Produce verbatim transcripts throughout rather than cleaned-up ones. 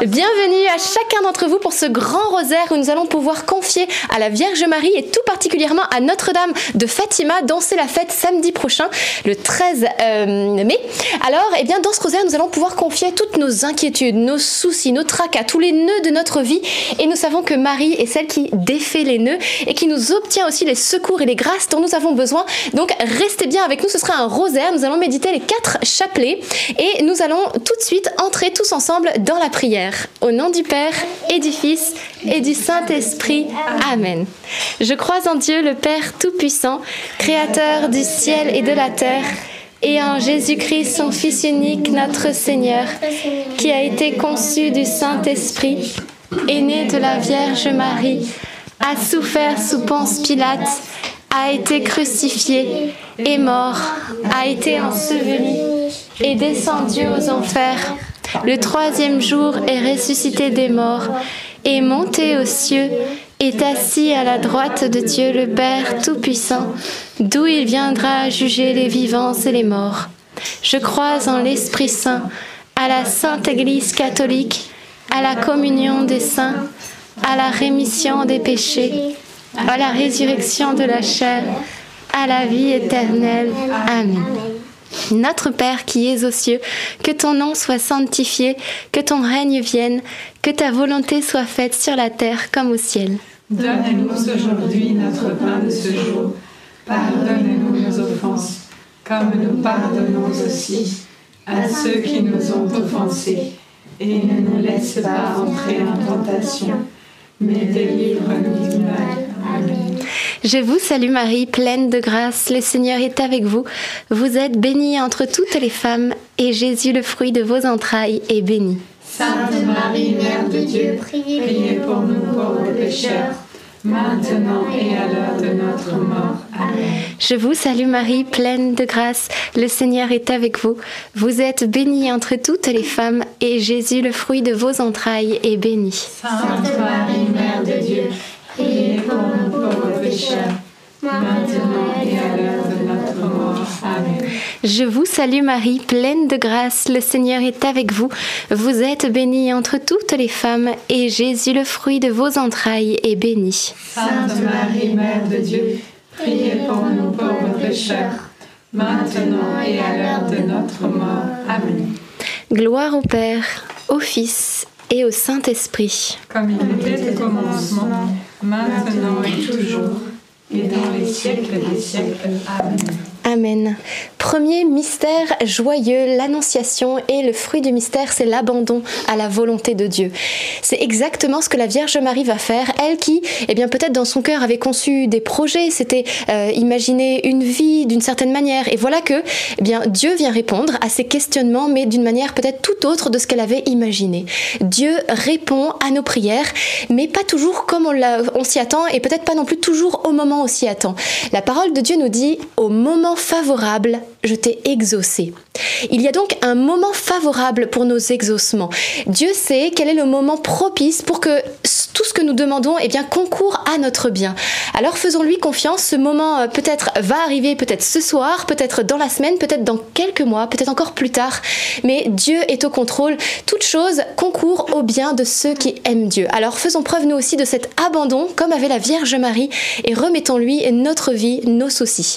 Bienvenue à chacun d'entre vous pour ce grand rosaire où nous allons pouvoir confier à la Vierge Marie et tout particulièrement à Notre-Dame de Fatima danser la fête samedi prochain, le treize mai. Alors, eh bien, dans ce rosaire, nous allons pouvoir confier toutes nos inquiétudes, nos soucis, nos tracas, tous les nœuds de notre vie. Et nous savons que Marie est celle qui défait les nœuds et qui nous obtient aussi les secours et les grâces dont nous avons besoin. Donc, restez bien avec nous, ce sera un rosaire. Nous allons méditer les quatre chapelets et nous allons tout de suite entrer tous ensemble dans la prière. Au nom du Père et du Fils et du Saint-Esprit. Amen. Je crois en Dieu, le Père Tout-Puissant, Créateur du ciel et de la terre, et en Jésus-Christ, son Fils unique, notre Seigneur, qui a été conçu du Saint-Esprit, est né de la Vierge Marie, a souffert sous Ponce Pilate, a été crucifié, est mort, a été enseveli, est descendu aux enfers. Le troisième jour est ressuscité des morts, est monté aux cieux, est assis à la droite de Dieu le Père Tout-Puissant, d'où il viendra juger les vivants et les morts. Je crois en l'Esprit Saint, à la Sainte Église catholique, à la communion des saints, à la rémission des péchés, à la résurrection de la chair, à la vie éternelle. Amen. Notre Père qui es aux cieux, que ton nom soit sanctifié, que ton règne vienne, que ta volonté soit faite sur la terre comme au ciel. Donne-nous aujourd'hui notre pain de ce jour. Pardonne-nous nos offenses, comme nous pardonnons aussi à ceux qui nous ont offensés. Et ne nous laisse pas entrer en tentation, mais délivre-nous du mal. Amen. Je vous salue Marie, pleine de grâce, le Seigneur est avec vous. Vous êtes bénie entre toutes les femmes, et Jésus, le fruit de vos entrailles, est béni. Sainte Marie, Mère de Dieu, priez pour nous pauvres pécheurs, maintenant et à l'heure de notre mort. Amen. Je vous salue Marie, pleine de grâce, le Seigneur est avec vous. Vous êtes bénie entre toutes les femmes, et Jésus, le fruit de vos entrailles, est béni. Sainte Marie, Mère de Dieu, priez pour nous pauvres pécheurs, maintenant et à l'heure de notre mort. Amen. Je vous salue Marie, pleine de grâce, le Seigneur est avec vous. Vous êtes bénie entre toutes les femmes, et Jésus, le fruit de vos entrailles, est béni. Sainte Marie, Mère de Dieu, priez pour nous pauvres pécheurs, maintenant et à l'heure de notre mort. Amen. Gloire au Père, au Fils et au Saint-Esprit. Comme il était au commencement, maintenant et toujours, et dans les siècles des siècles. Amen. Amen. Premier mystère joyeux, l'Annonciation, et le fruit du mystère, c'est l'abandon à la volonté de Dieu. C'est exactement ce que la Vierge Marie va faire, elle qui, eh bien, peut-être dans son cœur avait conçu des projets, s'était euh, imaginé une vie d'une certaine manière, et voilà que, eh bien, Dieu vient répondre à ses questionnements, mais d'une manière peut-être tout autre de ce qu'elle avait imaginé. Dieu répond à nos prières, mais pas toujours comme on, l'a, on s'y attend, et peut-être pas non plus toujours au moment où on s'y attend. La parole de Dieu nous dit, au moment favorable, je t'ai exaucé. Il y a donc un moment favorable pour nos exaucements. Dieu sait quel est le moment propice pour que tout ce que nous demandons, eh bien, concourt à notre bien. Alors faisons-lui confiance, ce moment euh, peut-être va arriver, peut-être ce soir, peut-être dans la semaine, peut-être dans quelques mois, peut-être encore plus tard, mais Dieu est au contrôle. Toute chose concourt au bien de ceux qui aiment Dieu. Alors faisons preuve nous aussi de cet abandon, comme avait la Vierge Marie, et remettons-lui notre vie, nos soucis.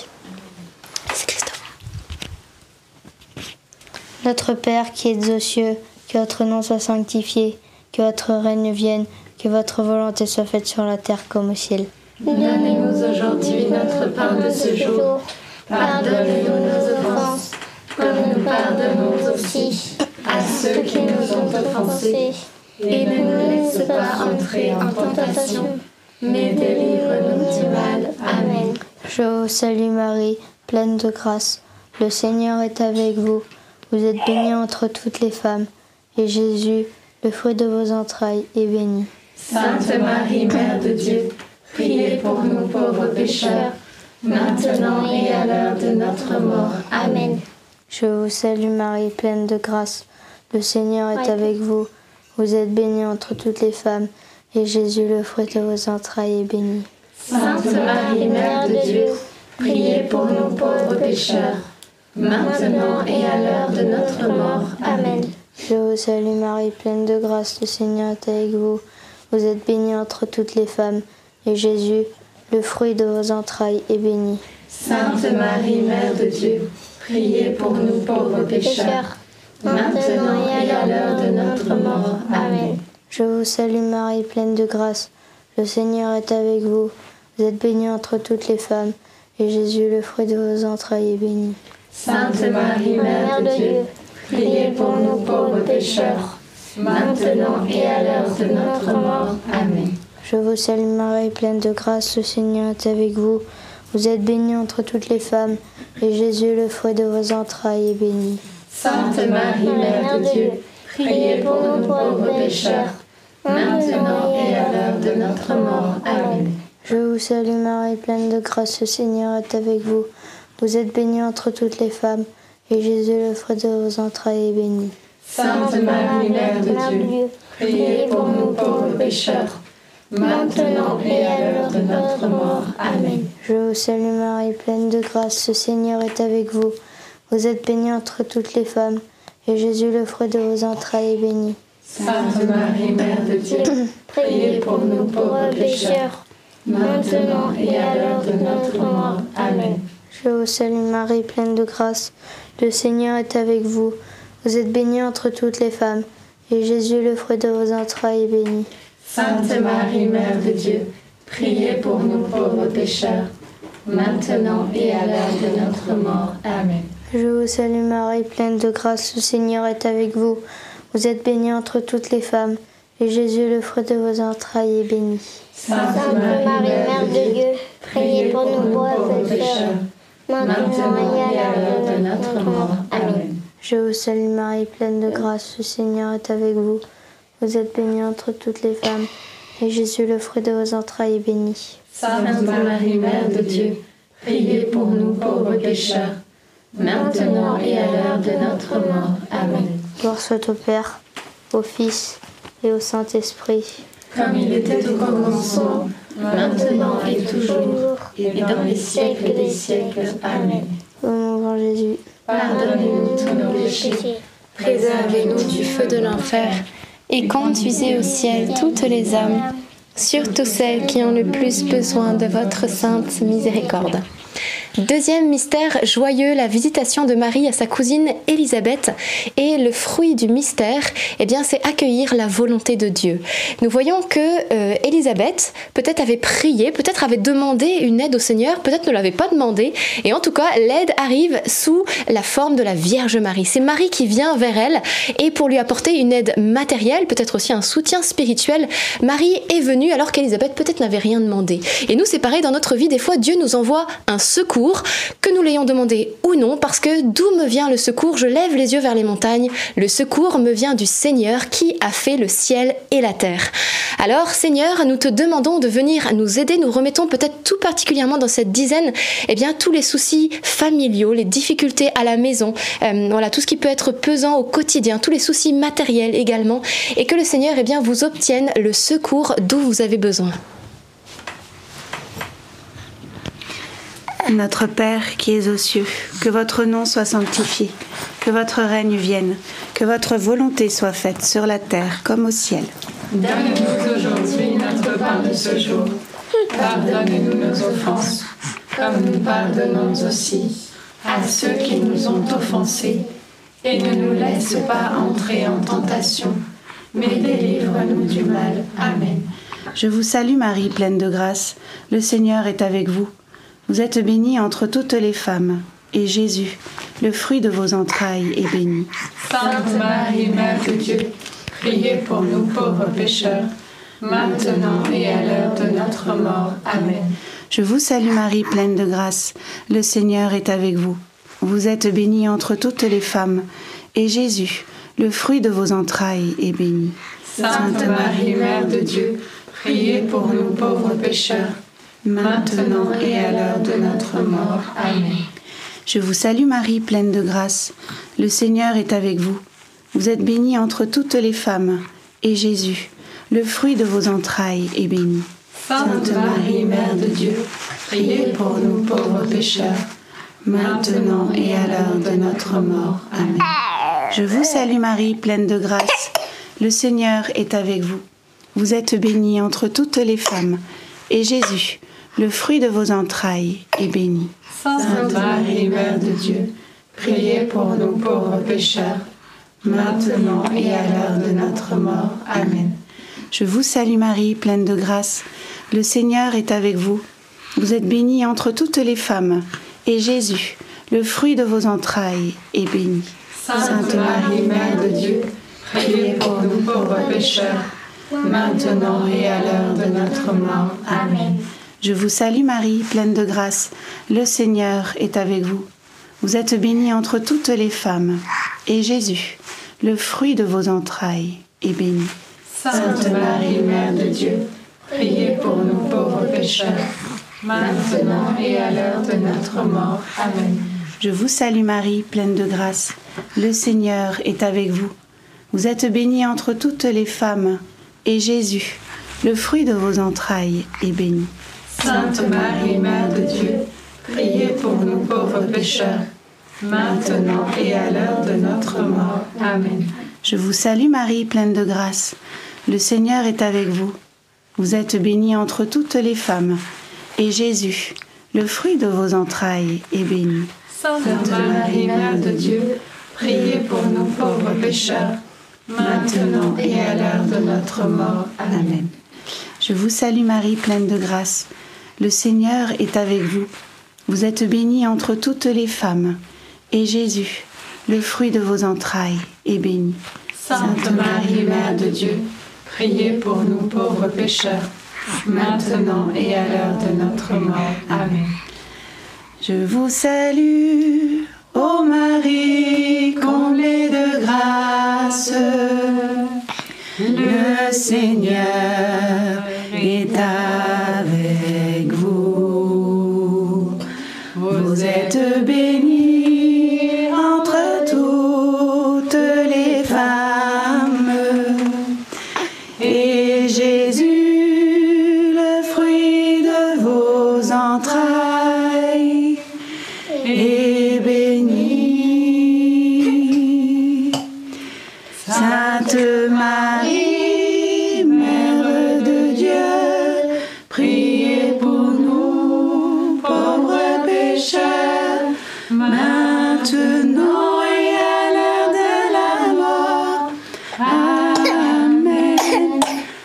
C'est Christophe. Notre Père qui êtes aux cieux, que votre nom soit sanctifié, que votre règne vienne, que votre volonté soit faite sur la terre comme au ciel. Donnez-nous aujourd'hui notre pain de ce jour. Pardonnez-nous nos offenses, comme nous pardonnons aussi à ceux qui nous ont offensés. Et ne nous laisse pas entrer en tentation, mais délivre-nous du mal. Amen. Je vous salue Marie, pleine de grâce. Le Seigneur est avec vous. Vous êtes bénie entre toutes les femmes, et Jésus, le fruit de vos entrailles, est béni. Sainte Marie, Mère de Dieu, priez pour nous pauvres pécheurs, maintenant et à l'heure de notre mort. Amen. Je vous salue Marie, pleine de grâce. Le Seigneur est avec vous. Vous êtes bénie entre toutes les femmes, et Jésus, le fruit de vos entrailles, est béni. Sainte Marie, Mère de Dieu, priez pour nous pauvres pécheurs, maintenant et à l'heure de notre mort. Amen. Je vous salue Marie, pleine de grâce, le Seigneur est avec vous. Vous êtes bénie entre toutes les femmes, et Jésus, le fruit de vos entrailles, est béni. Sainte Marie, Mère de Dieu, priez pour nous pauvres pécheurs, maintenant et à l'heure de notre mort. Amen. Je vous salue Marie, pleine de grâce, le Seigneur est avec vous. Vous êtes bénie entre toutes les femmes, et Jésus, le fruit de vos entrailles, est béni. Sainte Marie, Mère de Dieu, priez pour nous pauvres pécheurs, maintenant et à l'heure de notre mort. Amen. Je vous salue Marie, pleine de grâce, le Seigneur est avec vous. Vous êtes bénie entre toutes les femmes, et Jésus, le fruit de vos entrailles, est béni. Sainte Marie, Mère de Dieu, priez pour nous pauvres pécheurs, maintenant et à l'heure de notre mort. Amen. Je vous salue Marie, pleine de grâce, le Seigneur est avec vous. Vous êtes bénie entre toutes les femmes, et Jésus, le fruit de vos entrailles, est béni. Sainte Marie, Mère de Dieu, priez pour nous pauvres pécheurs, maintenant et à l'heure de notre mort. Amen. Je vous salue Marie, pleine de grâce, le Seigneur est avec vous. Vous êtes bénie entre toutes les femmes, et Jésus, le fruit de vos entrailles, est béni. Sainte Marie, Mère de Dieu, priez pour nous pauvres pécheurs, maintenant et à l'heure de notre mort. Amen. Je vous salue Marie, pleine de grâce, le Seigneur est avec vous. Vous êtes bénie entre toutes les femmes, et Jésus, le fruit de vos entrailles, est béni. Sainte Marie, Mère de Dieu, priez pour nous pauvres pécheurs, maintenant et à l'heure de notre mort. Amen. Je vous salue Marie, pleine de grâce, le Seigneur est avec vous. Vous êtes bénie entre toutes les femmes, et Jésus, le fruit de vos entrailles, est béni. Sainte Marie, Mère de Dieu, priez pour nous pauvres pécheurs, maintenant et à l'heure de notre mort. Amen. Je vous salue Marie, pleine de grâce, le Seigneur est avec vous. Vous êtes bénie entre toutes les femmes, et Jésus, le fruit de vos entrailles, est béni. Sainte Marie, Mère de Dieu, priez pour nous pauvres pécheurs, maintenant et à l'heure de notre mort. Amen. Gloire soit au Père, au Fils et au Saint-Esprit. Comme il était au commencement, maintenant et toujours, et dans les siècles des siècles. Amen. Ô mon grand Jésus, pardonnez-nous tous nos péchés, préservez-nous du feu de l'enfer, et conduisez au ciel toutes les âmes, surtout celles qui ont le plus besoin de votre sainte miséricorde. Deuxième mystère joyeux, la visitation de Marie à sa cousine Élisabeth. Et le fruit du mystère, eh bien, c'est accueillir la volonté de Dieu. Nous voyons que euh, Élisabeth peut-être avait prié, peut-être avait demandé une aide au Seigneur, peut-être ne l'avait pas demandé. Et en tout cas, l'aide arrive sous la forme de la Vierge Marie. C'est Marie qui vient vers elle et pour lui apporter une aide matérielle, peut-être aussi un soutien spirituel. Marie est venue alors qu'Élisabeth peut-être n'avait rien demandé. Et nous, c'est pareil dans notre vie. Des fois, Dieu nous envoie un secours, que nous l'ayons demandé ou non, parce que d'où me vient le secours? Je lève les yeux vers les montagnes. Le secours me vient du Seigneur qui a fait le ciel et la terre. Alors, Seigneur, nous te demandons de venir nous aider. Nous remettons peut-être tout particulièrement dans cette dizaine, eh bien, tous les soucis familiaux, les difficultés à la maison, euh, voilà, tout ce qui peut être pesant au quotidien, tous les soucis matériels également, et que le Seigneur, eh bien, vous obtienne le secours dont vous avez besoin. Notre Père qui es aux cieux, que votre nom soit sanctifié, que votre règne vienne, que votre volonté soit faite sur la terre comme au ciel. Donne-nous aujourd'hui notre pain de ce jour. Pardonne-nous nos offenses, comme nous pardonnons aussi à ceux qui nous ont offensés. Et ne nous laisse pas entrer en tentation, mais délivre-nous du mal. Amen. Je vous salue Marie, pleine de grâce, le Seigneur est avec vous. Vous êtes bénie entre toutes les femmes, et Jésus, le fruit de vos entrailles, est béni. Sainte Marie, Mère de Dieu, priez pour nous pauvres pécheurs, maintenant et à l'heure de notre mort. Amen. Je vous salue Marie, pleine de grâce, le Seigneur est avec vous. Vous êtes bénie entre toutes les femmes, et Jésus, le fruit de vos entrailles, est béni. Sainte Marie, Mère de Dieu, priez pour nous pauvres pécheurs, maintenant et à l'heure de notre mort. Amen. Je vous salue Marie, pleine de grâce, le Seigneur est avec vous. Vous êtes bénie entre toutes les femmes, et Jésus, le fruit de vos entrailles, est béni. Sainte Marie, Mère de Dieu, priez pour nous pauvres pécheurs, maintenant et à l'heure de notre mort. Amen. Je vous salue Marie, pleine de grâce. Le Seigneur est avec vous. Vous êtes bénie entre toutes les femmes, et Jésus, le fruit de vos entrailles, est béni. Sainte Marie, Mère de Dieu, priez pour nous pauvres pécheurs, maintenant et à l'heure de notre mort. Amen. Je vous salue Marie, pleine de grâce. Le Seigneur est avec vous. Vous êtes bénie entre toutes les femmes, et Jésus, le fruit de vos entrailles, est béni. Sainte Marie, Mère de Dieu, priez pour nous pauvres pécheurs, maintenant et à l'heure de notre mort. Amen. Je vous salue Marie, pleine de grâce. Le Seigneur est avec vous. Vous êtes bénie entre toutes les femmes, et Jésus, le fruit de vos entrailles, est béni. Sainte Marie, Mère de Dieu, priez pour nous pauvres pécheurs, maintenant et à l'heure de notre mort. Amen. Je vous salue Marie, pleine de grâce. Le Seigneur est avec vous. Vous êtes bénie entre toutes les femmes, et Jésus, le fruit de vos entrailles, est béni. Sainte Marie, Mère de Dieu, priez pour nous pauvres pécheurs, maintenant et à l'heure de notre mort. Amen. Je vous salue Marie, pleine de grâce. Le Seigneur est avec vous. Vous êtes bénie entre toutes les femmes, et Jésus, le fruit de vos entrailles, est béni. Sainte Marie, Mère de Dieu, priez pour nous pauvres pécheurs, maintenant et à l'heure de notre mort. Amen. Je vous salue Marie, pleine de grâce. Le Seigneur est avec vous. Vous êtes bénie entre toutes les femmes, et Jésus, le fruit de vos entrailles, est béni. Sainte Marie, Mère de Dieu, priez pour nous pauvres pécheurs, maintenant et à l'heure de notre mort. Amen. Je vous salue, ô Marie, comblée de grâce. Le Seigneur est avec vous. Vous êtes bénie entre toutes les femmes, et Jésus, le fruit de vos entrailles, est béni. Sainte Marie, Mère de Dieu, priez pour nous, pauvres pécheurs, maintenant et à l'heure de la mort. Amen.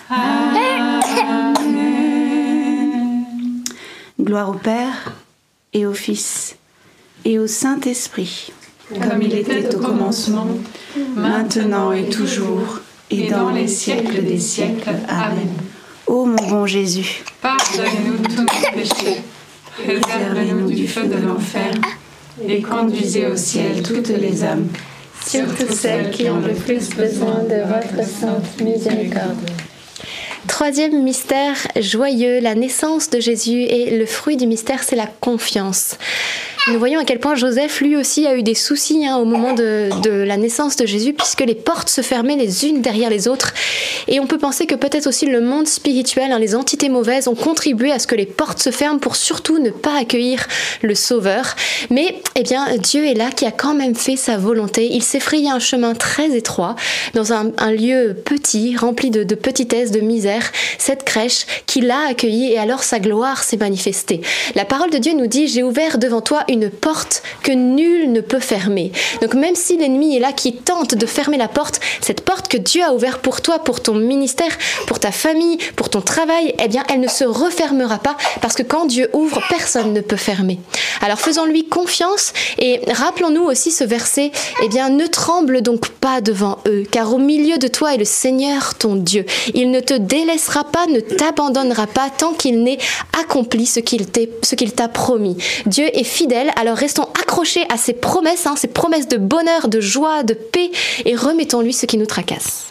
Amen. Gloire au Père et au Fils et au Saint-Esprit, comme il était au commencement, maintenant et toujours, et dans les siècles des siècles. Amen. Ô mon bon Jésus, pardonnez-nous tous nos péchés, préservez-nous du feu de l'enfer, et conduisez au ciel toutes les âmes, surtout celles qui ont le plus besoin de votre sainte miséricorde. Troisième mystère joyeux, la naissance de Jésus, et le fruit du mystère, c'est la confiance. Nous voyons à quel point Joseph, lui aussi, a eu des soucis hein, au moment de, de la naissance de Jésus, puisque les portes se fermaient les unes derrière les autres. Et on peut penser que peut-être aussi le monde spirituel, hein, les entités mauvaises, ont contribué à ce que les portes se ferment pour surtout ne pas accueillir le Sauveur. Mais eh bien, Dieu est là, qui a quand même fait sa volonté. Il s'est frayé un chemin très étroit, dans un, un lieu petit, rempli de, de petitesse, de misère, cette crèche qui l'a accueilli, et alors sa gloire s'est manifestée. La parole de Dieu nous dit « J'ai ouvert devant toi une porte que nul ne peut fermer. » Donc même si l'ennemi est là qui tente de fermer la porte, cette porte que Dieu a ouverte pour toi, pour ton ministère, pour ta famille, pour ton travail, eh bien elle ne se refermera pas, parce que quand Dieu ouvre, personne ne peut fermer. Alors faisons-lui confiance et rappelons-nous aussi ce verset, eh bien ne tremble donc pas devant eux, car au milieu de toi est le Seigneur ton Dieu. Il ne te délaissera pas, ne t'abandonnera pas tant qu'il n'ait accompli ce qu'il t'est, ce qu'il t'a promis. Dieu est fidèle, alors restons accrochés à ses promesses, hein, ses promesses de bonheur, de joie, de paix, et remettons-lui ce qui nous tracasse.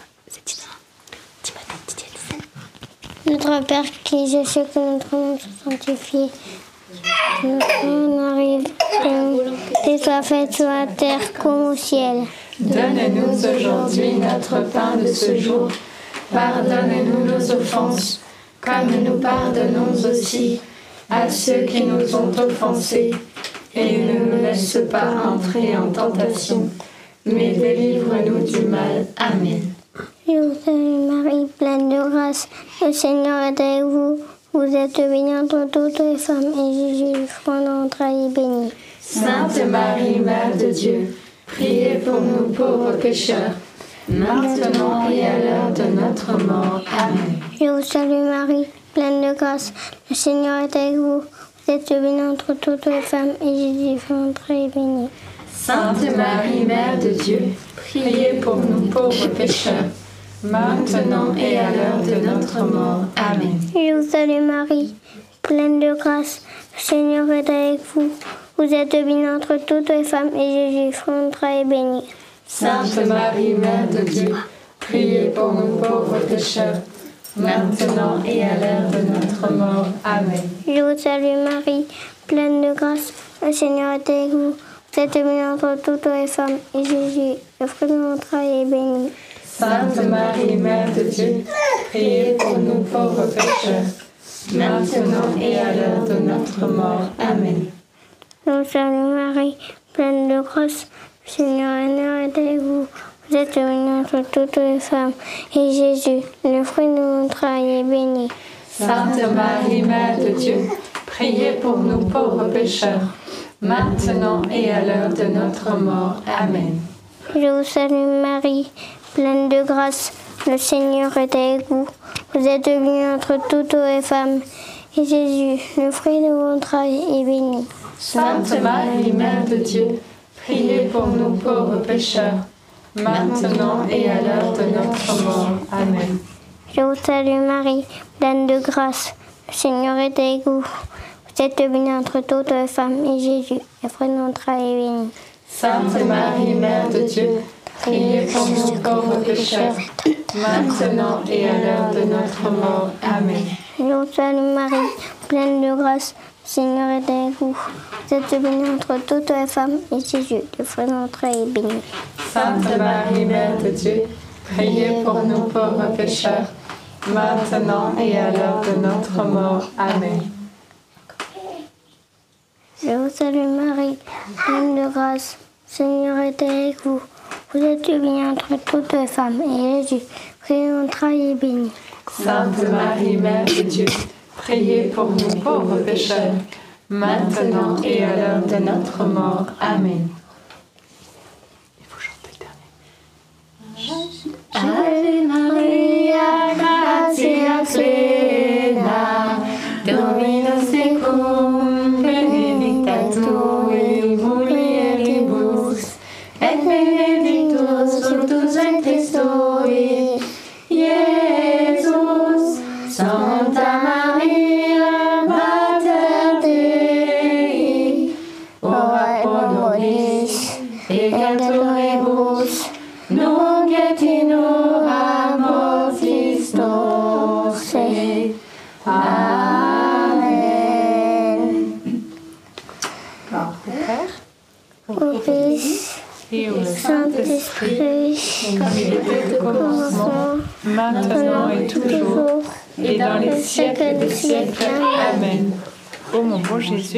Notre Père qui es aux cieux, que notre nom soit sanctifié, que notre nom arrive, que tes soit faite sur la terre comme au ciel. Donne-nous aujourd'hui notre pain de ce jour. Pardonne-nous nos offenses, comme nous pardonnons aussi à ceux qui nous ont offensés. Et ne nous laisse pas entrer en tentation, mais délivre-nous du mal. Amen. Je vous salue Marie, pleine de grâce, le Seigneur est avec vous. Vous êtes bénie entre toutes les femmes, et Jésus, le fruit de vos entrailles, est béni. Sainte Marie, Mère de Dieu, priez pour nous pauvres pécheurs, maintenant et à l'heure de notre mort. Amen. Je vous salue Marie, pleine de grâce, le Seigneur est avec vous. Vous êtes bénie entre toutes les femmes, et Jésus, le fruit de vos entrailles, est béni. Sainte Marie, Mère de Dieu, priez pour nous pauvres pécheurs, maintenant et à l'heure de notre mort. Amen. Je vous salue Marie, pleine de grâce, le Seigneur est avec vous. Vous êtes bénie entre toutes les femmes, et Jésus, le fruit de vos entrailles, est béni. Sainte Marie, Mère de Dieu, priez pour nous pauvres pécheurs, maintenant et à l'heure de notre mort. Amen. Je vous salue Marie, pleine de grâce, le Seigneur est avec vous. Vous êtes bénie entre toutes les femmes, et Jésus, le fruit de vos entrailles, est béni. Sainte Marie, Mère de Dieu, priez pour nous pauvres pécheurs, maintenant et à l'heure de notre mort. Amen. Je vous salue Marie, pleine de grâce, le Seigneur est avec vous. Vous êtes bénie entre toutes les femmes, et Jésus, le fruit de vos entrailles, est béni. Sainte Marie, Mère de Dieu, priez pour nous pauvres pécheurs, maintenant et à l'heure de notre mort. Amen. Je vous salue Marie, pleine de grâce, le Seigneur est avec vous. Vous êtes bénie entre toutes les femmes, et Jésus, le fruit de vos entrailles, est béni. Sainte Marie, Mère de Dieu, priez pour nous pauvres pécheurs, maintenant et à l'heure de notre mort. Amen. Je vous salue Marie, pleine de grâce, le Seigneur est avec vous. Vous êtes bénie entre toutes les femmes, et Jésus, le fruit de vos entrailles, est béni. Sainte Marie, Mère de Dieu, priez pour nous pauvres pécheurs, maintenant et à l'heure de notre mort. Amen. Je vous salue Marie, pleine de grâce, le Seigneur est avec vous. Vous êtes bénie entre toutes les femmes, et Jésus, le fruit de vos entrailles, est béni. Sainte Marie, Mère de Dieu, priez pour nous pauvres pécheurs, maintenant et à l'heure de notre mort. Amen. Je vous salue Marie, pleine de grâce, le Seigneur est avec vous. Vous êtes bénie entre toutes les femmes, et Jésus, le fruit de vos entrailles, est béni. Sainte Marie, Mère de Dieu, priez pour nous pauvres pécheurs, maintenant et à l'heure de notre mort. Amen. Il faut chanter le dernier. Ave Maria, gratia plena, Dominus tecum, benedicta tu in mulieribus, et benedictus fructus ventris tui, Iesus. Santa Maria, Mater Dei, ora pro nobis peccatoribus, nunc et in hora mortis nostre. Amen. Gloire au Père, Au Fils et au et au Saint-Esprit, comme il était au commencement, maintenant et toujours, et dans les siècles des siècles. Amen. Ô mon bon Jésus,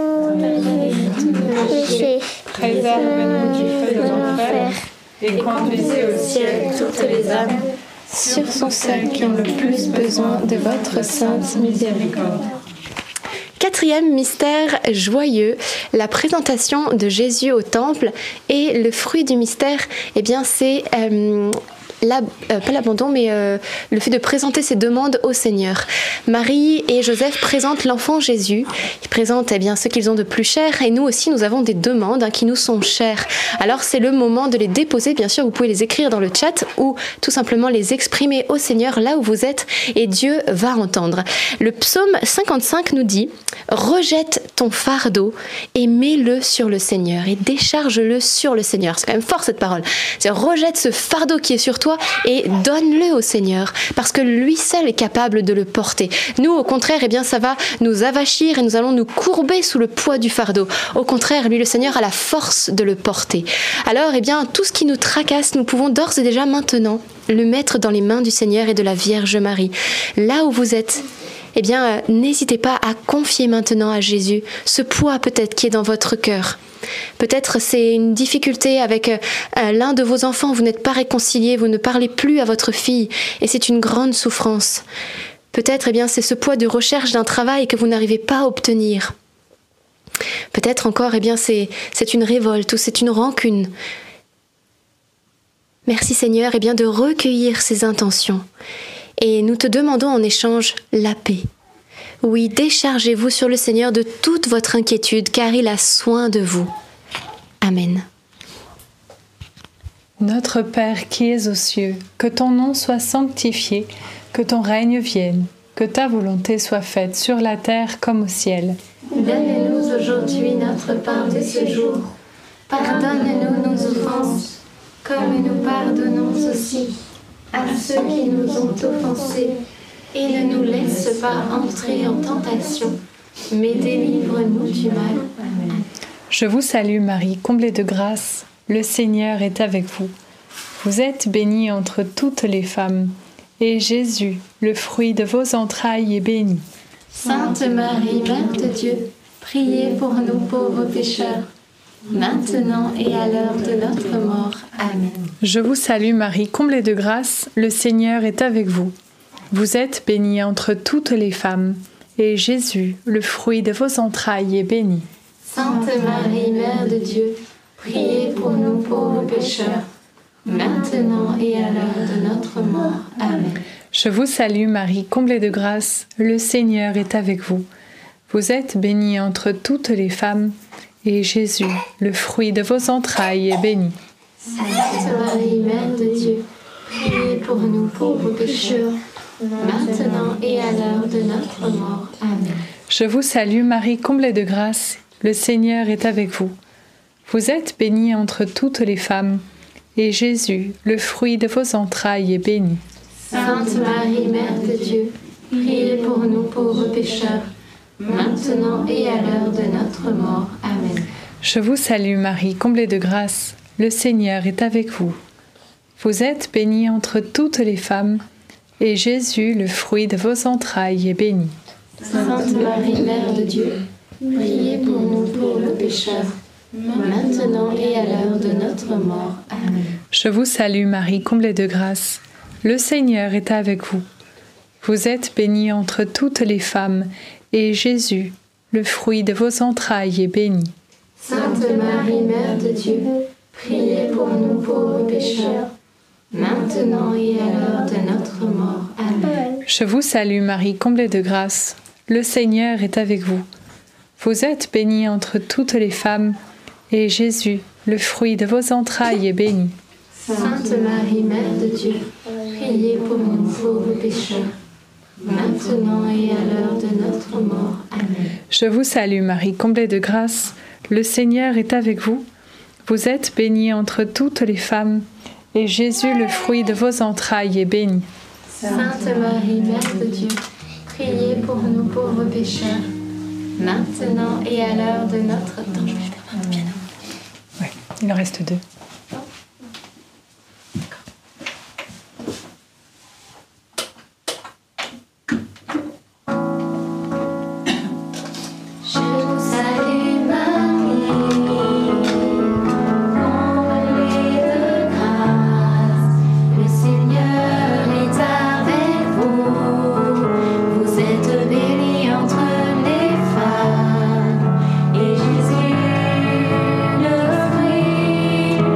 péché, préserve-nous du feu de l'enfer et conduisez au ciel toutes les âmes, Surtout celles qui ont le plus besoin de votre sainte miséricorde. Quatrième mystère joyeux, la présentation de Jésus au temple. Et le fruit du mystère, eh bien, c'est euh, la, euh, pas l'abandon, mais euh, le fait de présenter ses demandes au Seigneur. Marie et Joseph présentent l'enfant Jésus. Ils présentent eh bien, ce qu'ils ont de plus cher. Et nous aussi, nous avons des demandes hein, qui nous sont chères. Alors, c'est le moment de les déposer. Bien sûr, vous pouvez les écrire dans le chat ou tout simplement les exprimer au Seigneur là où vous êtes. Et Dieu va entendre. Le psaume cinquante-cinq nous dit « Rejette ton fardeau et mets-le sur le Seigneur et décharge-le sur le Seigneur. » C'est quand même fort cette parole. C'est rejette ce fardeau qui est sur toi et donne-le au Seigneur parce que lui seul est capable de le porter. Nous, au contraire, eh bien, ça va nous avachir et nous allons nous courber sous le poids du fardeau. Au contraire, lui, le Seigneur, a la force de le porter. Alors, eh bien, tout ce qui nous tracasse, nous pouvons d'ores et déjà maintenant le mettre dans les mains du Seigneur et de la Vierge Marie. Là où vous êtes, eh bien, n'hésitez pas à confier maintenant à Jésus ce poids peut-être qui est dans votre cœur. Peut-être c'est une difficulté avec euh, l'un de vos enfants, vous n'êtes pas réconciliés, vous ne parlez plus à votre fille et c'est une grande souffrance. Peut-être eh bien, c'est ce poids de recherche d'un travail que vous n'arrivez pas à obtenir. Peut-être encore eh bien, c'est, c'est une révolte ou c'est une rancune. Merci Seigneur eh bien, de recueillir ces intentions et nous te demandons en échange la paix. Oui, déchargez-vous sur le Seigneur de toute votre inquiétude, car il a soin de vous. Amen. Notre Père qui es aux cieux, que ton nom soit sanctifié, que ton règne vienne, que ta volonté soit faite sur la terre comme au ciel. Donne-nous aujourd'hui notre pain de ce jour. Pardonne-nous nos offenses, comme nous pardonnons aussi à ceux qui nous ont offensés. Et ne nous laisse pas entrer en tentation, mais délivre-nous du mal. Amen. Je vous salue Marie, comblée de grâce, le Seigneur est avec vous. Vous êtes bénie entre toutes les femmes, et Jésus, le fruit de vos entrailles, est béni. Sainte Marie, Mère de Dieu, priez pour nous pauvres pécheurs, maintenant et à l'heure de notre mort. Amen. Je vous salue Marie, comblée de grâce, le Seigneur est avec vous. Vous êtes bénie entre toutes les femmes, et Jésus, le fruit de vos entrailles, est béni. Sainte Marie, Mère de Dieu, priez pour nous pauvres pécheurs, maintenant et à l'heure de notre mort. Amen. Je vous salue Marie, comblée de grâce, le Seigneur est avec vous. Vous êtes bénie entre toutes les femmes, et Jésus, le fruit de vos entrailles, est béni. Sainte Marie, Mère de Dieu, priez pour nous pauvres pécheurs, maintenant et à l'heure de notre mort. Amen. Je vous salue Marie, comblée de grâce, le Seigneur est avec vous. Vous êtes bénie entre toutes les femmes, et Jésus, le fruit de vos entrailles, est béni. Sainte Marie, Mère de Dieu, priez pour nous pauvres pécheurs, maintenant et à l'heure de notre mort. Amen. Je vous salue Marie, comblée de grâce, le Seigneur est avec vous. Vous êtes bénie entre toutes les femmes, et Jésus, le fruit de vos entrailles, est béni. Sainte Marie, Mère de Dieu, priez pour nous pauvres pécheurs, maintenant et à l'heure de notre mort. Amen. Je vous salue Marie, comblée de grâce, le Seigneur est avec vous. Vous êtes bénie entre toutes les femmes, et Jésus, le fruit de vos entrailles, est béni. Sainte Marie, Mère de Dieu, priez pour nous pauvres pécheurs, maintenant et à l'heure de notre mort. Amen. Je vous salue Marie, comblée de grâce, le Seigneur est avec vous. Vous êtes bénie entre toutes les femmes, et Jésus, le fruit de vos entrailles, est béni. Sainte Marie, Mère de Dieu, priez pour nous pauvres pécheurs, maintenant et à l'heure de notre mort. Amen. Je vous salue Marie, comblée de grâce, le Seigneur est avec vous. Vous êtes bénie entre toutes les femmes, et Jésus, le fruit de vos entrailles, est béni. Sainte Marie, Mère de Dieu, priez pour nous pauvres pécheurs, maintenant et à l'heure de notre temps. Je vais faire un piano. Ouais, il en reste deux. Et Jésus, le fruit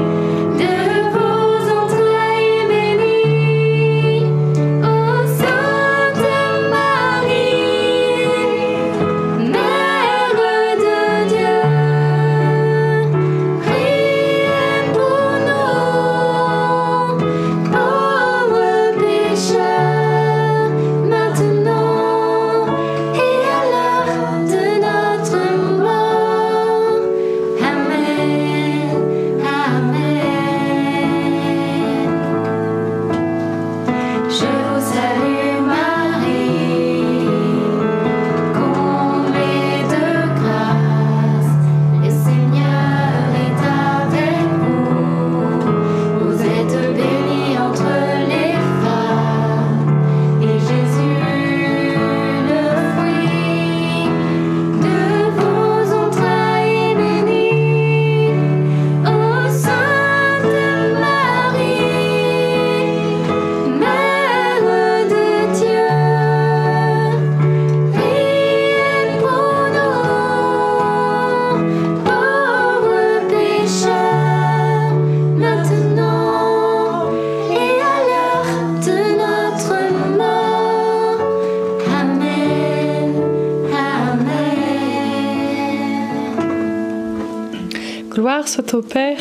Gloire soit au Père,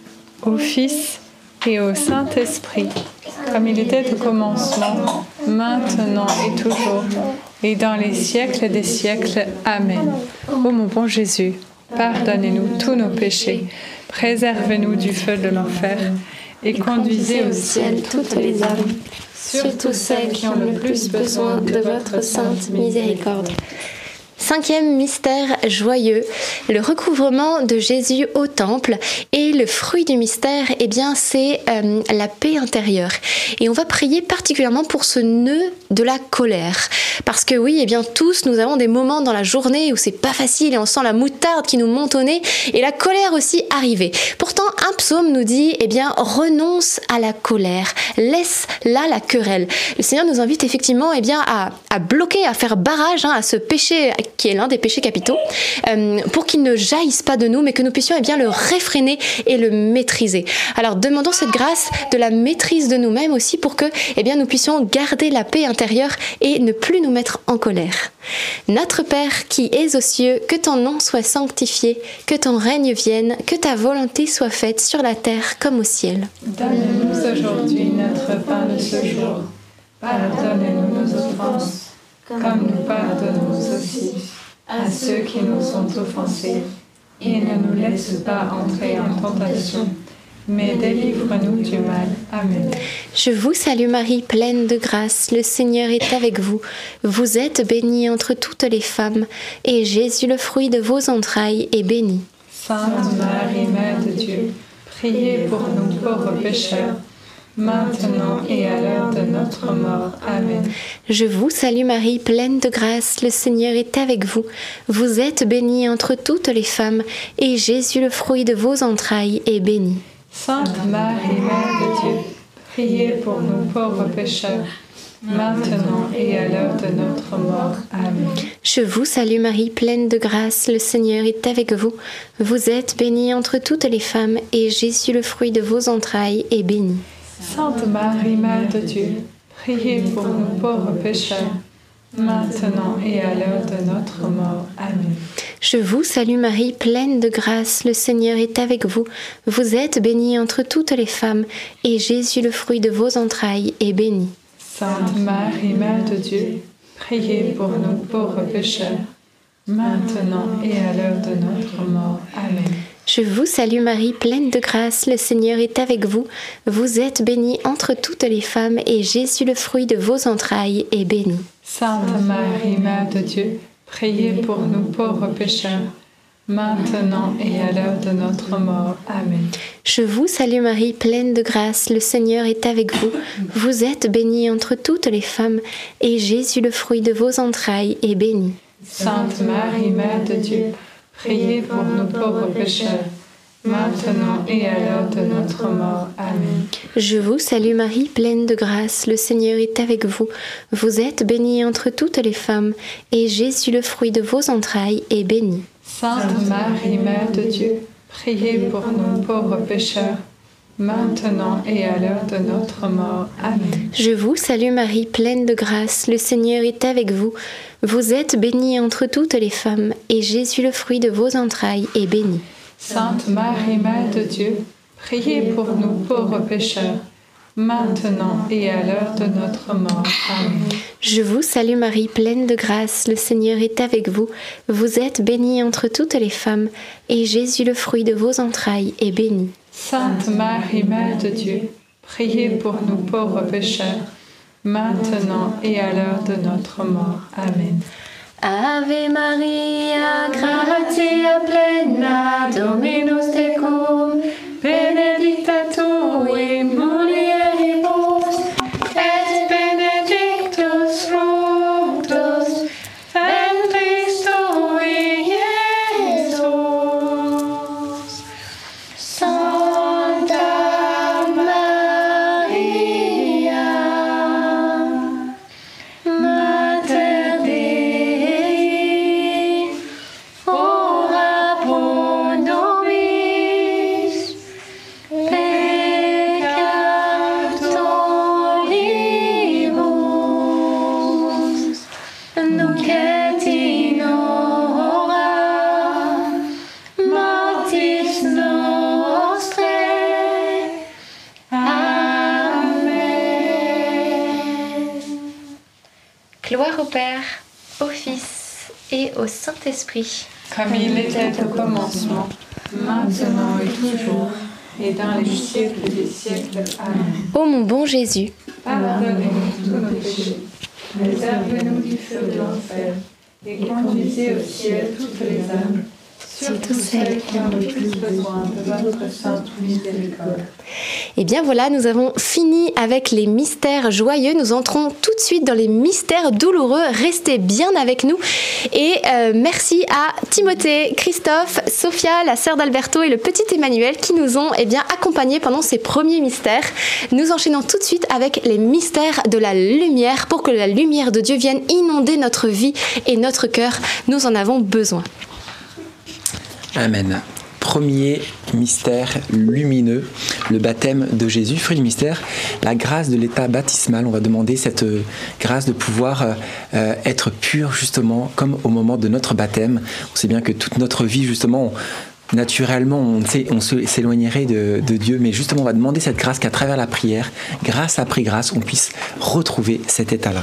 au Fils et au Saint-Esprit, comme il était au commencement, maintenant et toujours, et dans les siècles des siècles. Amen. Ô mon bon Jésus, pardonnez-nous tous nos péchés, préservez-nous du feu de l'enfer, et conduisez au ciel toutes les âmes, surtout celles qui ont le plus besoin de votre sainte miséricorde. Cinquième mystère joyeux, le recouvrement de Jésus au temple. Et le fruit du mystère, eh bien, c'est euh, la paix intérieure. Et on va prier particulièrement pour ce nœud de la colère. Parce que oui, eh bien, tous, nous avons des moments dans la journée où c'est pas facile et on sent la moutarde qui nous monte au nez et la colère aussi arriver. Pourtant, un psaume nous dit, eh bien, renonce à la colère, laisse là la querelle. Le Seigneur nous invite effectivement, eh bien, à, à bloquer, à faire barrage hein, à ce péché qui est l'un des péchés capitaux, euh, pour qu'il ne jaillisse pas de nous, mais que nous puissions eh bien, le réfréner et le maîtriser. Alors, demandons cette grâce de la maîtrise de nous-mêmes aussi pour que eh bien, nous puissions garder la paix intérieure et ne plus nous mettre en colère. Notre Père qui es aux cieux, que ton nom soit sanctifié, que ton règne vienne, que ta volonté soit faite sur la terre comme au ciel. Donne-nous aujourd'hui notre pain de ce jour. Pardonne-nous nos offenses, comme nous pardonnons aussi à ceux qui nous ont offensés. Et ne nous laisse pas entrer en tentation, mais délivre-nous du mal. Amen. Je vous salue Marie, pleine de grâce, le Seigneur est avec vous. Vous êtes bénie entre toutes les femmes, et Jésus, le fruit de vos entrailles, est béni. Sainte Marie, Mère de Dieu, priez pour nous pauvres pécheurs, maintenant et à l'heure de notre mort. Amen. Je vous salue Marie, pleine de grâce, le Seigneur est avec vous. Vous êtes bénie entre toutes les femmes, et Jésus, le fruit de vos entrailles, est béni. Sainte Marie, Mère de Dieu, priez pour nous pauvres pécheurs, maintenant et à l'heure de notre mort. Amen. Je vous salue Marie, pleine de grâce, le Seigneur est avec vous. Vous êtes bénie entre toutes les femmes, et Jésus, le fruit de vos entrailles, est béni. Sainte Marie, Mère de Dieu, priez pour nous pauvres pécheurs, maintenant et à l'heure de notre mort. Amen. Je vous salue Marie, pleine de grâce, le Seigneur est avec vous. Vous êtes bénie entre toutes les femmes, et Jésus, le fruit de vos entrailles, est béni. Sainte Marie, Mère de Dieu, priez pour nous pauvres pécheurs, maintenant et à l'heure de notre mort. Amen. Je vous salue Marie, pleine de grâce, le Seigneur est avec vous. Vous êtes bénie entre toutes les femmes, et Jésus, le fruit de vos entrailles, est béni. Sainte Marie, Mère de Dieu, priez pour nous pauvres pécheurs, maintenant et à l'heure de notre mort. Amen. Je vous salue Marie, pleine de grâce, le Seigneur est avec vous. Vous êtes bénie entre toutes les femmes, et Jésus, le fruit de vos entrailles, est béni. Sainte Marie, Mère de Dieu, priez pour nous pauvres pécheurs, maintenant et à l'heure de notre mort. Amen. Je vous salue Marie, pleine de grâce, le Seigneur est avec vous. Vous êtes bénie entre toutes les femmes, et Jésus, le fruit de vos entrailles, est béni. Sainte Marie, Mère de Dieu, priez pour nous pauvres pécheurs, maintenant et à l'heure de notre mort. Amen. Je vous salue Marie, pleine de grâce, le Seigneur est avec vous. Vous êtes bénie entre toutes les femmes, et Jésus, le fruit de vos entrailles, est béni. Sainte Marie, Mère de Dieu, priez pour nous pauvres pécheurs, maintenant et à l'heure de notre mort. Amen. Je vous salue Marie, pleine de grâce, le Seigneur est avec vous. Vous êtes bénie entre toutes les femmes, et Jésus, le fruit de vos entrailles, est béni. Sainte Marie, Mère de Dieu, priez pour nous pauvres pécheurs, maintenant et à l'heure de notre mort. Amen. Ave Maria, gratia plena, Dominus tecum, benedicta tu in mulieribus, et benedictus fructus ventris tui, Iesus. Santa Maria, Mater Dei, ora pro nobis Gloire au Père, au Fils et au Saint-Esprit. Comme il était au commencement, maintenant et toujours, et dans les siècles des siècles. Amen. Ô mon bon Jésus, Pardonnez-nous tous nos péchés, réservez-nous du feu de l'enfer, et conduisez au ciel toutes les âmes, surtout celles qui ont le plus besoin de votre sainte miséricorde. Et bien voilà, nous avons fini avec les mystères joyeux. Nous entrons tout de suite dans les mystères douloureux. Restez bien avec nous. Et euh, merci à Timothée, Christophe, Sophia, la sœur d'Alberto et le petit Emmanuel qui nous ont eh bien, accompagnés pendant ces premiers mystères. Nous enchaînons tout de suite avec les mystères de la lumière pour que la lumière de Dieu vienne inonder notre vie et notre cœur. Nous en avons besoin. Amen. Premier mystère lumineux, le baptême de Jésus. Fruit du mystère, la grâce de l'état baptismal. On va demander cette euh, grâce de pouvoir euh, être pur justement comme au moment de notre baptême. On sait bien que toute notre vie justement, on, naturellement on, sait, on se, s'éloignerait de, de Dieu, mais justement on va demander cette grâce qu'à travers la prière, grâce après grâce, on puisse retrouver cet état-là.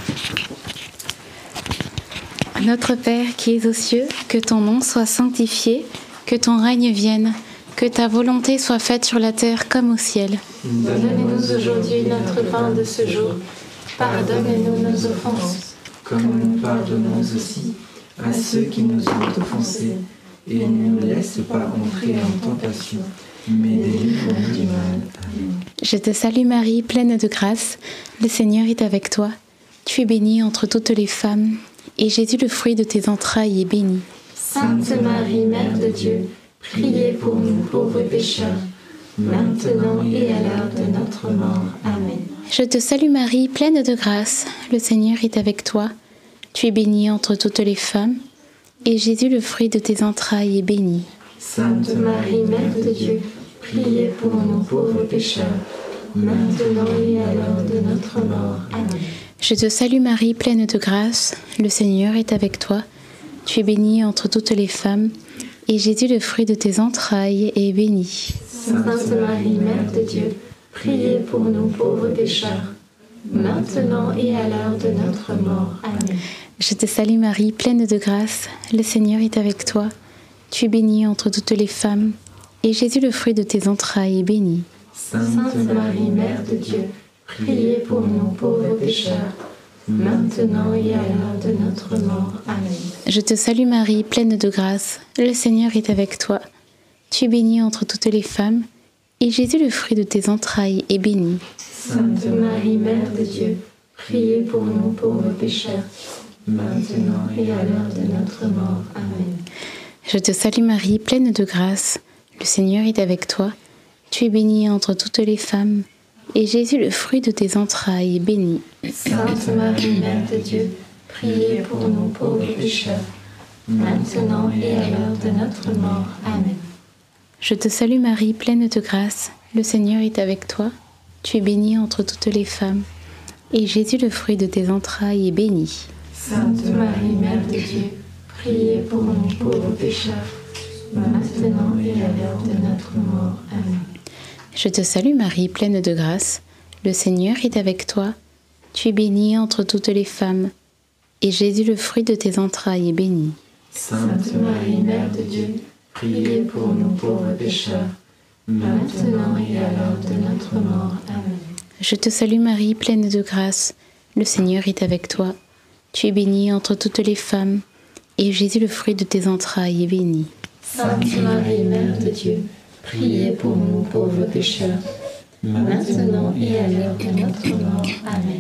Notre Père qui es aux cieux, que ton nom soit sanctifié, que ton règne vienne, que ta volonté soit faite sur la terre comme au ciel. Donne-nous aujourd'hui notre pain de ce jour. Pardonne-nous nos offenses, comme nous pardonnons aussi à ceux qui nous ont offensés. Et ne nous laisse pas entrer en tentation, mais délivre-nous du mal. Amen. Je te salue Marie, pleine de grâce. Le Seigneur est avec toi. Tu es bénie entre toutes les femmes, et Jésus, le fruit de tes entrailles, est béni. Sainte Marie, Mère de Dieu, priez pour nous pauvres pécheurs, maintenant et à l'heure de notre mort. Amen. Je te salue Marie, pleine de grâce. Le Seigneur est avec toi. Tu es bénie entre toutes les femmes, et Jésus, le fruit de tes entrailles, est béni. Sainte Marie, Mère de Dieu, priez pour nous pauvres pécheurs, maintenant et à l'heure de notre mort. Amen. Je te salue Marie, pleine de grâce. Le Seigneur est avec toi. Tu es bénie entre toutes les femmes, et Jésus, le fruit de tes entrailles, est béni. Sainte Marie, Mère de Dieu, priez pour nous pauvres pécheurs, maintenant et à l'heure de notre mort. Amen. Je te salue Marie, pleine de grâce. Le Seigneur est avec toi. Tu es bénie entre toutes les femmes, et Jésus, le fruit de tes entrailles, est béni. Sainte Marie, Mère de Dieu, priez pour nous pauvres pécheurs, maintenant et à l'heure de notre mort. Amen. Je te salue Marie, pleine de grâce. Le Seigneur est avec toi. Tu es bénie entre toutes les femmes, et Jésus, le fruit de tes entrailles, est béni. Sainte Marie, Mère de Dieu, priez pour nous pauvres pécheurs, maintenant et à l'heure de notre mort. Amen. Je te salue Marie, pleine de grâce. Le Seigneur est avec toi. Tu es bénie entre toutes les femmes, et Jésus, le fruit de tes entrailles, est béni. Sainte Marie, Mère de Dieu, priez pour nous pauvres pécheurs, maintenant et à l'heure de notre mort. Amen. Je te salue Marie, pleine de grâce. Le Seigneur est avec toi. Tu es bénie entre toutes les femmes, et Jésus, le fruit de tes entrailles, est béni. Sainte Marie, Mère de Dieu, priez pour nous pauvres pécheurs, maintenant et à l'heure de notre mort. Amen. Je te salue Marie, pleine de grâce. Le Seigneur est avec toi. Tu es bénie entre toutes les femmes, et Jésus, le fruit de tes entrailles, est béni. Sainte Marie, Mère de Dieu, priez pour nous pauvres pécheurs, maintenant et à l'heure de notre mort. Amen. Je te salue Marie, pleine de grâce. Le Seigneur est avec toi. Tu es bénie entre toutes les femmes, et Jésus, le fruit de tes entrailles, est béni. Sainte Marie, Mère de Dieu, priez pour nous pauvres pécheurs, maintenant et à l'heure de notre mort. Amen.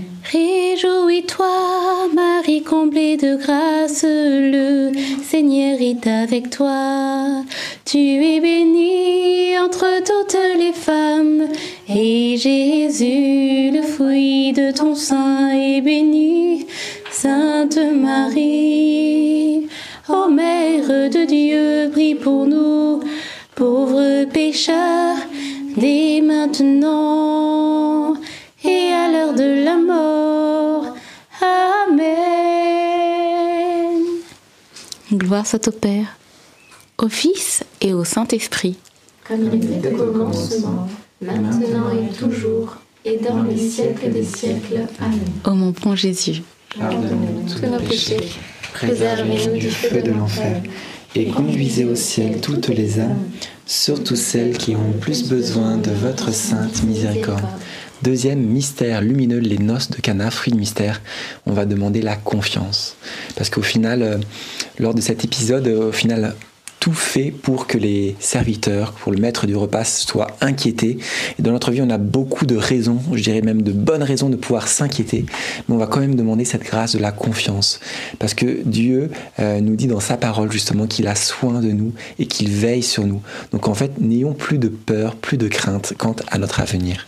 Réjouis-toi, Marie comblée de grâce, le Seigneur est avec toi. Tu es bénie entre toutes les femmes, et Jésus, le fruit de ton sein, est béni. Sainte Marie, ô Mère de Dieu, prie pour nous, pauvres pécheurs, dès maintenant et à l'heure de la mort. Amen. Gloire soit au Père, au Fils et au Saint-Esprit. Comme il était au commencement, maintenant et toujours, et dans les siècles des siècles. Amen. Ô mon bon Jésus, Pardonnez-nous tous nos péchés, préservez-nous du feu de l'enfer, et conduisez au ciel toutes les âmes, surtout celles qui ont le plus besoin de votre sainte miséricorde. Deuxième mystère lumineux, les noces de Cana, fruit de mystère, on va demander la confiance. Parce qu'au final, euh, lors de cet épisode, euh, au final, tout fait pour que les serviteurs, pour le maître du repas, soient inquiétés. Et dans notre vie, on a beaucoup de raisons, je dirais même de bonnes raisons de pouvoir s'inquiéter, mais on va quand même demander cette grâce de la confiance. Parce que Dieu euh, nous dit dans sa parole justement qu'il a soin de nous et qu'il veille sur nous. Donc en fait, n'ayons plus de peur, plus de crainte quant à notre avenir.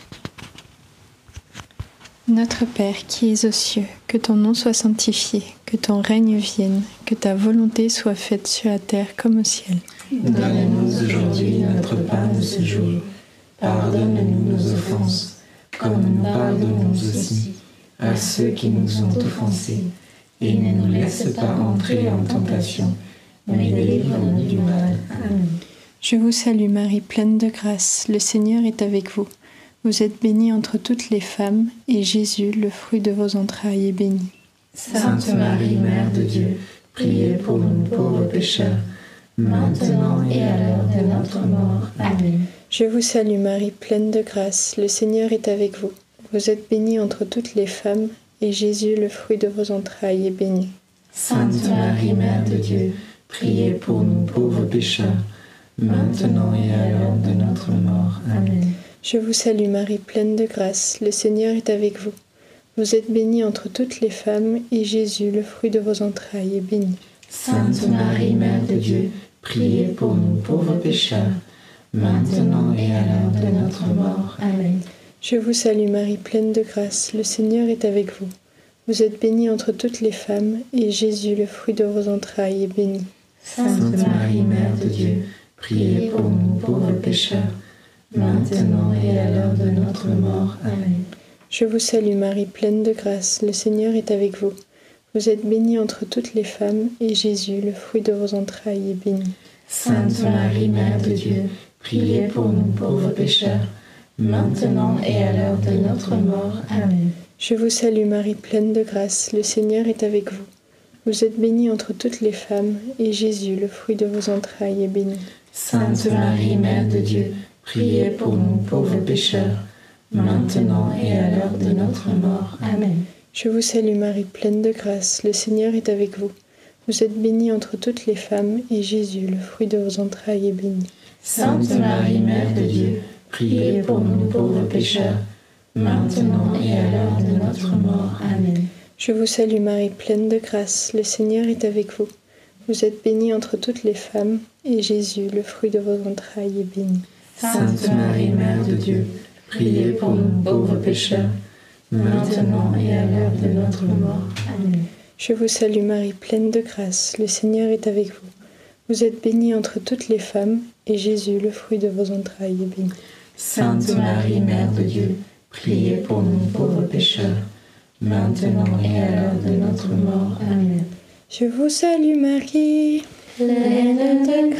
Notre Père qui es aux cieux, que ton nom soit sanctifié, que ton règne vienne, que ta volonté soit faite sur la terre comme au ciel. Donne-nous aujourd'hui notre pain de ce jour. Pardonne-nous nos offenses, comme nous pardonnons aussi à ceux qui nous ont offensés. Et ne nous laisse pas entrer en tentation, mais délivre-nous du mal. Amen. Je vous salue Marie, pleine de grâce, le Seigneur est avec vous. Vous êtes bénie entre toutes les femmes, et Jésus, le fruit de vos entrailles, est béni. Sainte Marie, Mère de Dieu, priez pour nous pauvres pécheurs, maintenant et à l'heure de notre mort. Amen. Je vous salue Marie, pleine de grâce, le Seigneur est avec vous. Vous êtes bénie entre toutes les femmes, et Jésus, le fruit de vos entrailles, est béni. Sainte Marie, Mère de Dieu, priez pour nous pauvres pécheurs, maintenant et à l'heure de notre mort. Amen. Je vous salue Marie, pleine de grâce, le Seigneur est avec vous. Vous êtes bénie entre toutes les femmes, et Jésus, le fruit de vos entrailles, est béni. Sainte Marie, Mère de Dieu, priez pour nous pauvres pécheurs, maintenant et à l'heure de notre mort. Amen. Je vous salue Marie, pleine de grâce, le Seigneur est avec vous. Vous êtes bénie entre toutes les femmes, et Jésus, le fruit de vos entrailles, est béni. Sainte Marie, Mère de Dieu, priez pour nous pauvres pécheurs, maintenant et à l'heure de notre mort. Amen. Je vous salue Marie, pleine de grâce, le Seigneur est avec vous. Vous êtes bénie entre toutes les femmes, et Jésus, le fruit de vos entrailles, est béni. Sainte Marie, Mère de Dieu, priez pour nous pauvres pécheurs, maintenant et à l'heure de notre mort. Amen. Je vous salue Marie, pleine de grâce, le Seigneur est avec vous. Vous êtes bénie entre toutes les femmes, et Jésus, le fruit de vos entrailles, est béni. Sainte Marie, Mère de Dieu, priez pour nous pauvres pécheurs, maintenant et à l'heure de notre mort. Amen. Je vous salue Marie, pleine de grâce, le Seigneur est avec vous. Vous êtes bénie entre toutes les femmes, et Jésus, le fruit de vos entrailles, est béni. Sainte Marie, Mère de Dieu, priez pour nous pauvres pécheurs, maintenant et à l'heure de notre mort. Amen. Je vous salue Marie, pleine de grâce, le Seigneur est avec vous. Vous êtes bénie entre toutes les femmes, et Jésus, le fruit de vos entrailles, est béni. Sainte Marie, Mère de Dieu, priez pour nous pauvres pécheurs, maintenant et à l'heure de notre mort. Amen. Je vous salue Marie, pleine de grâce, le Seigneur est avec vous. Vous êtes bénie entre toutes les femmes, et Jésus, le fruit de vos entrailles, est béni. Sainte Marie, Mère de Dieu, priez pour nous pauvres pécheurs, maintenant et à l'heure de notre mort. Amen. Je vous salue Marie, pleine de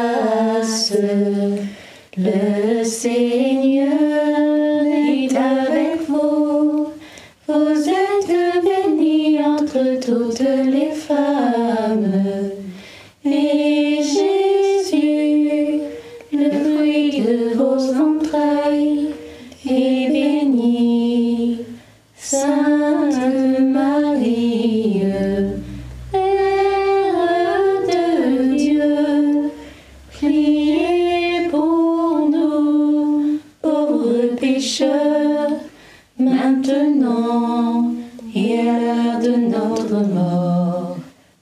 grâce, le Seigneur est avec vous. Vous êtes bénie entre toutes les femmes, et Jésus, le fruit de vos entrailles, est béni. Sainte Marie, Mère de Dieu, priez pour nous, pauvres pécheurs, maintenant et à l'heure de notre mort.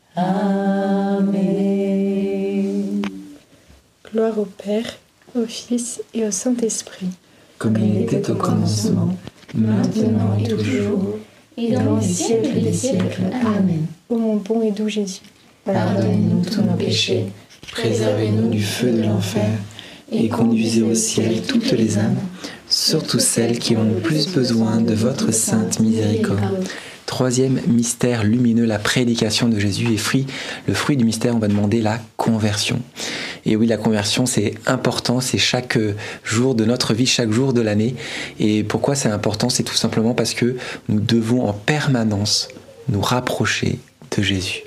Amen. gloire au Père, au Fils et au Saint-Esprit. Comme il était au commencement, maintenant et toujours, et dans les siècles des siècles. Amen. Ô mon bon et doux Jésus, pardonnez-nous tous nos péchés, préservez-nous du feu de l'enfer, et conduisez au ciel toutes les âmes, surtout celles qui ont le plus besoin de votre sainte miséricorde. Troisième mystère lumineux, la prédication de Jésus. Et fruit, le fruit du mystère, on va demander la conversion. Et oui, la conversion, c'est important, c'est chaque jour de notre vie, chaque jour de l'année. Et pourquoi c'est important? C'est tout simplement parce que nous devons en permanence nous rapprocher de Jésus.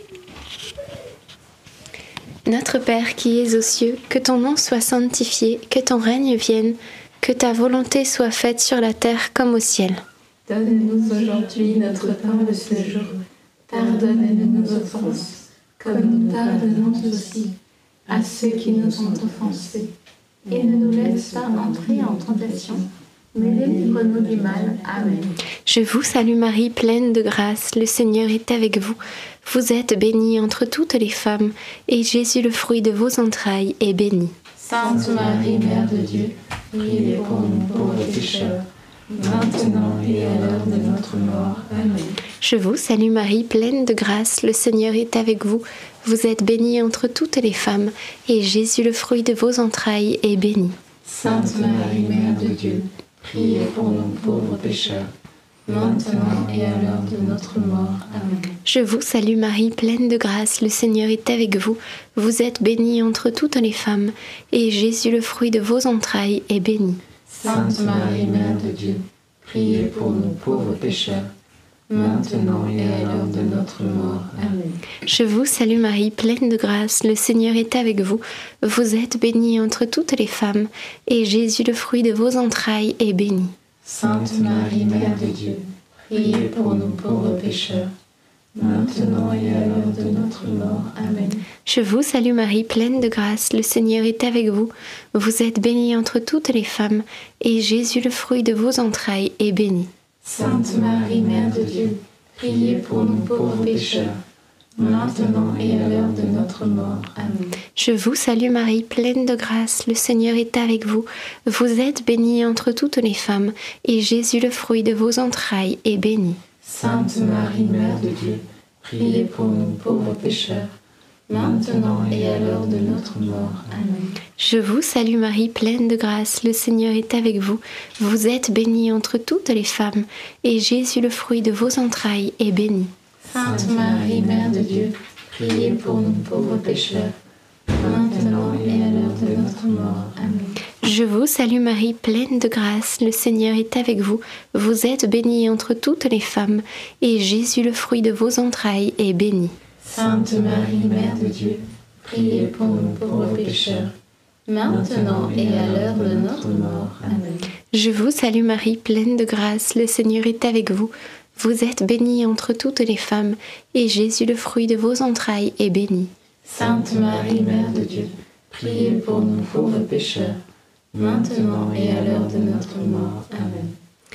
Notre Père qui es aux cieux, que ton nom soit sanctifié, que ton règne vienne, que ta volonté soit faite sur la terre comme au ciel. Donne-nous aujourd'hui notre pain de ce jour. Pardonne-nous nos offenses, comme nous pardonnons aussi à ceux qui nous ont offensés. Et ne nous laisse pas entrer en tentation, mais délivre-nous du mal. Amen. Je vous salue Marie, pleine de grâce, le Seigneur est avec vous. Vous êtes bénie entre toutes les femmes, et Jésus, le fruit de vos entrailles, est béni. Sainte Marie, Mère de Dieu, priez pour nous pauvres pécheurs, maintenant et à l'heure de notre mort. Amen. Je vous salue Marie, pleine de grâce, le Seigneur est avec vous. Vous êtes bénie entre toutes les femmes, et Jésus, le fruit de vos entrailles, est béni. Sainte Marie, Mère de Dieu, priez pour nous pauvres pécheurs, maintenant et à l'heure de notre mort. Amen. Je vous salue Marie, pleine de grâce, le Seigneur est avec vous. Vous êtes bénie entre toutes les femmes, et Jésus, le fruit de vos entrailles, est béni. Sainte Marie, Mère de Dieu, priez pour nous pauvres pécheurs, maintenant et à l'heure de notre mort. Amen. Je vous salue Marie, pleine de grâce, le Seigneur est avec vous. Vous êtes bénie entre toutes les femmes, et Jésus, le fruit de vos entrailles, est béni. Sainte Marie, Mère de Dieu, priez pour nous pauvres pécheurs, maintenant et à l'heure de notre mort. Amen. Je vous salue Marie, pleine de grâce, le Seigneur est avec vous. Vous êtes bénie entre toutes les femmes, et Jésus, le fruit de vos entrailles, est béni. Sainte Marie, Mère de Dieu, priez pour nous pauvres pécheurs, maintenant et à l'heure de notre mort. Amen. Je vous salue Marie, pleine de grâce, le Seigneur est avec vous. Vous êtes bénie entre toutes les femmes, et Jésus, le fruit de vos entrailles, est béni. Sainte Marie, Mère de Dieu, priez pour nous pauvres pécheurs, maintenant et à l'heure de notre mort. Amen. Je vous salue Marie, pleine de grâce, le Seigneur est avec vous. Vous êtes bénie entre toutes les femmes, et Jésus, le fruit de vos entrailles, est béni. Sainte Marie, Mère de Dieu, priez pour nous pauvres pécheurs, maintenant et à l'heure de notre mort. Amen. Je vous salue Marie, pleine de grâce, le Seigneur est avec vous. Vous êtes bénie entre toutes les femmes, et Jésus, le fruit de vos entrailles, est béni. Sainte Marie, Mère de Dieu, priez pour nous pauvres pécheurs, maintenant et à l'heure de notre mort. Amen. Je vous salue Marie, pleine de grâce, le Seigneur est avec vous. Vous êtes bénie entre toutes les femmes, et Jésus, le fruit de vos entrailles, est béni. Sainte Marie, Mère de Dieu, priez pour nous pauvres pécheurs, maintenant et à l'heure de notre mort. Amen.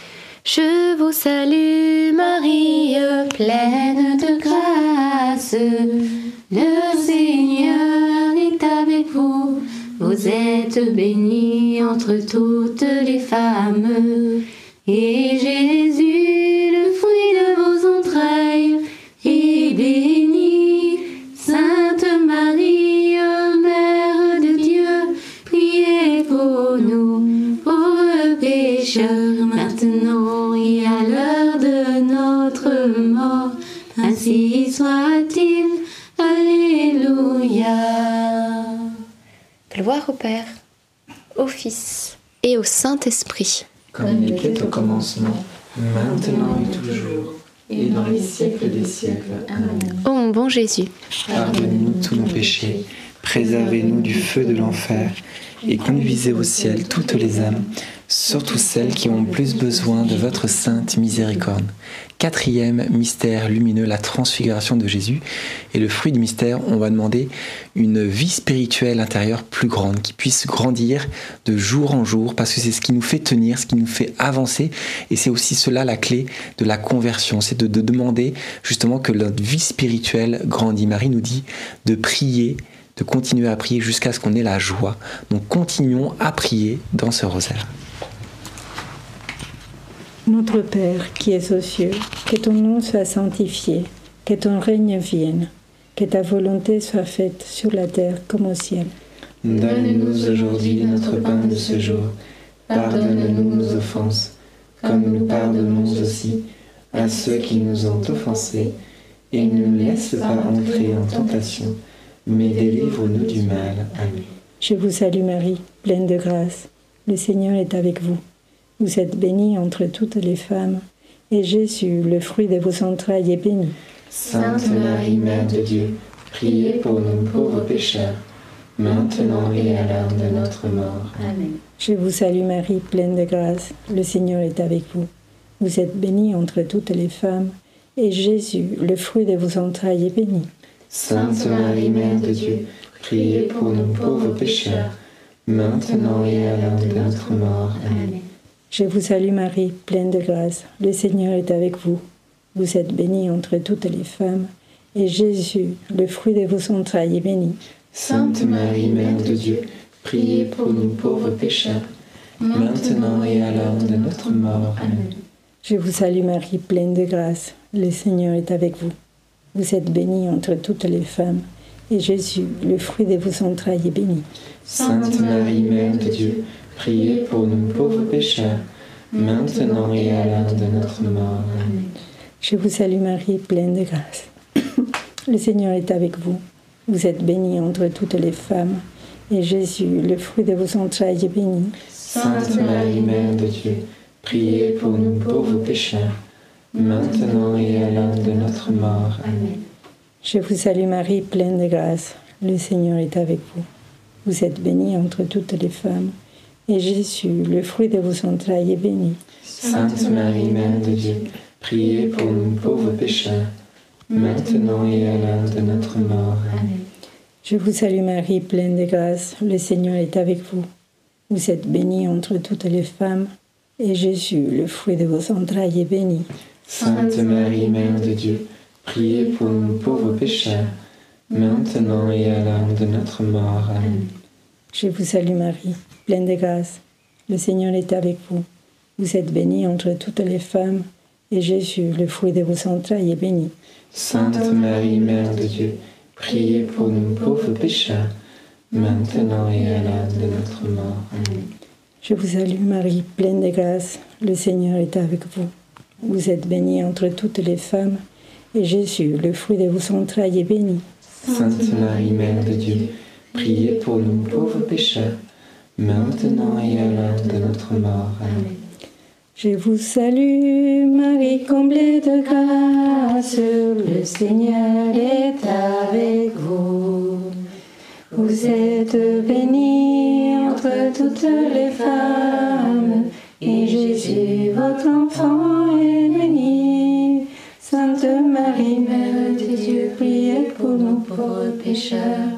Je vous salue Marie, pleine de grâce, le Seigneur est avec vous. Vous êtes bénie entre toutes les femmes, et Jésus, le fruit de vos entrailles, est béni. Sainte Marie, Mère de Dieu, priez pour nous, pauvres pécheurs, maintenant et à l'heure de notre mort. Ainsi soit-il. Alléluia. Gloire au Père, au Fils et au Saint-Esprit. Comme il était au commencement, maintenant et toujours, et dans les siècles des siècles. Amen. Ô mon bon Jésus, Pardonnez-nous tous nos péchés, préservez-nous du feu de l'enfer, et conduisez au ciel toutes les âmes, surtout celles qui ont plus besoin de votre sainte miséricorde. Quatrième mystère lumineux, la transfiguration de Jésus. Et le fruit du mystère, on va demander une vie spirituelle intérieure plus grande, qui puisse grandir de jour en jour, parce que c'est ce qui nous fait tenir, ce qui nous fait avancer. Et c'est aussi cela la clé de la conversion, c'est de, de demander justement que notre vie spirituelle grandit. Marie nous dit de prier, de continuer à prier jusqu'à ce qu'on ait la joie. Donc continuons à prier dans ce rosaire. Notre Père qui es aux cieux, que ton nom soit sanctifié, que ton règne vienne, que ta volonté soit faite sur la terre comme au ciel. Donne-nous aujourd'hui notre pain de ce jour. Pardonne-nous nos offenses, comme nous pardonnons aussi à ceux qui nous ont offensés, et ne nous laisse pas entrer en tentation, mais délivre-nous du mal. Amen. Je vous salue Marie, pleine de grâce. Le Seigneur est avec vous. Vous êtes bénie entre toutes les femmes, et Jésus, le fruit de vos entrailles, est béni. Sainte Marie, Mère de Dieu, priez pour nous pauvres pécheurs, maintenant et à l'heure de notre mort. Amen. Je vous salue Marie, pleine de grâce, le Seigneur est avec vous. Vous êtes bénie entre toutes les femmes, et Jésus, le fruit de vos entrailles, est béni. Sainte Marie, Mère de Dieu, priez pour nous pauvres pécheurs, maintenant et à l'heure de notre mort. Amen. Je vous salue Marie, pleine de grâce, le Seigneur est avec vous. Vous êtes bénie entre toutes les femmes, et Jésus, le fruit de vos entrailles, est béni. Sainte Marie, Mère de Dieu, priez pour nous pauvres pécheurs, maintenant et à l'heure de notre mort. Amen. Je vous salue Marie, pleine de grâce, le Seigneur est avec vous. Vous êtes bénie entre toutes les femmes, et Jésus, le fruit de vos entrailles, est béni. Sainte Marie, Mère de Dieu, priez pour nous pauvres pécheurs, maintenant et à l'heure de notre mort. Amen. Je vous salue Marie, pleine de grâce. Le Seigneur est avec vous. Vous êtes bénie entre toutes les femmes, et Jésus, le fruit de vos entrailles, est béni. Sainte Marie, Mère de Dieu, priez pour nous pauvres pécheurs, maintenant et à l'heure de notre mort. Amen. Je vous salue Marie, pleine de grâce. Le Seigneur est avec vous. Vous êtes bénie entre toutes les femmes, et Jésus, le fruit de vos entrailles, est béni. Sainte Marie, Mère de Dieu, priez pour nous pauvres pécheurs, maintenant et à l'heure de notre mort. Amen. Je vous salue Marie, pleine de grâce, le Seigneur est avec vous. Vous êtes bénie entre toutes les femmes, et Jésus, le fruit de vos entrailles, est béni. Sainte Marie, Mère de Dieu, priez pour nous pauvres pécheurs, maintenant et à l'heure de notre mort. Amen. Je vous salue Marie, pleine de grâce, le Seigneur est avec vous. Vous êtes bénie entre toutes les femmes, et Jésus, le fruit de vos entrailles, est béni. Sainte Marie, Mère de Dieu, priez pour nous pauvres pécheurs, maintenant et à l'heure de notre mort. Amen. Je vous salue Marie, pleine de grâce, le Seigneur est avec vous. Vous êtes bénie entre toutes les femmes, et Jésus, le fruit de vos entrailles, est béni. Sainte Marie, Mère de Dieu, priez pour nous pauvres pécheurs, maintenant et à l'heure de notre mort. Amen. Je vous salue Marie, comblée de grâce, le Seigneur est avec vous. Vous êtes bénie entre toutes les femmes, et Jésus, votre enfant, est béni. Sainte Marie, Mère de Dieu, priez pour nous pauvres pécheurs,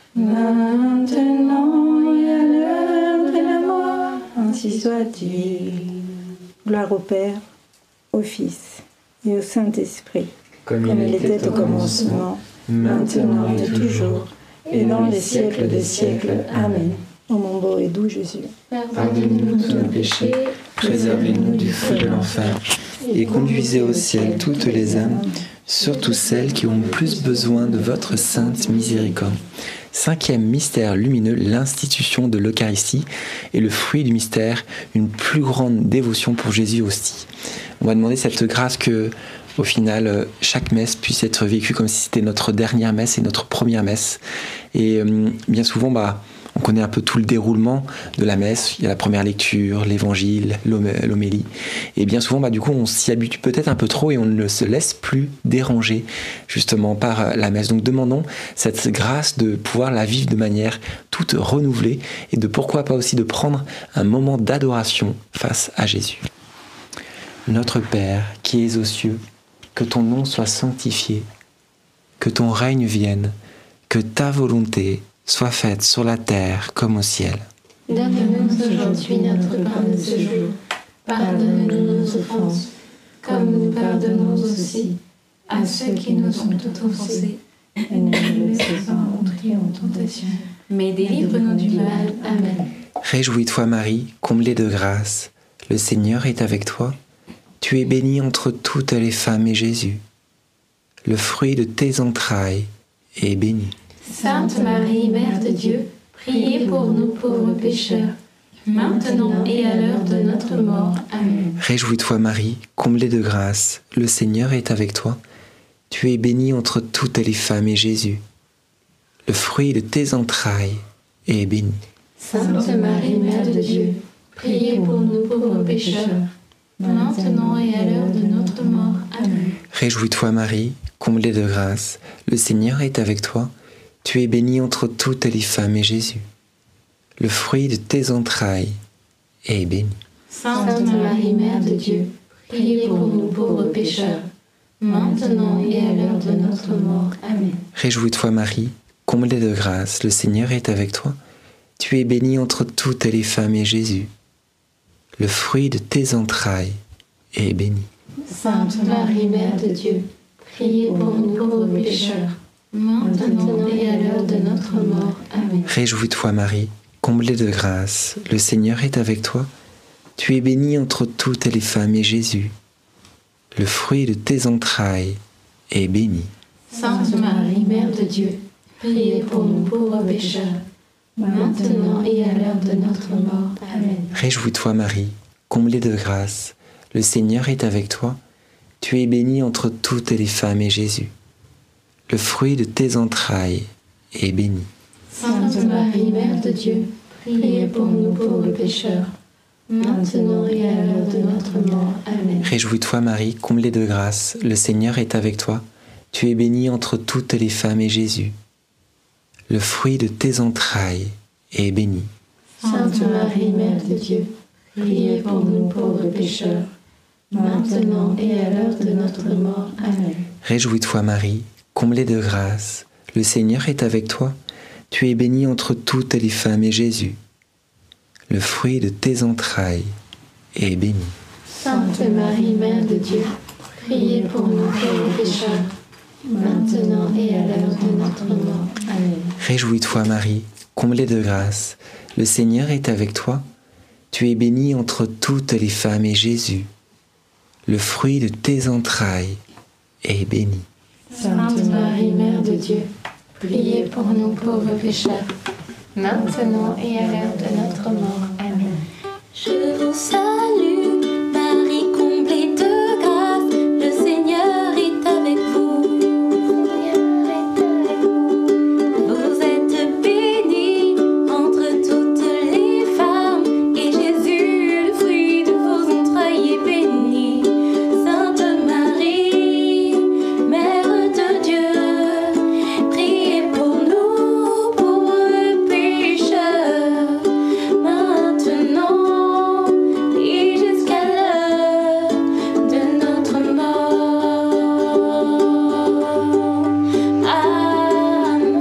maintenant et à l'heure de la mort, ainsi soit-il. Gloire au Père, au Fils et au Saint-Esprit, comme, comme il était au commencement, maintenant et toujours, et dans les siècles des siècles. Amen. Ô mon beau et doux Jésus, pardonnez-nous tous nos péchés, préservez-nous du feu de l'enfer, et conduisez au ciel toutes les âmes, surtout celles qui ont plus besoin de votre sainte miséricorde. Cinquième mystère lumineux, l'institution de l'Eucharistie et le fruit du mystère, une plus grande dévotion pour Jésus hostie. On va demander cette grâce que, au final, chaque messe puisse être vécue comme si c'était notre dernière messe et notre première messe. Et euh, bien souvent, bah, on connaît un peu tout le déroulement de la messe. Il y a la première lecture, l'évangile, l'homélie. Et bien souvent, bah, du coup, on s'y habitue peut-être un peu trop et on ne se laisse plus déranger justement par la messe. Donc demandons cette grâce de pouvoir la vivre de manière toute renouvelée et de pourquoi pas aussi de prendre un moment d'adoration face à Jésus. Notre Père qui es aux cieux, que ton nom soit sanctifié, que ton règne vienne, que ta volonté soit faite sur la terre comme au ciel. Donne-nous aujourd'hui notre pain de ce jour. Pardonne-nous nos offenses, comme nous pardonnons aussi à ceux qui nous ont offensés. Et ne nous laisse pas entrer en tentation, mais délivre-nous du mal. Amen. Réjouis-toi Marie, comblée de grâce, le Seigneur est avec toi. Tu es bénie entre toutes les femmes et Jésus, le fruit de tes entrailles, est béni. Sainte Marie, Mère de Dieu, priez pour nous pauvres pécheurs, maintenant et à l'heure de notre mort. Amen. Réjouis-toi Marie, comblée de grâce, le Seigneur est avec toi. Tu es bénie entre toutes les femmes et Jésus, le fruit de tes entrailles, est béni. Sainte Marie, Mère de Dieu, priez pour nous pauvres pécheurs, maintenant et à l'heure de notre mort. Amen. Réjouis-toi Marie, comblée de grâce, le Seigneur est avec toi. Tu es bénie entre toutes les femmes et Jésus, le fruit de tes entrailles, est béni. Sainte Marie, Mère de Dieu, priez pour nous pauvres pécheurs, maintenant et à l'heure de notre mort. Amen. Réjouis-toi Marie, comblée de grâce, le Seigneur est avec toi. Tu es bénie entre toutes les femmes et Jésus, le fruit de tes entrailles, est béni. Sainte Marie, Mère de Dieu, priez pour nous pauvres pécheurs, maintenant et à l'heure de notre mort. Amen. Réjouis-toi Marie, comblée de grâce, le Seigneur est avec toi. Tu es bénie entre toutes les femmes et Jésus, le fruit de tes entrailles, est béni. Sainte Marie, Mère de Dieu, priez pour nous pauvres pécheurs, maintenant et à l'heure de notre mort. Amen. Réjouis-toi Marie, comblée de grâce, le Seigneur est avec toi. Tu es bénie entre toutes les femmes et Jésus, le fruit de tes entrailles, est béni. Sainte Marie, Mère de Dieu, priez pour nous pauvres pécheurs, maintenant et à l'heure de notre mort. Amen. Réjouis-toi Marie, comblée de grâce, le Seigneur est avec toi. Tu es bénie entre toutes les femmes et Jésus, le fruit de tes entrailles, est béni. Sainte Marie, Mère de Dieu, priez pour nous pauvres pécheurs, maintenant et à l'heure de notre mort. Amen. Réjouis-toi Marie, comblée de grâce, le Seigneur est avec toi. Tu es bénie entre toutes les femmes et Jésus, le fruit de tes entrailles, est béni. Sainte Marie, Mère de Dieu, priez pour nous pauvres pécheurs, maintenant et à l'heure de notre mort. Amen. Réjouis-toi Marie, comblée de grâce, le Seigneur est avec toi. Tu es bénie entre toutes les femmes et Jésus, le fruit de tes entrailles, est béni. Sainte Marie, Mère de Dieu, priez pour nous pauvres pécheurs, maintenant et à l'heure de notre mort. Amen. Je vous salue, Marie comblée de grâce, le Seigneur est avec vous. Vous êtes bénie entre toutes les femmes, et Jésus, le fruit de vos entrailles, est béni. Sainte Marie, Mère de Dieu, priez pour nous pauvres pécheurs, maintenant et jusqu'à l'heure de notre mort. Amen.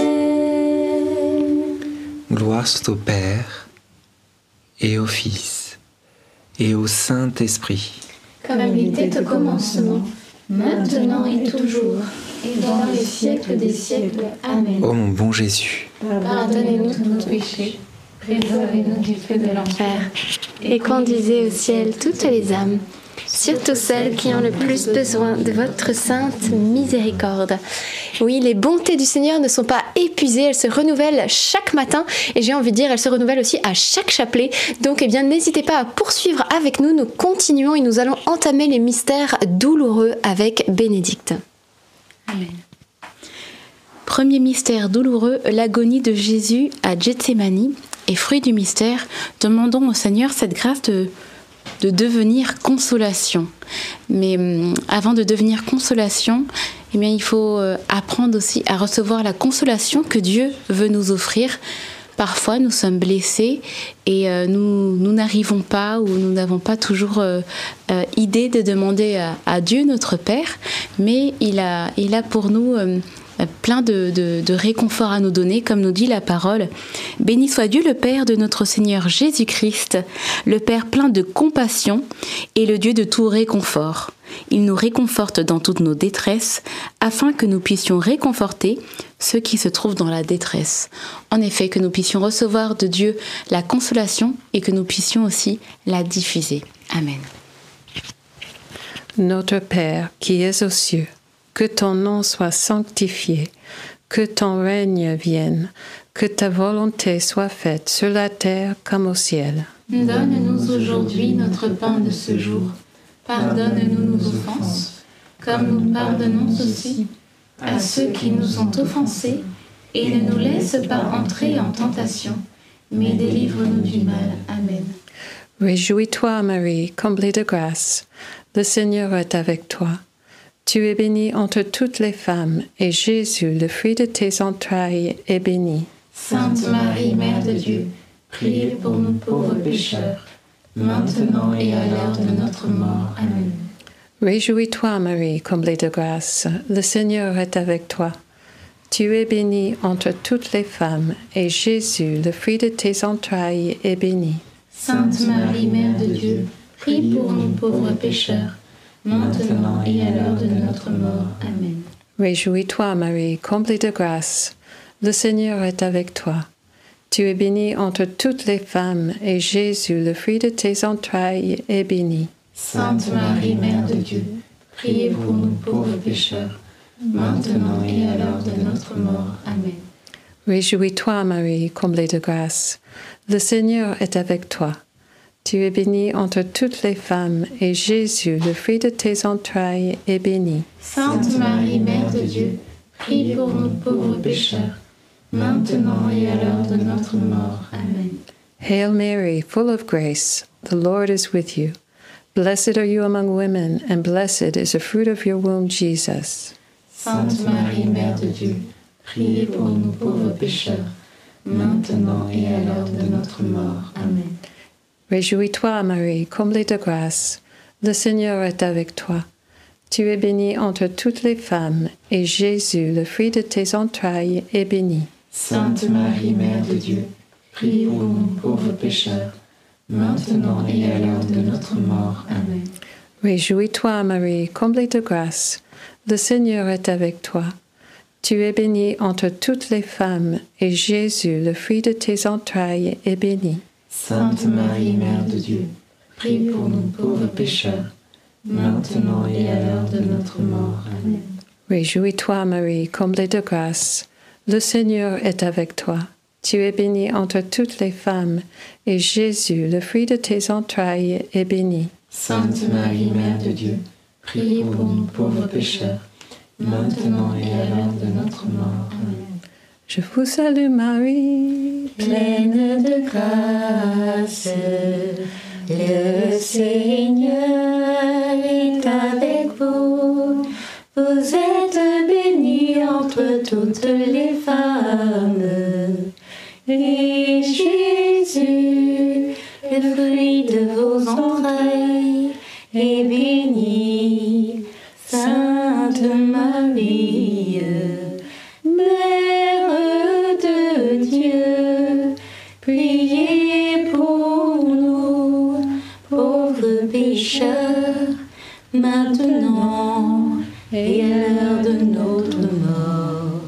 Gloire soit au Père, et au Fils, et au Saint-Esprit. Comme il était au commencement, maintenant et toujours, et dans les siècles des siècles. Amen. Ô mon bon Jésus, Pardonnez-nous tous nos péchés, préservez-nous du feu de l'enfer, Et conduisez au ciel toutes les âmes, surtout celles qui ont le plus besoin de votre sainte miséricorde. Oui, les bontés du Seigneur ne sont pas épuisées, elles se renouvellent chaque matin et j'ai envie de dire, elles se renouvellent aussi à chaque chapelet. Donc, eh bien, n'hésitez pas à poursuivre avec nous, nous continuons et nous allons entamer les mystères douloureux avec Bénédicte. Amen. Premier mystère douloureux, l'agonie de Jésus à Gethsémani. Et fruit du mystère, demandons au Seigneur cette grâce de, de devenir consolation. Mais hum, avant de devenir consolation, eh bien, il faut euh, apprendre aussi à recevoir la consolation que Dieu veut nous offrir. Parfois, nous sommes blessés et euh, nous, nous n'arrivons pas ou nous n'avons pas toujours euh, euh, idée de demander à, à Dieu, notre Père, mais il a, il a pour nous euh, plein de, de, de réconfort à nous donner, comme nous dit la parole. Béni soit Dieu le Père de notre Seigneur Jésus-Christ, le Père plein de compassion et le Dieu de tout réconfort. Il nous réconforte dans toutes nos détresses, afin que nous puissions réconforter ceux qui se trouvent dans la détresse. En effet, que nous puissions recevoir de Dieu la consolation et que nous puissions aussi la diffuser. Amen. Notre Père qui es aux cieux, que ton nom soit sanctifié, que ton règne vienne, que ta volonté soit faite sur la terre comme au ciel. Donne-nous aujourd'hui notre pain de ce jour. Pardonne-nous nos offenses, comme nous pardonnons aussi à ceux qui nous ont offensés, et ne nous laisse pas entrer en tentation, mais délivre-nous du mal. Amen. Réjouis-toi, Marie, comblée de grâce. Le Seigneur est avec toi. Tu es bénie entre toutes les femmes, et Jésus, le fruit de tes entrailles, est béni. Sainte Marie, Mère de Dieu, priez pour nous pauvres pécheurs, maintenant et à l'heure de notre mort. Amen. Réjouis-toi, Marie, comblée de grâce. Le Seigneur est avec toi. Tu es bénie entre toutes les femmes, et Jésus, le fruit de tes entrailles, est béni. Sainte Marie, Mère de Dieu, prie pour nous pauvres pécheurs, maintenant et à l'heure de notre mort. Amen. Réjouis-toi, Marie, comblée de grâce. Le Seigneur est avec toi. Tu es bénie entre toutes les femmes, et Jésus, le fruit de tes entrailles, est béni. Sainte Marie, Mère de Dieu, priez pour nous pauvres pécheurs, maintenant et à l'heure de notre mort. Amen. Réjouis-toi, Marie, comblée de grâce. Le Seigneur est avec toi. Tu es bénie entre toutes les femmes, et Jésus, le fruit de tes entrailles, est béni. Sainte Marie, Mère de Dieu, prie pour nous pauvres pécheurs, maintenant et à l'heure de notre mort. Amen. Hail Mary, full of grace, the Lord is with you. Blessed are you among women, and blessed is the fruit of your womb, Jesus. Sainte Marie, Mère de Dieu, priez pour nous pauvres pécheurs, maintenant et à l'heure de notre mort. Amen. Réjouis-toi, Marie, comblée de grâce. Le Seigneur est avec toi. Tu es bénie entre toutes les femmes, et Jésus, le fruit de tes entrailles, est béni. Sainte Marie, Mère de Dieu, priez pour nous pauvres pécheurs, maintenant et à l'heure de notre mort. Amen. Réjouis-toi, Marie, comblée de grâce. Le Seigneur est avec toi. Tu es bénie entre toutes les femmes, et Jésus, le fruit de tes entrailles, est béni. Sainte Marie, Mère de Dieu, prie pour nous pauvres pécheurs, maintenant et à l'heure de notre mort. Amen. Réjouis-toi, Marie, comblée de grâce. Le Seigneur est avec toi. Tu es bénie entre toutes les femmes, et Jésus, le fruit de tes entrailles, est béni. Sainte Marie, Mère de Dieu, priez pour nous pauvres pécheurs, maintenant et à l'heure de notre mort. Amen. Je vous salue, Marie, pleine de grâce. Le Seigneur est avec vous. Vous êtes bénie entre toutes les femmes. Et Jésus, le fruit de vos entrailles, est béni. Sainte Marie, Mère de Dieu, priez pour nous, pauvres pécheurs, maintenant et à l'heure de notre mort.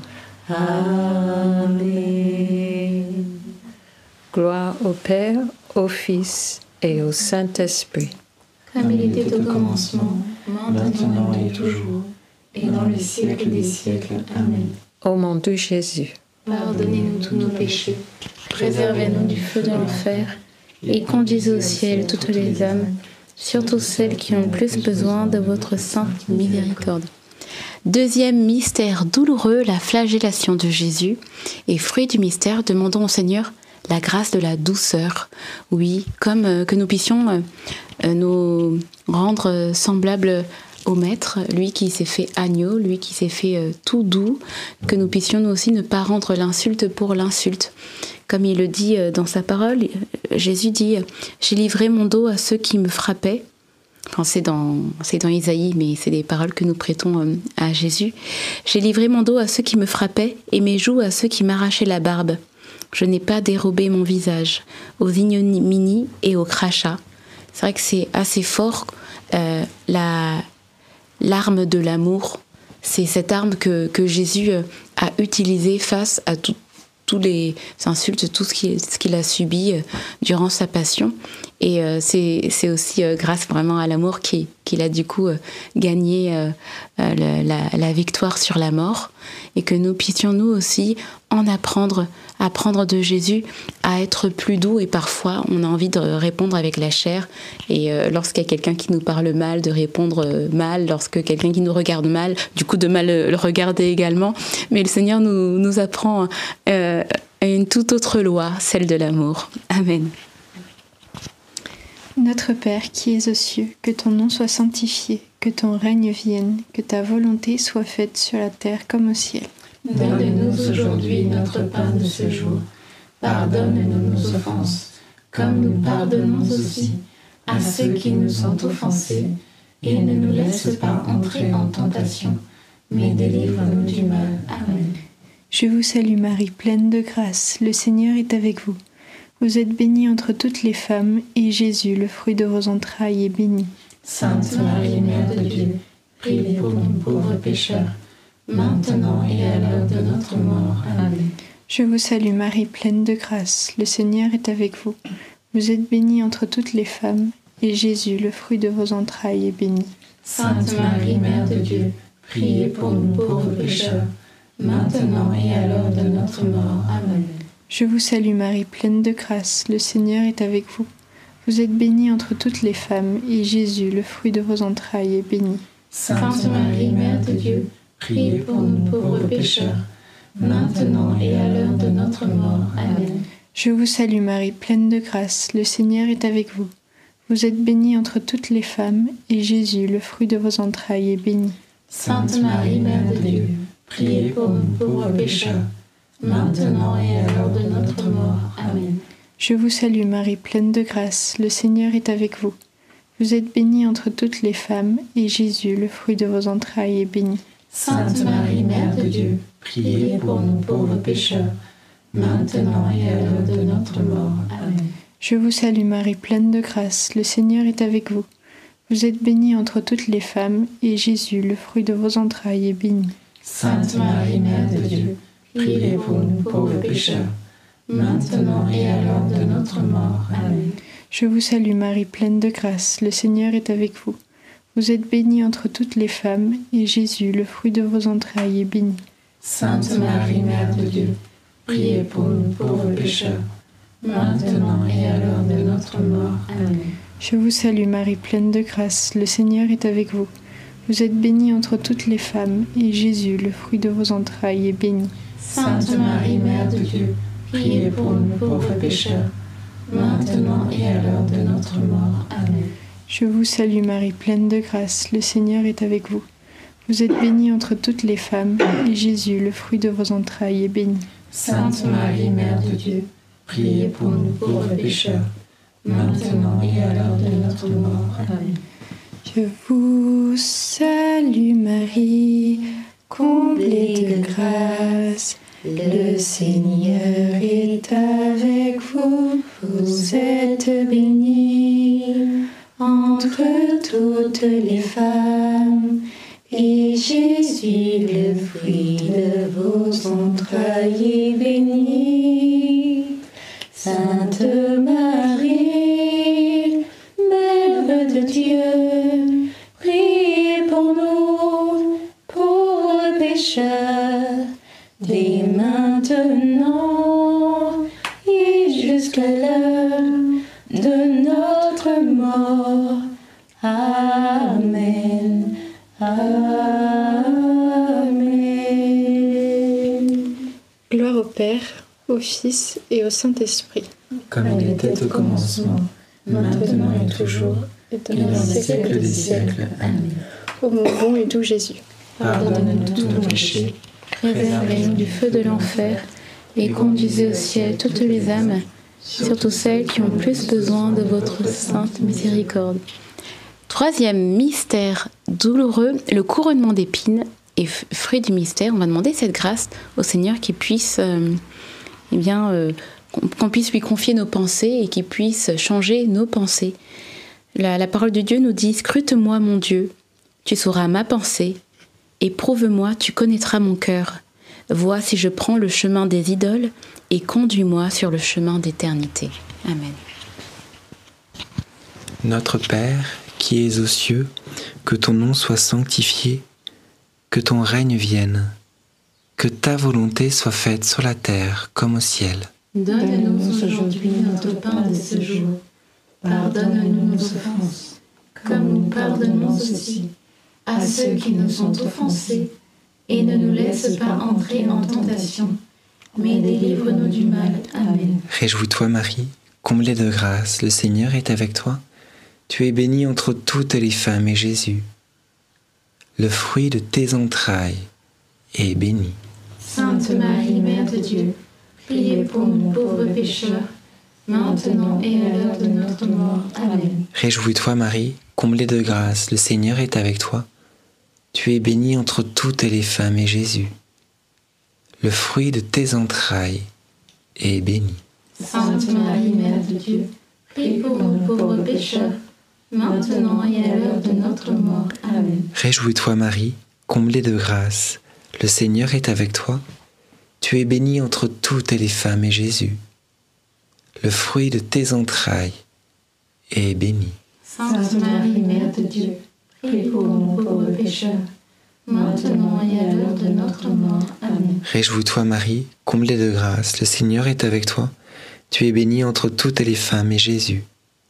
Amen. Gloire au Père, au Fils et au Saint-Esprit. Comme il était au commencement, maintenant et toujours, et dans les siècles des siècles. Amen. Ô mon doux Jésus, pardonnez-nous tous nos péchés, préservez-nous du feu de l'enfer, et conduisez au ciel toutes les âmes, surtout celles qui ont le plus besoin de votre sainte miséricorde. Deuxième mystère douloureux, la flagellation de Jésus. Et fruit du mystère, demandons au Seigneur la grâce de la douceur. Oui, comme euh, que nous puissions euh, nous rendre semblables au Maître, lui qui s'est fait agneau, lui qui s'est fait euh, tout doux, que nous puissions nous aussi ne pas rendre l'insulte pour l'insulte. Comme il le dit euh, dans sa parole, Jésus dit « J'ai livré mon dos à ceux qui me frappaient ». Enfin, c'est dans, c'est dans Isaïe, mais c'est des paroles que nous prêtons euh, à Jésus. « J'ai livré mon dos à ceux qui me frappaient et mes joues à ceux qui m'arrachaient la barbe. Je n'ai pas dérobé mon visage aux ignominies et aux crachats. » C'est vrai que c'est assez fort, euh, la, l'arme de l'amour. C'est cette arme que, que Jésus a utilisée face à tout, tous les insultes, tout ce qu'il, ce qu'il a subi durant sa passion. Et euh, c'est, c'est aussi euh, grâce vraiment à l'amour qu'il, qu'il a du coup euh, gagné euh, euh, la, la victoire sur la mort. Et que nous puissions nous aussi en apprendre, apprendre de Jésus à être plus doux. Et parfois, on a envie de répondre avec la chair. Et euh, lorsqu'il y a quelqu'un qui nous parle mal, de répondre euh, mal. Lorsque quelqu'un qui nous regarde mal, du coup de mal le regarder également. Mais le Seigneur nous, nous apprend euh, une toute autre loi, celle de l'amour. Amen. Notre Père qui es aux cieux, que ton nom soit sanctifié, que ton règne vienne, que ta volonté soit faite sur la terre comme au ciel. Donne-nous aujourd'hui notre pain de ce jour. Pardonne-nous nos offenses, comme nous pardonnons aussi à ceux qui nous ont offensés. Et ne nous laisse pas entrer en tentation, mais délivre-nous du mal. Amen. Je vous salue Marie, pleine de grâce, le Seigneur est avec vous. Vous êtes bénie entre toutes les femmes, et Jésus, le fruit de vos entrailles, est béni. Sainte Marie, Mère de Dieu, priez pour nous pauvres pécheurs, maintenant et à l'heure de notre mort. Amen. Je vous salue Marie, pleine de grâce, le Seigneur est avec vous. Vous êtes bénie entre toutes les femmes, et Jésus, le fruit de vos entrailles, est béni. Sainte Marie, Mère de Dieu, priez pour nous pauvres pécheurs, maintenant et à l'heure de notre mort. Amen. Je vous salue Marie, pleine de grâce, le Seigneur est avec vous. Vous êtes bénie entre toutes les femmes, et Jésus, le fruit de vos entrailles, est béni. Sainte Marie, Mère de Dieu, priez pour nous pauvres pécheurs, maintenant et à l'heure de notre mort. Amen. Je vous salue Marie, pleine de grâce, le Seigneur est avec vous. Vous êtes bénie entre toutes les femmes, et Jésus, le fruit de vos entrailles, est béni. Sainte Marie, Mère de Dieu, priez pour nous pauvres pécheurs, maintenant et à l'heure de notre mort. Amen. Je vous salue Marie, pleine de grâce, le Seigneur est avec vous. Vous êtes bénie entre toutes les femmes, et Jésus, le fruit de vos entrailles, est béni. Sainte Marie, Mère de Dieu, priez pour nous pauvres pécheurs, maintenant et à l'heure de notre mort. Amen. Je vous salue Marie, pleine de grâce, le Seigneur est avec vous. Vous êtes bénie entre toutes les femmes, et Jésus, le fruit de vos entrailles, est béni. Sainte Marie, Mère de Dieu, priez pour nous pauvres pécheurs, maintenant et à l'heure de notre mort. Amen. Je vous salue Marie, pleine de grâce, le Seigneur est avec vous. Vous êtes bénie entre toutes les femmes, et Jésus, le fruit de vos entrailles, est béni. Sainte Marie, Mère de Dieu, priez pour nous pauvres pécheurs, maintenant et à l'heure de notre mort. Amen. Je vous salue Marie, pleine de grâce, le Seigneur est avec vous. Vous êtes bénie entre toutes les femmes, et Jésus, le fruit de vos entrailles, est béni. Sainte Marie, Mère de Dieu, priez pour nous pauvres pécheurs, maintenant et à l'heure de notre mort. Amen. Je vous salue Marie, pleine de grâce, le Seigneur est avec vous. Vous êtes bénie entre toutes les femmes, et Jésus, le fruit de vos entrailles, est béni. Sainte Marie, Mère de Dieu, priez pour nous pauvres pécheurs, maintenant et à l'heure de notre mort. Amen. Je vous salue Marie, comblée de grâce, le Seigneur est avec vous. Vous êtes bénie entre toutes les femmes, et Jésus, le fruit de vos entrailles, est béni. Sainte Marie, Mère de Dieu, priez pour nous, pauvres pécheurs, dès maintenant et jusqu'à l'heure de notre mort. Amen. Amen. Gloire au Père, au Fils et au Saint-Esprit. Comme il était au commencement, maintenant et toujours, et dans les siècles des siècles. Amen. Ô mon bon et doux Jésus, pardonne-nous tous nos péchés, préservez-nous du feu de l'enfer, et conduisez au ciel toutes les âmes, surtout celles qui ont plus besoin de votre sainte miséricorde. Troisième mystère douloureux, le couronnement d'épines. Et fruit du mystère, on va demander cette grâce au Seigneur qui puisse, euh, eh bien, euh, qu'on puisse lui confier nos pensées et qu'il puisse changer nos pensées. La, la parole de Dieu nous dit « Scrute-moi, mon Dieu, tu sauras ma pensée, éprouve-moi, tu connaîtras mon cœur. Vois si je prends le chemin des idoles et conduis-moi sur le chemin d'éternité. » Amen. Notre Père, qui es aux cieux, que ton nom soit sanctifié, que ton règne vienne, que ta volonté soit faite sur la terre comme au ciel. Donne-nous aujourd'hui notre pain de ce jour. Pardonne-nous nos offenses, comme nous pardonnons aussi à ceux qui nous ont offensés. Et ne nous laisse pas entrer en tentation, mais délivre-nous du mal. Amen. Réjouis-toi Marie, comblée de grâce, le Seigneur est avec toi. Tu es bénie entre toutes les femmes, et Jésus, le fruit de tes entrailles, est béni. Sainte Marie, Mère de Dieu, priez pour nous pauvres pécheurs, maintenant et à l'heure de notre mort. Amen. Réjouis-toi, Marie, comblée de grâce, le Seigneur est avec toi. Tu es bénie entre toutes les femmes, et Jésus, le fruit de tes entrailles, est béni. Sainte Marie, Mère de Dieu, prie pour nous pauvres pécheurs, maintenant et à l'heure de notre mort. Amen. Réjouis-toi, Marie, comblée de grâce, le Seigneur est avec toi. Tu es bénie entre toutes les femmes, et Jésus, le fruit de tes entrailles, est béni. Sainte Marie, Mère de Dieu, prie pour nous pauvres pécheurs, maintenant et à l'heure de notre mort. Amen. Réjouis-toi, Marie, comblée de grâce, le Seigneur est avec toi. Tu es bénie entre toutes les femmes, et Jésus,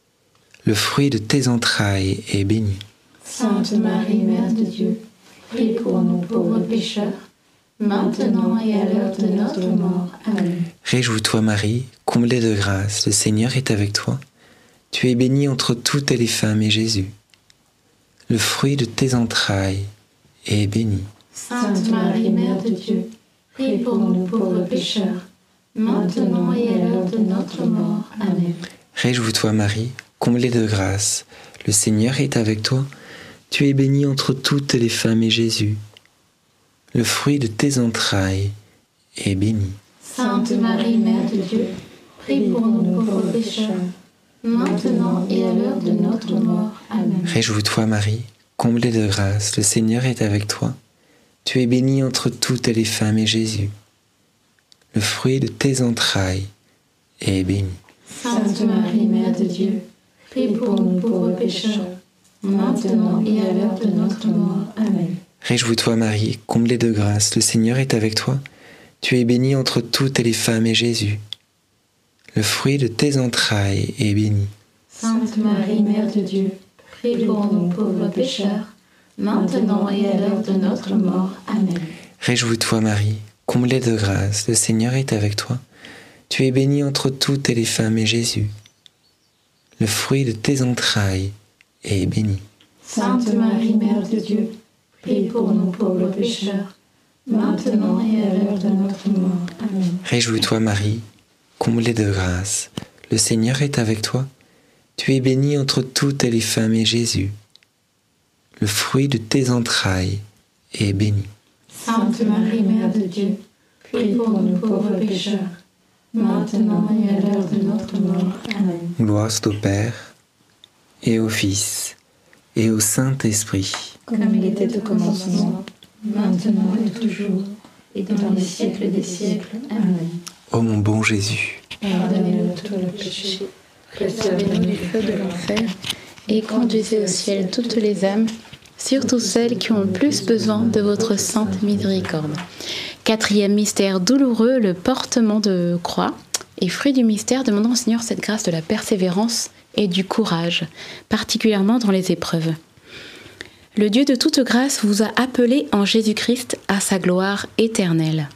le fruit de tes entrailles, est béni. Sainte Marie, Mère de Dieu, prie pour nous pauvres pécheurs, maintenant et à l'heure de notre mort. Amen. Réjouis-toi, Marie, comblée de grâce, le Seigneur est avec toi. Tu es bénie entre toutes les femmes, et Jésus, le fruit de tes entrailles, est béni. Sainte Marie, Mère de Dieu, prie pour nous pauvres pécheurs, maintenant et à l'heure de notre mort. Amen. Réjouis-toi, Marie, comblée de grâce, le Seigneur est avec toi. Tu es bénie entre toutes les femmes, et Jésus, le fruit de tes entrailles, est béni. Sainte Marie, Mère de Dieu, prie pour nous pauvres pécheurs, maintenant et à l'heure de notre mort. Amen. Réjouis-toi, Marie, comblée de grâce, le Seigneur est avec toi. Tu es bénie entre toutes les femmes, et Jésus, le fruit de tes entrailles, est béni. Sainte Marie, Mère de Dieu, prie pour nous pauvres pécheurs, maintenant et à l'heure de notre mort. Amen. Réjouis-toi, Marie, comblée de grâce, le Seigneur est avec toi. Tu es bénie entre toutes les femmes, et Jésus, le fruit de tes entrailles, est béni. Sainte Marie, Mère de Dieu, prie pour nous pauvres pécheurs, maintenant et à l'heure de notre mort. Amen. Réjouis-toi, Marie, comblée de grâce, le Seigneur est avec toi. Tu es bénie entre toutes les femmes, et Jésus, le fruit de tes entrailles, est béni. Sainte Marie, Mère de Dieu, prie pour nous pauvres pécheurs, maintenant et à l'heure de notre mort. Amen. Réjouis-toi, Marie, comblée de grâce, le Seigneur est avec toi. Tu es bénie entre toutes les femmes, et Jésus, le fruit de tes entrailles, est béni. Sainte Marie, Mère de Dieu, prie pour nous pauvres pécheurs, maintenant et à l'heure de notre mort. Amen. Gloire soit au Père, et au Fils, et au Saint-Esprit. Comme il était au commencement, maintenant et toujours, et dans les siècles des siècles. Amen. Ô mon bon Jésus, pardonnez-nous tous nos péchés, préservez-nous du feu de l'enfer, et conduisez au ciel toutes les âmes, surtout celles qui ont le plus besoin de votre sainte miséricorde. Quatrième mystère douloureux, le portement de croix. Et fruit du mystère, demandons au Seigneur cette grâce de la persévérance et du courage, particulièrement dans les épreuves. Le Dieu de toute grâce vous a appelé en Jésus-Christ à sa gloire éternelle.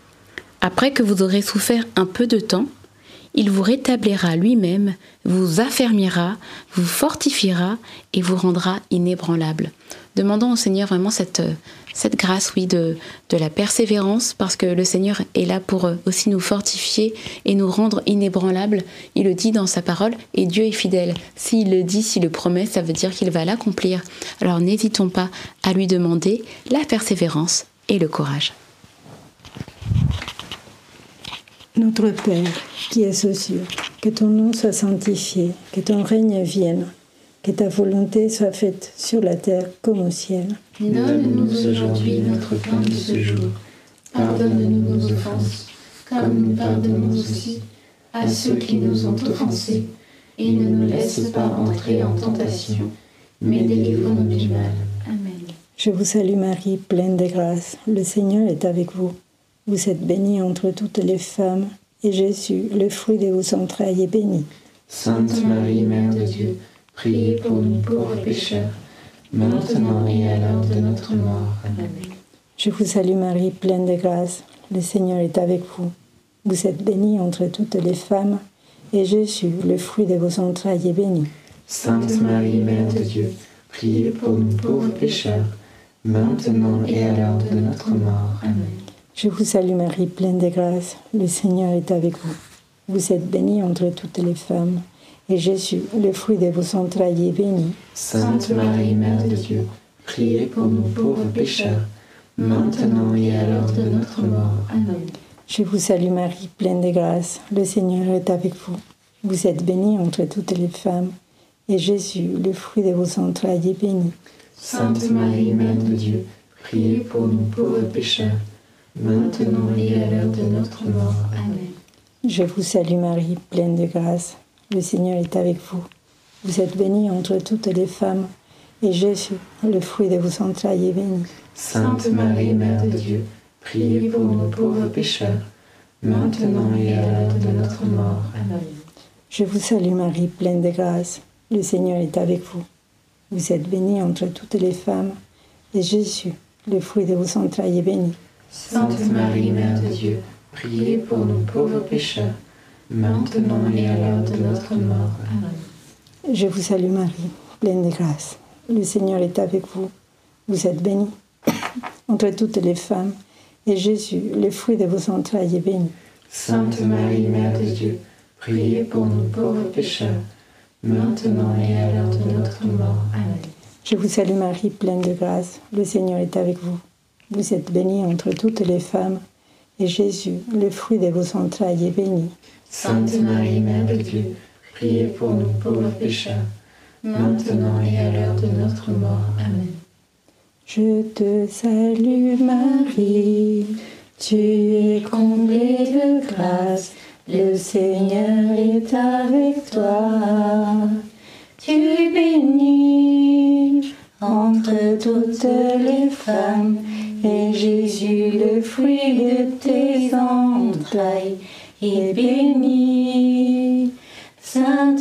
Après que vous aurez souffert un peu de temps, il vous rétablira lui-même, vous affermira, vous fortifiera et vous rendra inébranlable. Demandons au Seigneur vraiment cette, cette grâce, oui, de, de la persévérance, parce que le Seigneur est là pour aussi nous fortifier et nous rendre inébranlables. Il le dit dans sa parole, et Dieu est fidèle. S'il le dit, s'il le promet, ça veut dire qu'il va l'accomplir. Alors n'hésitons pas à lui demander la persévérance et le courage. Notre Père, qui es aux cieux, que ton nom soit sanctifié, que ton règne vienne, que ta volonté soit faite sur la terre comme au ciel. Donne-nous aujourd'hui notre pain de ce jour. Pardonne-nous nos offenses, comme nous pardonnons aussi à ceux qui nous ont offensés. Et ne nous laisse pas entrer en tentation, mais délivre-nous du mal. Amen. Je vous salue Marie, pleine de grâce. Le Seigneur est avec vous. Vous êtes bénie entre toutes les femmes, et Jésus, le fruit de vos entrailles, est béni. Sainte Marie, Mère de Dieu, priez pour nous pauvres pécheurs, maintenant et à l'heure de notre mort. Amen. Je vous salue Marie, pleine de grâce. Le Seigneur est avec vous. Vous êtes bénie entre toutes les femmes, et Jésus, le fruit de vos entrailles, est béni. Sainte Marie, Mère de Dieu, priez pour nous pauvres pécheurs, maintenant et à l'heure de notre mort. Amen. Je vous salue Marie, pleine de grâce, le Seigneur est avec vous. Vous êtes bénie entre toutes les femmes, et Jésus, le fruit de vos entrailles, est béni. Sainte Marie, Mère de Dieu, priez pour nous pauvres pécheurs, maintenant et à l'heure de notre mort. Amen. Je vous salue Marie, pleine de grâce, le Seigneur est avec vous. Vous êtes bénie entre toutes les femmes, et Jésus, le fruit de vos entrailles, est béni. Sainte Marie, Mère de Dieu, priez pour nous pauvres pécheurs, maintenant et à l'heure de notre mort. Amen. Je vous salue Marie, pleine de grâce, le Seigneur est avec vous. Vous êtes bénie entre toutes les femmes, et Jésus, le fruit de vos entrailles, est béni. Sainte Marie, Mère de Dieu, priez pour nous pauvres pécheurs, maintenant et à l'heure de notre mort. Amen. Je vous salue Marie, pleine de grâce, le Seigneur est avec vous. Vous êtes bénie entre toutes les femmes, et Jésus, le fruit de vos entrailles, est béni. Sainte Marie, Mère de Dieu, priez pour nous pauvres pécheurs, maintenant et à l'heure de notre mort. Amen. Je vous salue Marie, pleine de grâce, le Seigneur est avec vous. Vous êtes bénie entre toutes les femmes, et Jésus, le fruit de vos entrailles, est béni. Sainte Marie, Mère de Dieu, priez pour nous pauvres pécheurs, maintenant et à l'heure de notre mort. Amen. Je vous salue Marie, pleine de grâce, le Seigneur est avec vous. Vous êtes bénie entre toutes les femmes, et Jésus, le fruit de vos entrailles, est béni. Sainte Marie, Mère de Dieu, priez pour nous pauvres pécheurs, maintenant et à l'heure de notre mort. Amen. Je te salue Marie, tu es comblée de grâce, le Seigneur est avec toi. Tu es bénie entre toutes les femmes, et Jésus, le fruit de tes entrailles, est béni. Sainte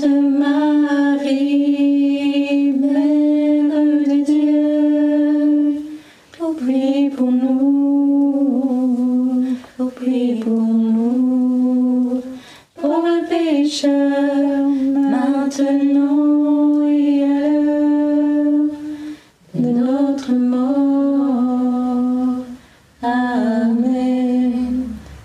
Marie, Mère de Dieu, prie pour nous, prie pour nous, pauvres pécheurs, maintenant et à l'heure de notre mort. Amen.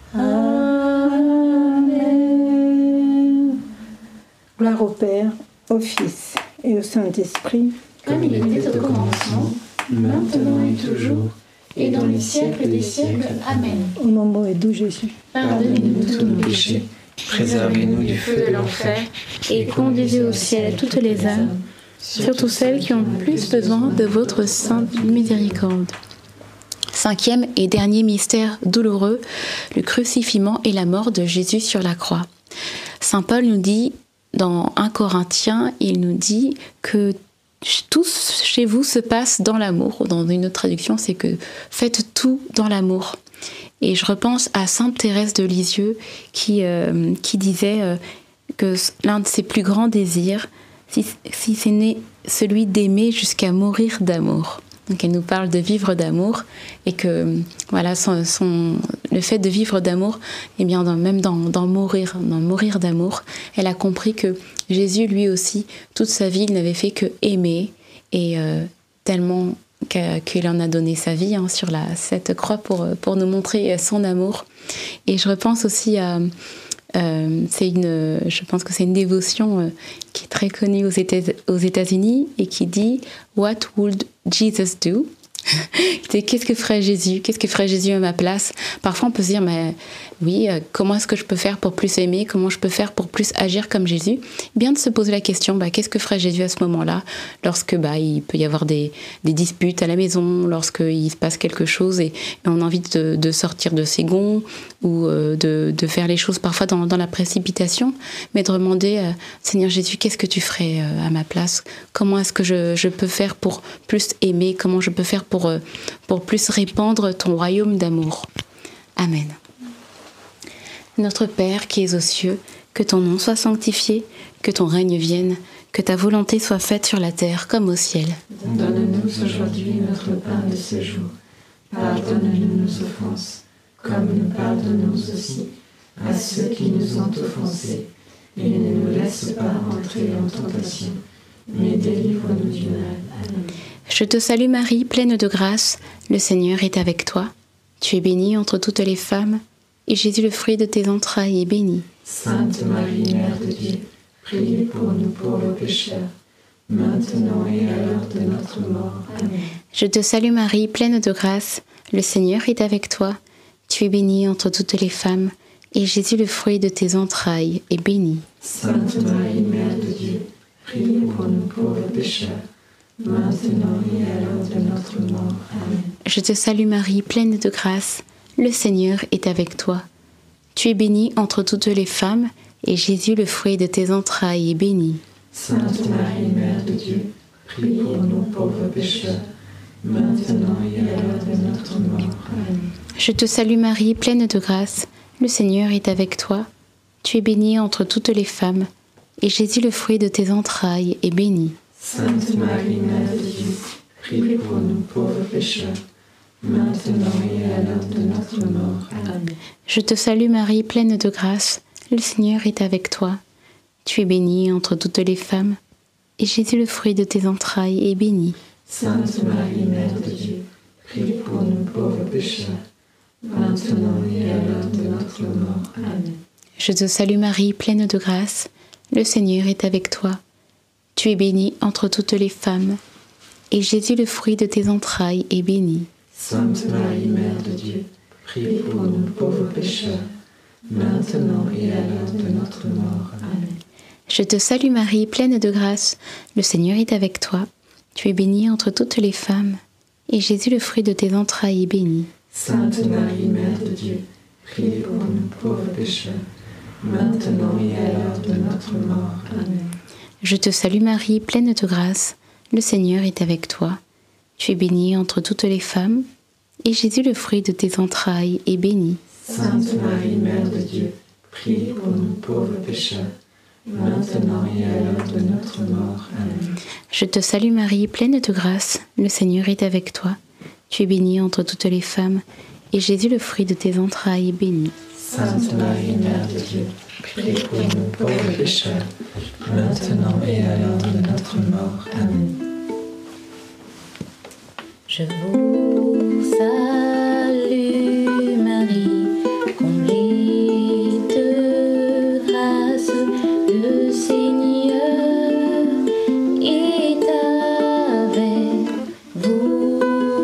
Amen. Gloire au Père, au Fils et au Saint-Esprit, comme il était au commencement, maintenant et toujours, et dans les siècles des siècles. Amen. Au nom bon et doux Jésus, pardonnez-nous tous nos péchés, préservez-nous du feu de l'enfer, et conduisez au ciel toutes les âmes, surtout celles qui ont plus besoin de votre sainte miséricorde. Cinquième et dernier mystère douloureux, le crucifixion et la mort de Jésus sur la croix. Saint Paul nous dit, dans un Corinthiens, il nous dit que tout chez vous se passe dans l'amour. Dans une autre traduction, c'est que faites tout dans l'amour. Et je repense à Sainte Thérèse de Lisieux qui, euh, qui disait euh, que l'un de ses plus grands désirs, si, si ce n'est celui d'aimer jusqu'à mourir d'amour. Donc elle nous parle de vivre d'amour et que voilà son, son, le fait de vivre d'amour, eh bien dans, même dans, dans mourir, dans mourir d'amour, elle a compris que Jésus lui aussi, toute sa vie, il n'avait fait que aimer et euh, tellement qu'il en a donné sa vie hein, sur la, cette croix pour, pour nous montrer son amour. Et je repense aussi à Euh, c'est une, je pense que c'est une dévotion euh, qui est très connue aux, États, aux États-Unis et qui dit « What would Jesus do ?» Qu'est-ce que ferait Jésus? Qu'est-ce que ferait Jésus à ma place? Parfois, on peut se dire, mais oui, euh, comment est-ce que je peux faire pour plus aimer? Comment je peux faire pour plus agir comme Jésus? Bien de se poser la question, bah, qu'est-ce que ferait Jésus à ce moment-là? Lorsque bah, il peut y avoir des, des disputes à la maison, lorsqu'il se passe quelque chose et, et on a envie de, de sortir de ses gonds ou euh, de, de faire les choses parfois dans, dans la précipitation, mais de demander, euh, Seigneur Jésus, qu'est-ce que tu ferais euh, à ma place? Comment est-ce que je, je peux faire pour plus aimer? Comment je peux faire pour, pour plus répandre ton royaume d'amour. Amen. Notre Père qui es aux cieux, que ton nom soit sanctifié, que ton règne vienne, que ta volonté soit faite sur la terre comme au ciel. Donne-nous aujourd'hui notre pain de ce jour. Pardonne-nous nos offenses, comme nous pardonnons aussi à ceux qui nous ont offensés. Et ne nous laisse pas entrer en tentation, mais délivre-nous du mal. Amen. Je te salue Marie, pleine de grâce, le Seigneur est avec toi. Tu es bénie entre toutes les femmes, et Jésus, le fruit de tes entrailles, est béni. Sainte Marie, Mère de Dieu, priez pour nous pauvres pécheurs, maintenant et à l'heure de notre mort. Amen. Je te salue Marie, pleine de grâce, le Seigneur est avec toi. Tu es bénie entre toutes les femmes, et Jésus, le fruit de tes entrailles, est béni. Sainte Marie, Mère de Dieu, priez pour nous pauvres pécheurs, maintenant et à l'heure de notre mort. Amen. Je te salue Marie, pleine de grâce, le Seigneur est avec toi. Tu es bénie entre toutes les femmes, et Jésus, le fruit de tes entrailles, est béni. Sainte Marie, Mère de Dieu, priez pour nous pauvres pécheurs, maintenant et à l'heure de notre mort. Amen. Je te salue Marie, pleine de grâce, le Seigneur est avec toi. Tu es bénie entre toutes les femmes, et Jésus, le fruit de tes entrailles, est béni. Sainte Marie, Mère de Dieu, priez pour nous pauvres pécheurs, maintenant et à l'heure de notre mort. Amen. Je te salue Marie, pleine de grâce, le Seigneur est avec toi. Tu es bénie entre toutes les femmes, et Jésus, le fruit de tes entrailles, est béni. Sainte Marie, Mère de Dieu, priez pour nous pauvres pécheurs, maintenant et à l'heure de notre mort. Amen. Je te salue Marie, pleine de grâce, le Seigneur est avec toi. Tu es bénie entre toutes les femmes, et Jésus, le fruit de tes entrailles, est béni. Sainte Marie, Mère de Dieu, priez pour nous pauvres pécheurs, maintenant et à l'heure de notre mort. Amen. Je te salue Marie, pleine de grâce, le Seigneur est avec toi. Tu es bénie entre toutes les femmes, et Jésus, le fruit de tes entrailles, est béni. Sainte Marie, Mère de Dieu, priez pour nous pauvres pécheurs, maintenant et à l'heure de notre mort. Amen. Je te salue Marie, pleine de grâce, le Seigneur est avec toi. Tu es bénie entre toutes les femmes, et Jésus, le fruit de tes entrailles, est béni. Sainte Marie, Mère de Dieu, priez pour nous pauvres pécheurs, maintenant et à l'heure de notre mort. Amen. Je te salue Marie, pleine de grâce, le Seigneur est avec toi. Tu es bénie entre toutes les femmes, et Jésus, le fruit de tes entrailles, est béni. Sainte Marie, Mère de Dieu, priez pour nous pauvres pécheurs, maintenant et à l'heure de notre mort. Amen. Je vous salue Marie, comblée de grâce, le Seigneur est avec vous.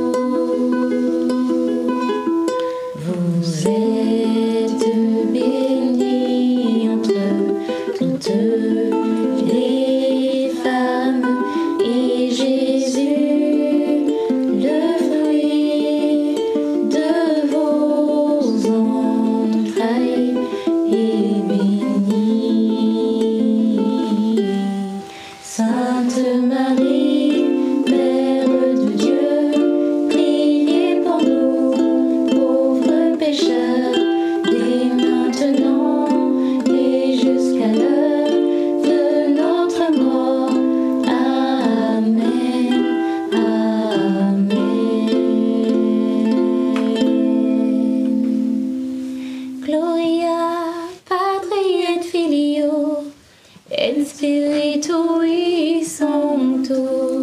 Vous êtes bénie entre toutes les femmes, et Jésus, le fruit de vos entrailles, est béni. Sainte Marie, Mère de Dieu, priez pour nous, pauvres pécheurs, dès maintenant et jusqu'à l'heure de notre mort. Amen. Amen. Gloria Patri et Filio et Spiritui Sancto,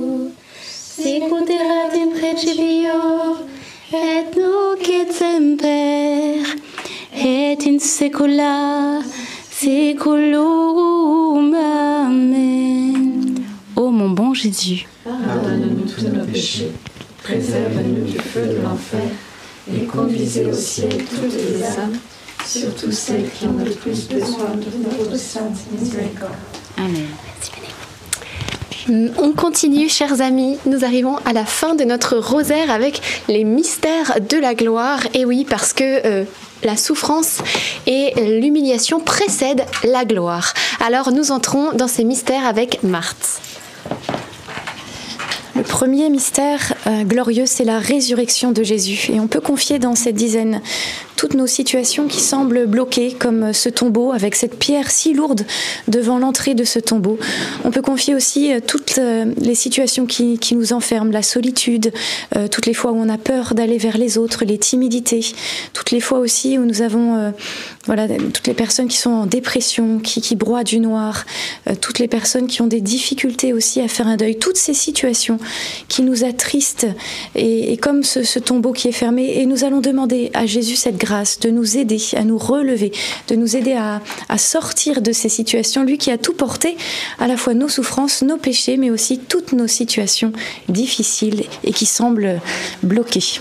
sicut in principio et nunc et semper et in saecula saeculum. Amen. Ô mon bon Jésus, Pardonne-nous tous nos péchés, préserve-nous du feu de l'enfer, et conduisez au ciel toutes les âmes, surtout celles qui ont le plus besoin de votre sainte miséricorde. Amen. On continue, chers amis. Nous arrivons à la fin de notre rosaire avec les mystères de la gloire. Et oui, parce que euh, la souffrance et l'humiliation précèdent la gloire. Alors nous entrons dans ces mystères avec Marthe. Le premier mystère euh, glorieux, c'est la résurrection de Jésus. Et on peut confier dans cette dizaine toutes nos situations qui semblent bloquées, comme ce tombeau avec cette pierre si lourde devant l'entrée de ce tombeau. On peut confier aussi toutes les situations qui, qui nous enferment, la solitude, euh, toutes les fois où on a peur d'aller vers les autres, les timidités, toutes les fois aussi où nous avons euh, voilà, toutes les personnes qui sont en dépression, qui, qui broient du noir, euh, toutes les personnes qui ont des difficultés aussi à faire un deuil, toutes ces situations qui nous attristent et, et comme ce, ce tombeau qui est fermé, et nous allons demander à Jésus cette grâce de nous aider, à nous relever, de nous aider à, à sortir de ces situations, lui qui a tout porté, à la fois nos souffrances, nos péchés, mais aussi toutes nos situations difficiles et qui semblent bloquées.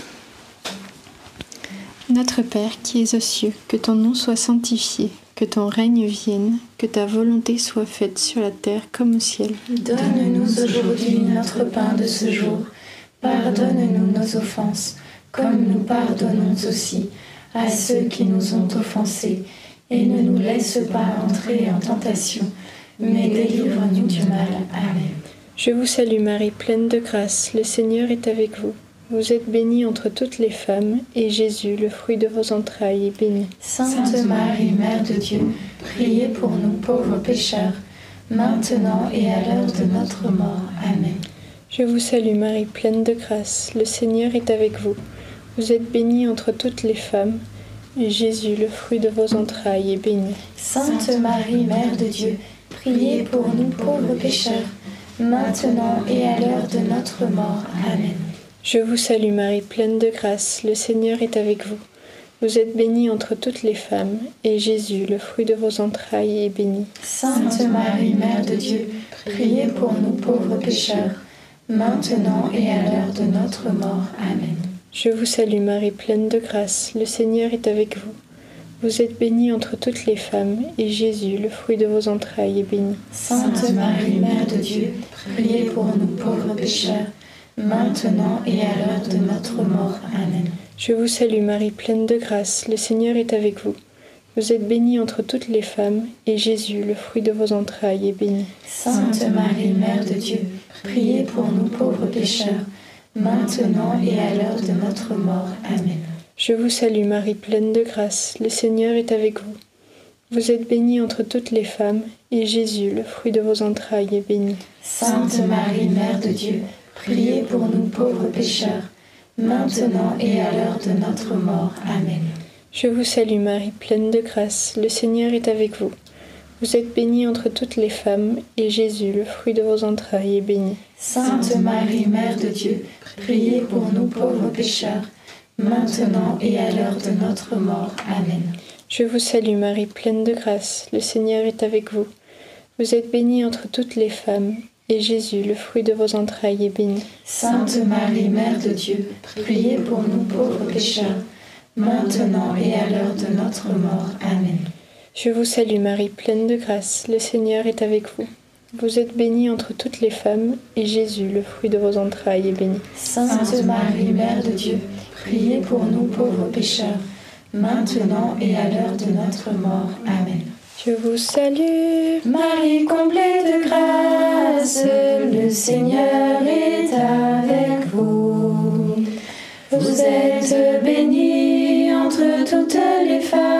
Notre Père qui es aux cieux, que ton nom soit sanctifié, que ton règne vienne, que ta volonté soit faite sur la terre comme au ciel. Donne-nous aujourd'hui notre pain de ce jour. Pardonne-nous nos offenses, comme nous pardonnons aussi à ceux qui nous ont offensés. Et ne nous laisse pas entrer en tentation, mais délivre-nous du mal. Amen. Je vous salue Marie, pleine de grâce, le Seigneur est avec vous. Vous êtes bénie entre toutes les femmes, et Jésus, le fruit de vos entrailles, est béni. Sainte Marie, Mère de Dieu, priez pour nous pauvres pécheurs, maintenant et à l'heure de notre mort. Amen. Je vous salue Marie, pleine de grâce, le Seigneur est avec vous. Vous êtes bénie entre toutes les femmes, et Jésus, le fruit de vos entrailles, est béni. Sainte Marie, Mère de Dieu, priez pour nous pauvres pécheurs, maintenant et à l'heure de notre mort. Amen. Je vous salue Marie, pleine de grâce, le Seigneur est avec vous. Vous êtes bénie entre toutes les femmes, et Jésus, le fruit de vos entrailles, est béni. Sainte Marie, Mère de Dieu, priez pour nous pauvres pécheurs, maintenant et à l'heure de notre mort. Amen. Je vous salue Marie, pleine de grâce, le Seigneur est avec vous. Vous êtes bénie entre toutes les femmes, et Jésus, le fruit de vos entrailles, est béni. Sainte Marie, Mère de Dieu, priez pour nous pauvres pécheurs, maintenant et à l'heure de notre mort. Amen. Je vous salue Marie, pleine de grâce, le Seigneur est avec vous. Vous êtes bénie entre toutes les femmes, et Jésus, le fruit de vos entrailles, est béni. Sainte Marie, Mère de Dieu, priez pour nous pauvres pécheurs, maintenant et à l'heure de notre mort. Amen. Je vous salue Marie, pleine de grâce, le Seigneur est avec vous. Vous êtes bénie entre toutes les femmes, et Jésus, le fruit de vos entrailles, est béni. Sainte Marie, Mère de Dieu, priez pour nous pauvres pécheurs, maintenant et à l'heure de notre mort. Amen. Je vous salue Marie, pleine de grâce, le Seigneur est avec vous. Vous êtes bénie entre toutes les femmes, et Jésus, le fruit de vos entrailles, est béni. Sainte Marie, Mère de Dieu, priez pour nous pauvres pécheurs, maintenant et à l'heure de notre mort. Amen. Je vous salue Marie, pleine de grâce, le Seigneur est avec vous. Vous êtes bénie entre toutes les femmes, et Jésus, le fruit de vos entrailles, est béni. Sainte Marie, Mère de Dieu, priez pour nous pauvres pécheurs, maintenant et à l'heure de notre mort. Amen. Je vous salue Marie, pleine de grâce, le Seigneur est avec vous. Vous êtes bénie entre toutes les femmes, et Jésus, le fruit de vos entrailles, est béni. Sainte Marie, Mère de Dieu, priez pour nous pauvres pécheurs, maintenant et à l'heure de notre mort. Amen. Je vous salue, Marie comblée de grâce, le Seigneur est avec vous. Vous êtes bénie entre toutes les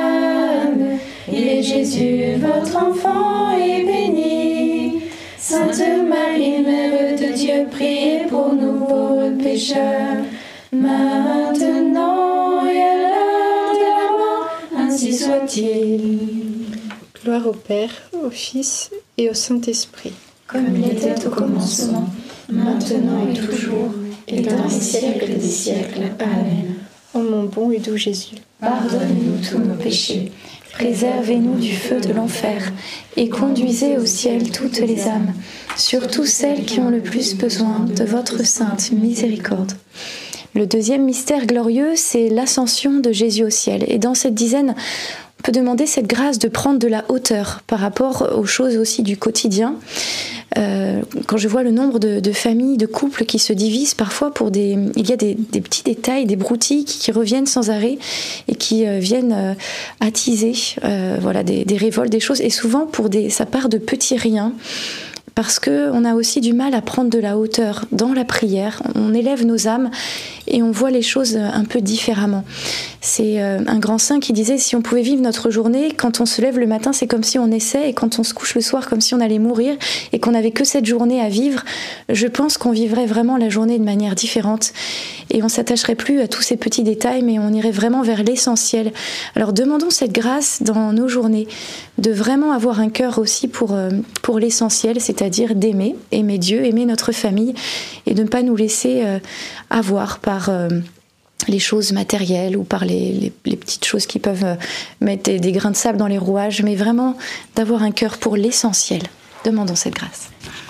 femmes, et Jésus, votre enfant, est béni. Sainte Marie, Mère de Dieu, priez pour nous pauvres pécheurs, maintenant et à l'heure de la mort, ainsi soit-il. Gloire au Père, au Fils et au Saint-Esprit. Comme il était au commencement, maintenant et toujours, et dans les siècles des siècles. Amen. Ô mon bon et doux Jésus, pardonnez-nous tous nos péchés, préservez-nous du feu de l'enfer, et conduisez au ciel toutes les âmes, surtout celles qui ont le plus besoin de votre sainte miséricorde. Le deuxième mystère glorieux, c'est l'ascension de Jésus au ciel. Et dans cette dizaine, on peut demander cette grâce de prendre de la hauteur par rapport aux choses aussi du quotidien. Euh, quand je vois le nombre de, de familles, de couples qui se divisent parfois pour des... Il y a des, des petits détails, des broutilles qui, qui reviennent sans arrêt et qui euh, viennent euh, attiser euh, voilà, des, des révoltes, des choses. Et souvent, pour des, ça part de petits riens. Parce qu'on a aussi du mal à prendre de la hauteur dans la prière. On élève nos âmes et on voit les choses un peu différemment. C'est un grand saint qui disait, si on pouvait vivre notre journée, quand on se lève le matin, c'est comme si on naissait, et quand on se couche le soir, comme si on allait mourir, et qu'on n'avait que cette journée à vivre, je pense qu'on vivrait vraiment la journée de manière différente, et on s'attacherait plus à tous ces petits détails, mais on irait vraiment vers l'essentiel. Alors demandons cette grâce dans nos journées, de vraiment avoir un cœur aussi pour, pour l'essentiel, c'est-à-dire d'aimer, aimer Dieu, aimer notre famille, et de ne pas nous laisser euh, avoir par... Euh, les choses matérielles ou par les, les, les petites choses qui peuvent mettre des, des grains de sable dans les rouages, mais vraiment d'avoir un cœur pour l'essentiel. Demandons cette grâce.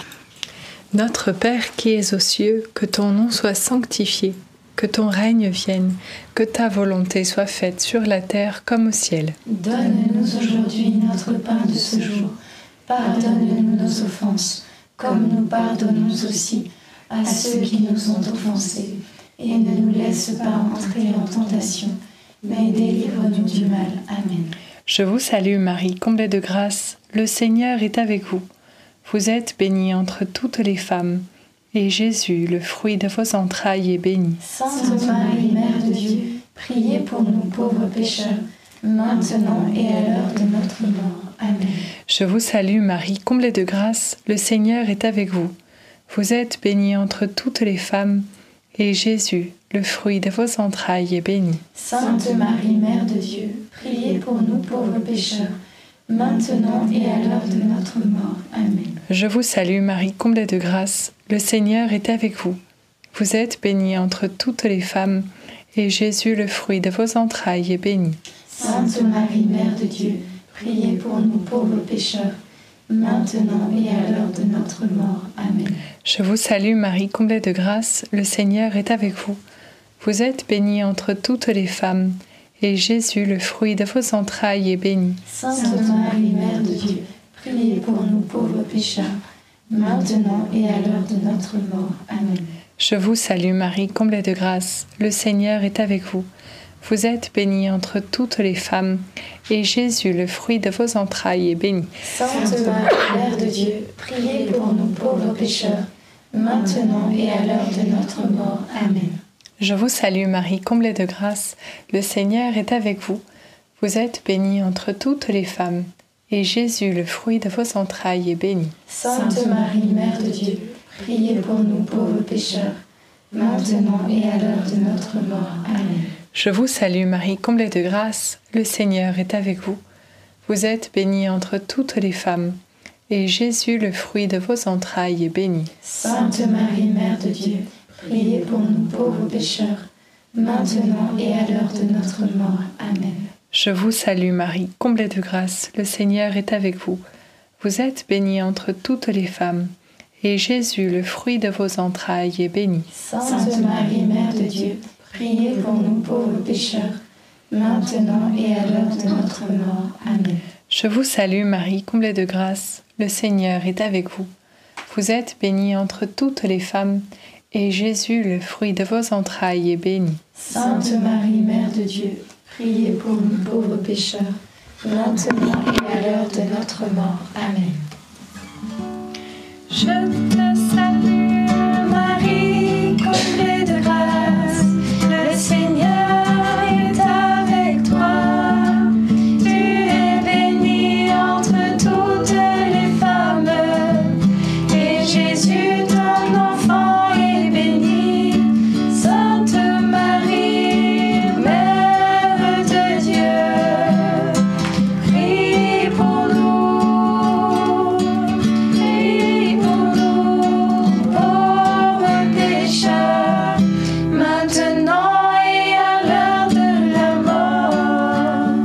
Notre Père qui es aux cieux, que ton nom soit sanctifié, que ton règne vienne, que ta volonté soit faite sur la terre comme au ciel. Donne-nous aujourd'hui notre pain de ce jour. Pardonne-nous nos offenses, comme nous pardonnons aussi à ceux qui nous ont offensés. Et ne nous laisse pas entrer en tentation, mais délivre-nous du mal. Amen. Je vous salue Marie, comblée de grâce, le Seigneur est avec vous. Vous êtes bénie entre toutes les femmes, et Jésus, le fruit de vos entrailles, est béni. Sainte Marie, Mère de Dieu, priez pour nous pauvres pécheurs, maintenant et à l'heure de notre mort. Amen. Je vous salue Marie, comblée de grâce, le Seigneur est avec vous. Vous êtes bénie entre toutes les femmes, et Jésus, le fruit de vos entrailles, est béni. Sainte Marie, Mère de Dieu, priez pour nous pauvres pécheurs, maintenant et à l'heure de notre mort. Amen. Je vous salue Marie, comblée de grâce, le Seigneur est avec vous. Vous êtes bénie entre toutes les femmes, et Jésus, le fruit de vos entrailles, est béni. Sainte Marie, Mère de Dieu, priez pour nous pauvres pécheurs, maintenant et à l'heure de notre mort. Amen. Je vous salue Marie, comblée de grâce, le Seigneur est avec vous. Vous êtes bénie entre toutes les femmes, et Jésus, le fruit de vos entrailles, est béni. Sainte Marie, Mère de Dieu, priez pour nous pauvres pécheurs, maintenant et à l'heure de notre mort. Amen. Je vous salue Marie, comblée de grâce, le Seigneur est avec vous. Vous êtes bénie entre toutes les femmes, et Jésus, le fruit de vos entrailles, est béni. Sainte Marie, Mère de Dieu, priez pour nous pauvres pécheurs, maintenant et à l'heure de notre mort. Amen. Je vous salue Marie, comblée de grâce, le Seigneur est avec vous. Vous êtes bénie entre toutes les femmes, et Jésus, le fruit de vos entrailles, est béni. Sainte Marie, Mère de Dieu, priez pour nous pauvres pécheurs, maintenant et à l'heure de notre mort. Amen. Je vous salue Marie, comblée de grâce, le Seigneur est avec vous. Vous êtes bénie entre toutes les femmes, et Jésus, le fruit de vos entrailles, est béni. Sainte Marie, Mère de Dieu, priez pour nous pauvres pécheurs, maintenant et à l'heure de notre mort. Amen. Je vous salue Marie, comblée de grâce, le Seigneur est avec vous. Vous êtes bénie entre toutes les femmes, et Jésus, le fruit de vos entrailles, est béni. Sainte Marie, Mère de Dieu, priez pour nous pauvres pécheurs, maintenant et à l'heure de notre mort. Amen. Je vous salue Marie, comblée de grâce, le Seigneur est avec vous. Vous êtes bénie entre toutes les femmes, et Jésus, le fruit de vos entrailles, est béni. Sainte Marie, Mère de Dieu, priez pour nous pauvres pécheurs, maintenant et à l'heure de notre mort. Amen. Je te salue Marie, comblée de grâce, le Seigneur est avec toi. Tu es bénie entre toutes les femmes, et Jésus, ton enfant, est béni. Sainte Marie, Mère de Dieu, prie pour nous, prie pour nous, pauvres pécheurs, maintenant et à l'heure de la mort.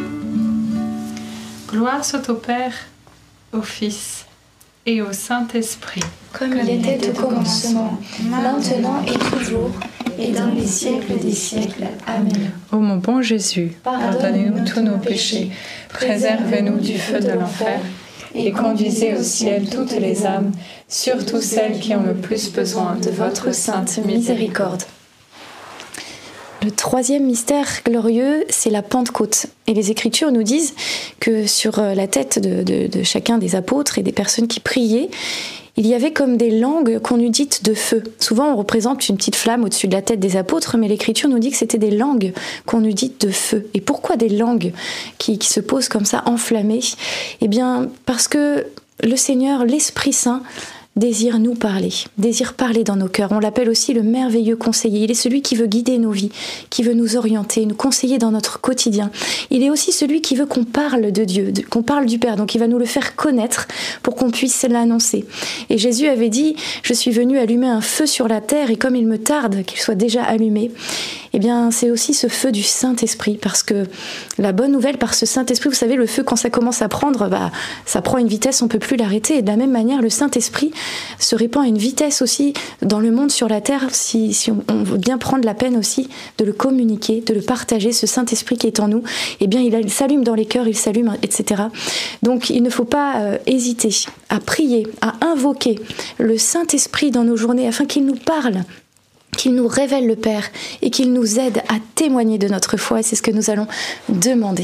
Gloire soit au Père, au Fils et au Saint-Esprit. Comme il était au commencement, maintenant et toujours, et dans les siècles des siècles. Amen. Ô mon bon Jésus, pardonnez-nous tous nos péchés, préservez-nous du feu de l'enfer, et conduisez au ciel toutes les âmes, surtout celles qui ont le plus besoin de votre sainte miséricorde. Le troisième mystère glorieux, c'est la Pentecôte. Et les Écritures nous disent que sur la tête de, de, de chacun des apôtres et des personnes qui priaient, il y avait comme des langues qu'on eût dites de feu. Souvent, on représente une petite flamme au-dessus de la tête des apôtres, mais l'Écriture nous dit que c'était des langues qu'on eût dites de feu. Et pourquoi des langues qui, qui se posent comme ça, enflammées ? Eh bien, parce que le Seigneur, l'Esprit Saint, désire nous parler, désire parler dans nos cœurs. On l'appelle aussi le merveilleux conseiller. Il est celui qui veut guider nos vies, qui veut nous orienter, nous conseiller dans notre quotidien. Il est aussi celui qui veut qu'on parle de Dieu, qu'on parle du Père. Donc il va nous le faire connaître pour qu'on puisse l'annoncer. Et Jésus avait dit « Je suis venu allumer un feu sur la terre et comme il me tarde qu'il soit déjà allumé », eh bien, c'est aussi ce feu du Saint-Esprit, parce que la bonne nouvelle par ce Saint-Esprit, vous savez, le feu, quand ça commence à prendre, bah, ça prend une vitesse, on ne peut plus l'arrêter. Et de la même manière, le Saint-Esprit se répand à une vitesse aussi dans le monde, sur la terre, si, si on, on veut bien prendre la peine aussi de le communiquer, de le partager, ce Saint-Esprit qui est en nous, eh bien, il, il s'allume dans les cœurs, il s'allume, et cetera. Donc, il ne faut pas euh, hésiter à prier, à invoquer le Saint-Esprit dans nos journées, afin qu'il nous parle, qu'il nous révèle le Père et qu'il nous aide à témoigner de notre foi. Et c'est ce que nous allons demander.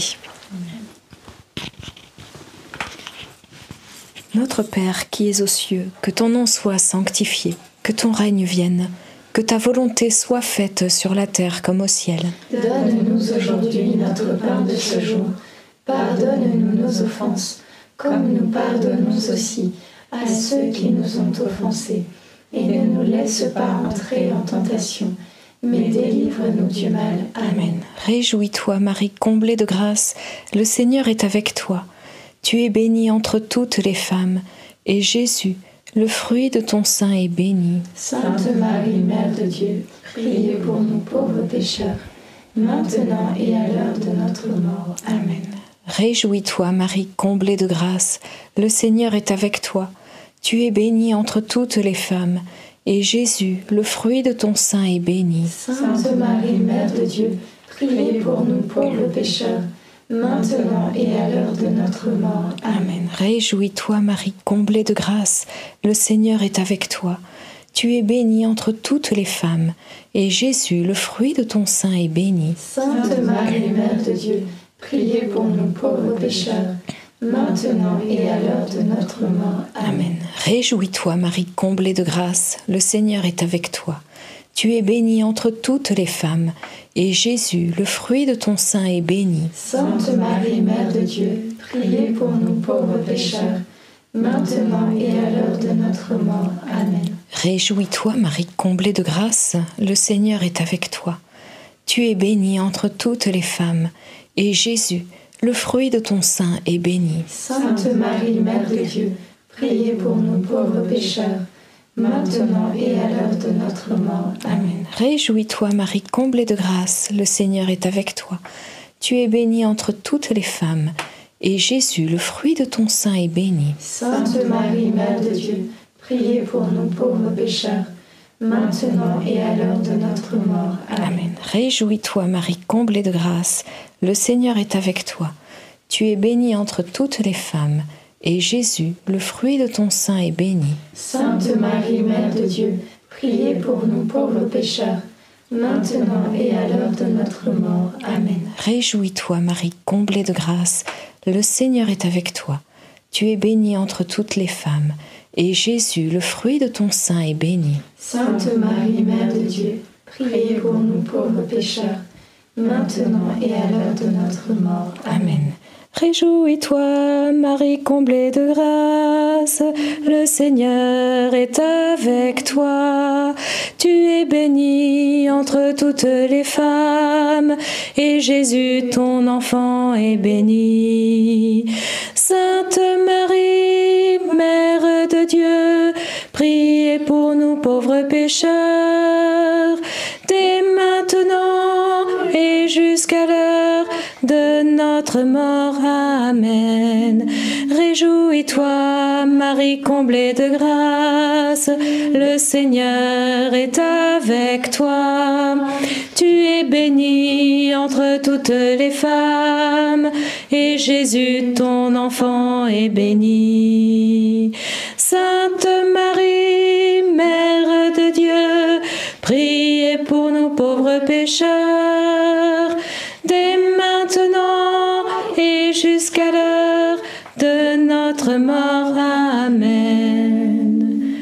Notre Père qui es aux cieux, que ton nom soit sanctifié, que ton règne vienne, que ta volonté soit faite sur la terre comme au ciel. Donne-nous aujourd'hui notre pain de ce jour. Pardonne-nous nos offenses, comme nous pardonnons aussi à ceux qui nous ont offensés. Et ne nous laisse pas entrer en tentation, mais délivre-nous du mal. Amen. Réjouis-toi, Marie, comblée de grâce, le Seigneur est avec toi. Tu es bénie entre toutes les femmes, et Jésus, le fruit de ton sein, est béni. Sainte Marie, Mère de Dieu, priez pour nous pauvres pécheurs, maintenant et à l'heure de notre mort. Amen. Réjouis-toi, Marie, comblée de grâce, le Seigneur est avec toi. Tu es bénie entre toutes les femmes, et Jésus, le fruit de ton sein, est béni. Sainte Marie, Mère de Dieu, priez pour nous pauvres pécheurs, maintenant et à l'heure de notre mort. Amen. Réjouis-toi, Marie, comblée de grâce, le Seigneur est avec toi. Tu es bénie entre toutes les femmes, et Jésus, le fruit de ton sein, est béni. Sainte Marie, Mère de Dieu, priez pour nous pauvres pécheurs, maintenant et à l'heure de notre mort. Amen. Réjouis-toi, Marie, comblée de grâce, le Seigneur est avec toi. Tu es bénie entre toutes les femmes, et Jésus, le fruit de ton sein, est béni. Sainte Marie, Mère de Dieu, priez pour nous pauvres pécheurs, maintenant et à l'heure de notre mort. Amen. Réjouis-toi, Marie, comblée de grâce, le Seigneur est avec toi. Tu es bénie entre toutes les femmes, et Jésus, le fruit de ton sein, est béni. Sainte Marie, Mère de Dieu, priez pour nous pauvres pécheurs, maintenant et à l'heure de notre mort. Amen. Réjouis-toi, Marie, comblée de grâce, le Seigneur est avec toi. Tu es bénie entre toutes les femmes, et Jésus, le fruit de ton sein, est béni. Sainte Marie, Mère de Dieu, priez pour nous pauvres pécheurs, maintenant et à l'heure de notre mort. Amen. Amen. Réjouis-toi, Marie, comblée de grâce, le Seigneur est avec toi. Tu es bénie entre toutes les femmes, et Jésus, le fruit de ton sein, est béni. Sainte Marie, Mère de Dieu, priez pour nous pauvres pécheurs, maintenant et à l'heure de notre mort. Amen. Réjouis-toi, Marie, comblée de grâce, le Seigneur est avec toi. Tu es bénie entre toutes les femmes, et Jésus, le fruit de ton sein, est béni. Sainte Marie, Mère de Dieu, priez pour nous pauvres pécheurs, maintenant et à l'heure de notre mort. Amen. Réjouis-toi, Marie, comblée de grâce, le Seigneur est avec toi. Tu es bénie entre toutes les femmes, et Jésus, ton enfant, est béni. Sainte Marie, Mère de Dieu, priez pour nous pauvres pécheurs, dès maintenant et jusqu'à l'heure de notre mort. Amen. Réjouis-toi, Marie, comblée de grâce, le Seigneur est avec toi. Tu es bénie entre toutes les femmes, et Jésus, ton enfant, est béni. Sainte Marie, Mère de Dieu, priez pour nous pauvres pécheurs, dès maintenant et jusqu'à l'heure de notre mort. Amen.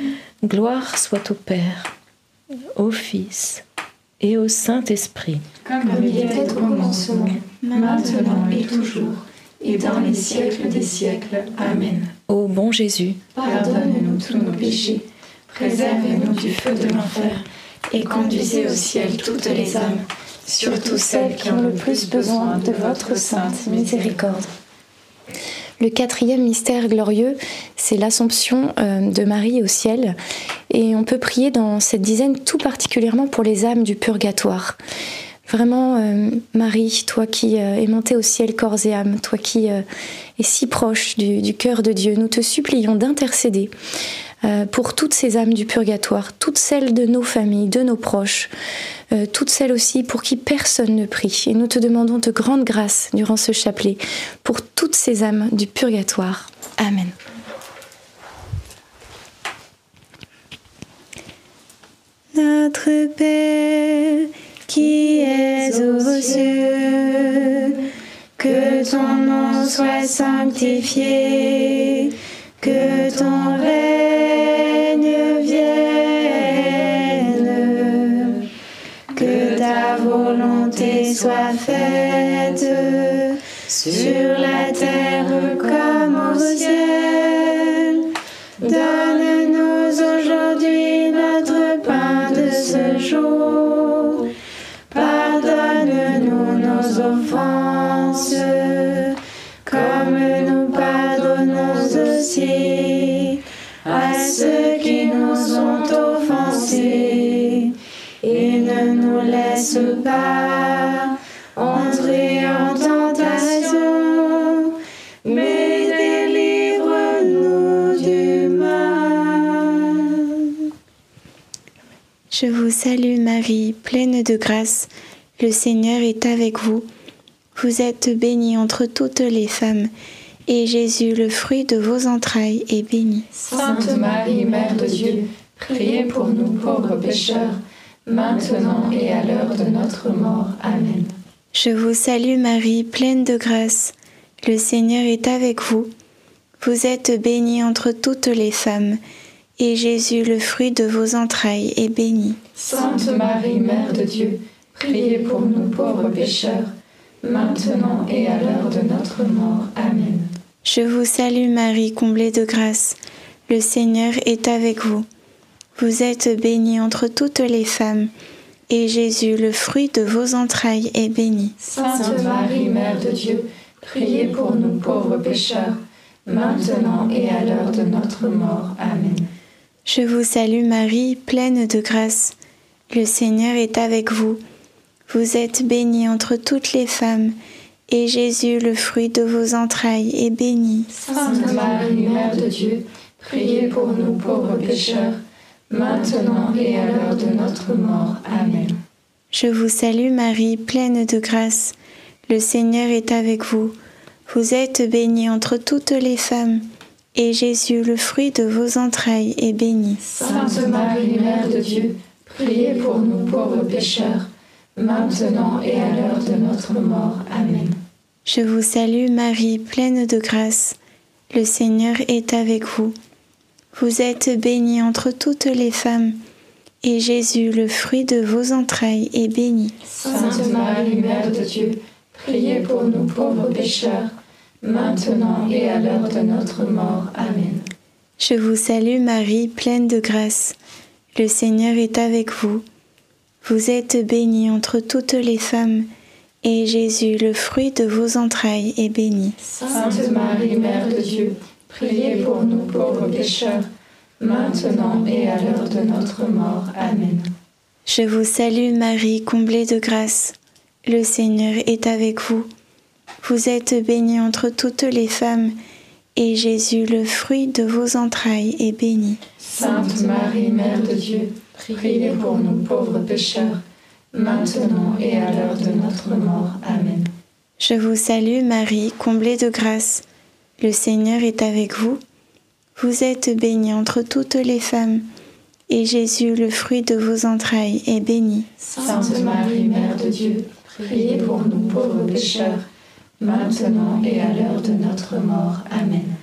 Gloire soit au Père, au Fils et au Saint-Esprit. Comme il était au commencement, maintenant et toujours, et dans les siècles des siècles. Amen. Ô bon Jésus, pardonne-nous tous nos péchés, préservez-nous du feu de l'enfer, et conduisez au ciel toutes les âmes, surtout celles qui ont le plus besoin de votre sainte miséricorde. Le quatrième mystère glorieux, c'est l'Assomption euh, de Marie au ciel. Et on peut prier dans cette dizaine tout particulièrement pour les âmes du purgatoire. Vraiment, euh, Marie, toi qui euh, es montée au ciel corps et âme, toi qui euh, es si proche du, du cœur de Dieu, nous te supplions d'intercéder euh, pour toutes ces âmes du purgatoire, toutes celles de nos familles, de nos proches, euh, toutes celles aussi pour qui personne ne prie. Et nous te demandons de grandes grâces durant ce chapelet pour toutes ces âmes du purgatoire. Amen. Notre Père, qui es aux cieux, que ton nom soit sanctifié, que ton règne vienne, que ta volonté soit faite sur la terre comme au ciel. Donne-nous aujourd'hui notre pain de ce jour. Pardonne-nous nos offenses, comme nous pardonnons aussi à ceux qui nous ont offensés. Et ne nous laisse pas entrer en tentation, mais délivre-nous du mal. Je vous salue Marie, pleine de grâce, le Seigneur est avec vous. Vous êtes bénie entre toutes les femmes, et Jésus, le fruit de vos entrailles, est béni. Sainte Marie, Mère de Dieu, priez pour nous pauvres pécheurs, maintenant et à l'heure de notre mort. Amen. Je vous salue Marie, pleine de grâce, le Seigneur est avec vous. Vous êtes bénie entre toutes les femmes, et Jésus, le fruit de vos entrailles, est béni. Sainte Marie, Mère de Dieu, priez pour nous pauvres pécheurs, maintenant et à l'heure de notre mort. Amen. Je vous salue Marie, comblée de grâce, le Seigneur est avec vous. Vous êtes bénie entre toutes les femmes, et Jésus, le fruit de vos entrailles, est béni. Sainte Marie, Mère de Dieu, priez pour nous pauvres pécheurs, maintenant et à l'heure de notre mort. Amen. Je vous salue Marie, pleine de grâce, le Seigneur est avec vous. Vous êtes bénie entre toutes les femmes, et Jésus, le fruit de vos entrailles, est béni. Sainte Marie, Mère de Dieu, priez pour nous pauvres pécheurs, maintenant et à l'heure de notre mort. Amen. Je vous salue Marie, pleine de grâce, le Seigneur est avec vous. Vous êtes bénie entre toutes les femmes, et Jésus, le fruit de vos entrailles, est béni. Sainte Marie, Mère de Dieu, priez pour nous pauvres pécheurs, maintenant et à l'heure de notre mort. Amen. Je vous salue Marie, pleine de grâce, le Seigneur est avec vous. Vous êtes bénie entre toutes les femmes, et Jésus, le fruit de vos entrailles, est béni. Sainte Marie, Mère de Dieu, priez pour nous pauvres pécheurs, maintenant et à l'heure de notre mort. Amen. Je vous salue Marie, pleine de grâce, le Seigneur est avec vous. Vous êtes bénie entre toutes les femmes, et Jésus, le fruit de vos entrailles, est béni. Sainte Marie, Mère de Dieu, priez pour nous pauvres pécheurs, maintenant et à l'heure de notre mort. Amen. Je vous salue Marie, comblée de grâce, le Seigneur est avec vous. Vous êtes bénie entre toutes les femmes, et Jésus, le fruit de vos entrailles, est béni. Sainte Marie, Mère de Dieu, priez pour nous pauvres pécheurs, maintenant et à l'heure de notre mort. Amen. Je vous salue Marie, comblée de grâce, le Seigneur est avec vous. Vous êtes bénie entre toutes les femmes, et Jésus, le fruit de vos entrailles, est béni. Sainte Marie, Mère de Dieu, priez pour nous pauvres pécheurs, maintenant et à l'heure de notre mort. Amen.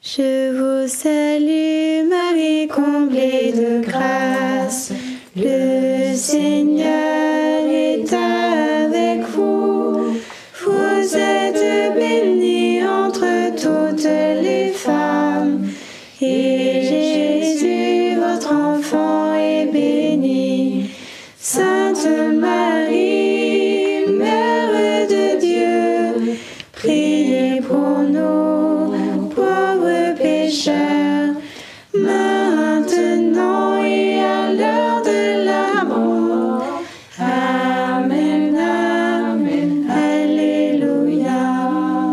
Je vous salue Marie, comblée de grâce. Le Seigneur est avec vous. Vous êtes bénie entre toutes les femmes. Et Jésus, votre enfant, est béni. Sainte Marie, Mère de Dieu, priez pour nous, pauvres pécheurs, maintenant et à l'heure de la mort. Amen, amen, alléluia.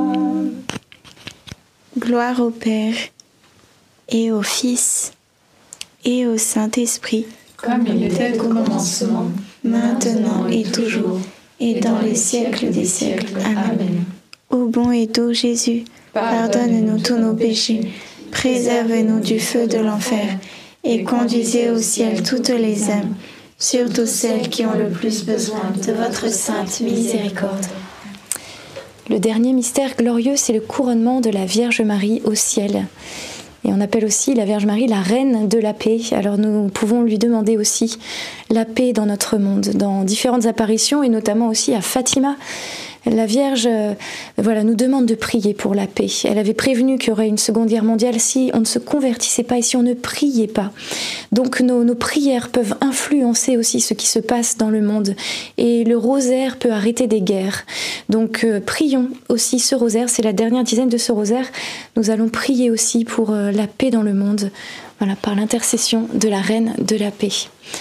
Gloire au Père, et au Fils, et au Saint-Esprit, comme il était au commencement, maintenant et toujours, et dans les siècles des siècles. Amen. Ô bon et doux Jésus, pardonne-nous tous nos péchés, préserve-nous du feu de l'enfer, et conduisez au ciel toutes les âmes, surtout celles qui ont le plus besoin de votre sainte miséricorde. Le dernier mystère glorieux, c'est le couronnement de la Vierge Marie au ciel. Et on appelle aussi la Vierge Marie la Reine de la paix. Alors nous pouvons lui demander aussi la paix dans notre monde, dans différentes apparitions et notamment aussi à Fatima. La Vierge euh, voilà, nous demande de prier pour la paix. Elle avait prévenu qu'il y aurait une seconde guerre mondiale si on ne se convertissait pas et si on ne priait pas. Donc nos, nos prières peuvent influencer aussi ce qui se passe dans le monde. Et le rosaire peut arrêter des guerres. Donc euh, prions aussi ce rosaire. C'est la dernière dizaine de ce rosaire. Nous allons prier aussi pour euh, la paix dans le monde, voilà, par l'intercession de la Reine de la paix.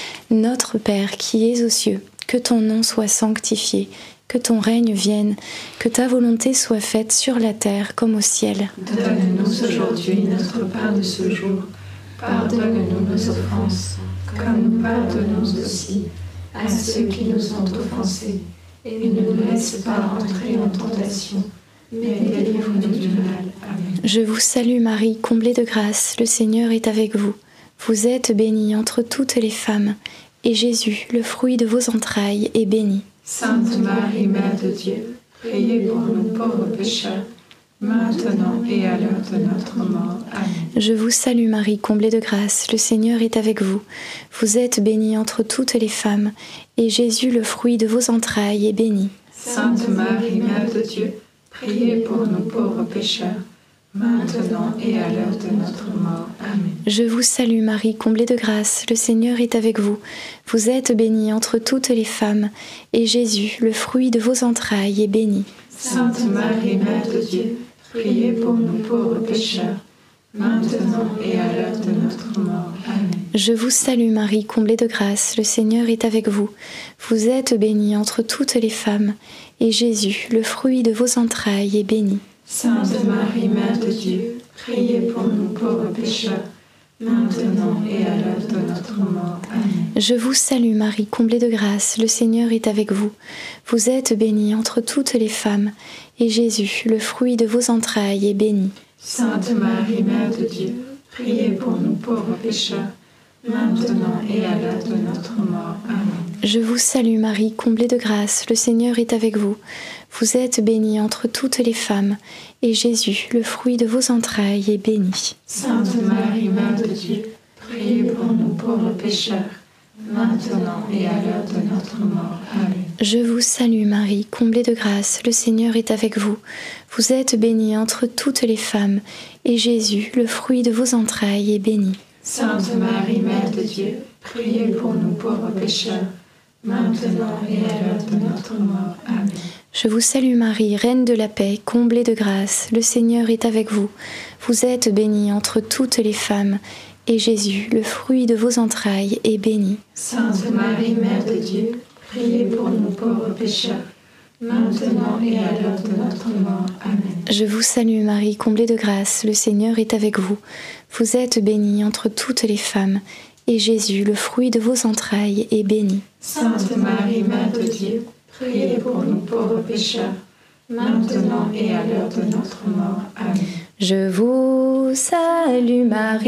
Notre Père qui es aux cieux, que ton nom soit sanctifié. Que ton règne vienne, que ta volonté soit faite sur la terre comme au ciel. Donne-nous aujourd'hui notre pain de ce jour. Pardonne-nous nos offenses, comme nous pardonnons aussi à ceux qui nous ont offensés. Et ne nous laisse pas entrer en tentation, mais délivre-nous du mal. Amen. Je vous salue Marie, comblée de grâce, le Seigneur est avec vous. Vous êtes bénie entre toutes les femmes, et Jésus, le fruit de vos entrailles, est béni. Sainte Marie, Mère de Dieu, priez pour nous pauvres pécheurs, maintenant et à l'heure de notre mort. Amen. Je vous salue Marie, comblée de grâce, le Seigneur est avec vous. Vous êtes bénie entre toutes les femmes, et Jésus, le fruit de vos entrailles, est béni. Sainte Marie, Mère de Dieu, priez pour nous pauvres pécheurs, maintenant et à l'heure de notre mort. Amen. Je vous salue Marie, comblée de grâce, le Seigneur est avec vous. Vous êtes bénie entre toutes les femmes, et Jésus, le fruit de vos entrailles, est béni. Sainte Marie, Mère de Dieu, priez pour nous pauvres pécheurs, maintenant et à l'heure de notre mort. Amen. Je vous salue Marie, comblée de grâce, le Seigneur est avec vous. Vous êtes bénie entre toutes les femmes, et Jésus, le fruit de vos entrailles, est béni. Sainte Marie, Mère de Dieu, priez pour nous pauvres pécheurs, maintenant et à l'heure de notre mort. Amen. Je vous salue Marie, comblée de grâce, le Seigneur est avec vous. Vous êtes bénie entre toutes les femmes, et Jésus, le fruit de vos entrailles, est béni. Sainte Marie, Mère de Dieu, priez pour nous pauvres pécheurs, maintenant et à l'heure de notre mort. Amen. Je vous salue Marie, comblée de grâce, le Seigneur est avec vous. Vous êtes bénie entre toutes les femmes, et Jésus, le fruit de vos entrailles, est béni. Sainte Marie, Mère de Dieu, priez pour nous pauvres pécheurs, maintenant et à l'heure de notre mort. Amen. Je vous salue Marie, comblée de grâce, le Seigneur est avec vous. Vous êtes bénie entre toutes les femmes, et Jésus, le fruit de vos entrailles, est béni. Sainte Marie, Mère de Dieu, priez pour nous pauvres pécheurs, maintenant et à l'heure de notre mort. Amen. Je vous salue Marie, Reine de la paix, comblée de grâce, le Seigneur est avec vous. Vous êtes bénie entre toutes les femmes, et Jésus, le fruit de vos entrailles, est béni. Sainte Marie, Mère de Dieu, priez pour nous pauvres pécheurs, maintenant et à l'heure de notre mort. Amen. Je vous salue Marie, comblée de grâce, le Seigneur est avec vous. Vous êtes bénie entre toutes les femmes, et Jésus, le fruit de vos entrailles, est béni. Sainte Marie, Mère de Dieu, priez pour nous pauvres pécheurs, maintenant et à l'heure de notre mort. Amen. Je vous salue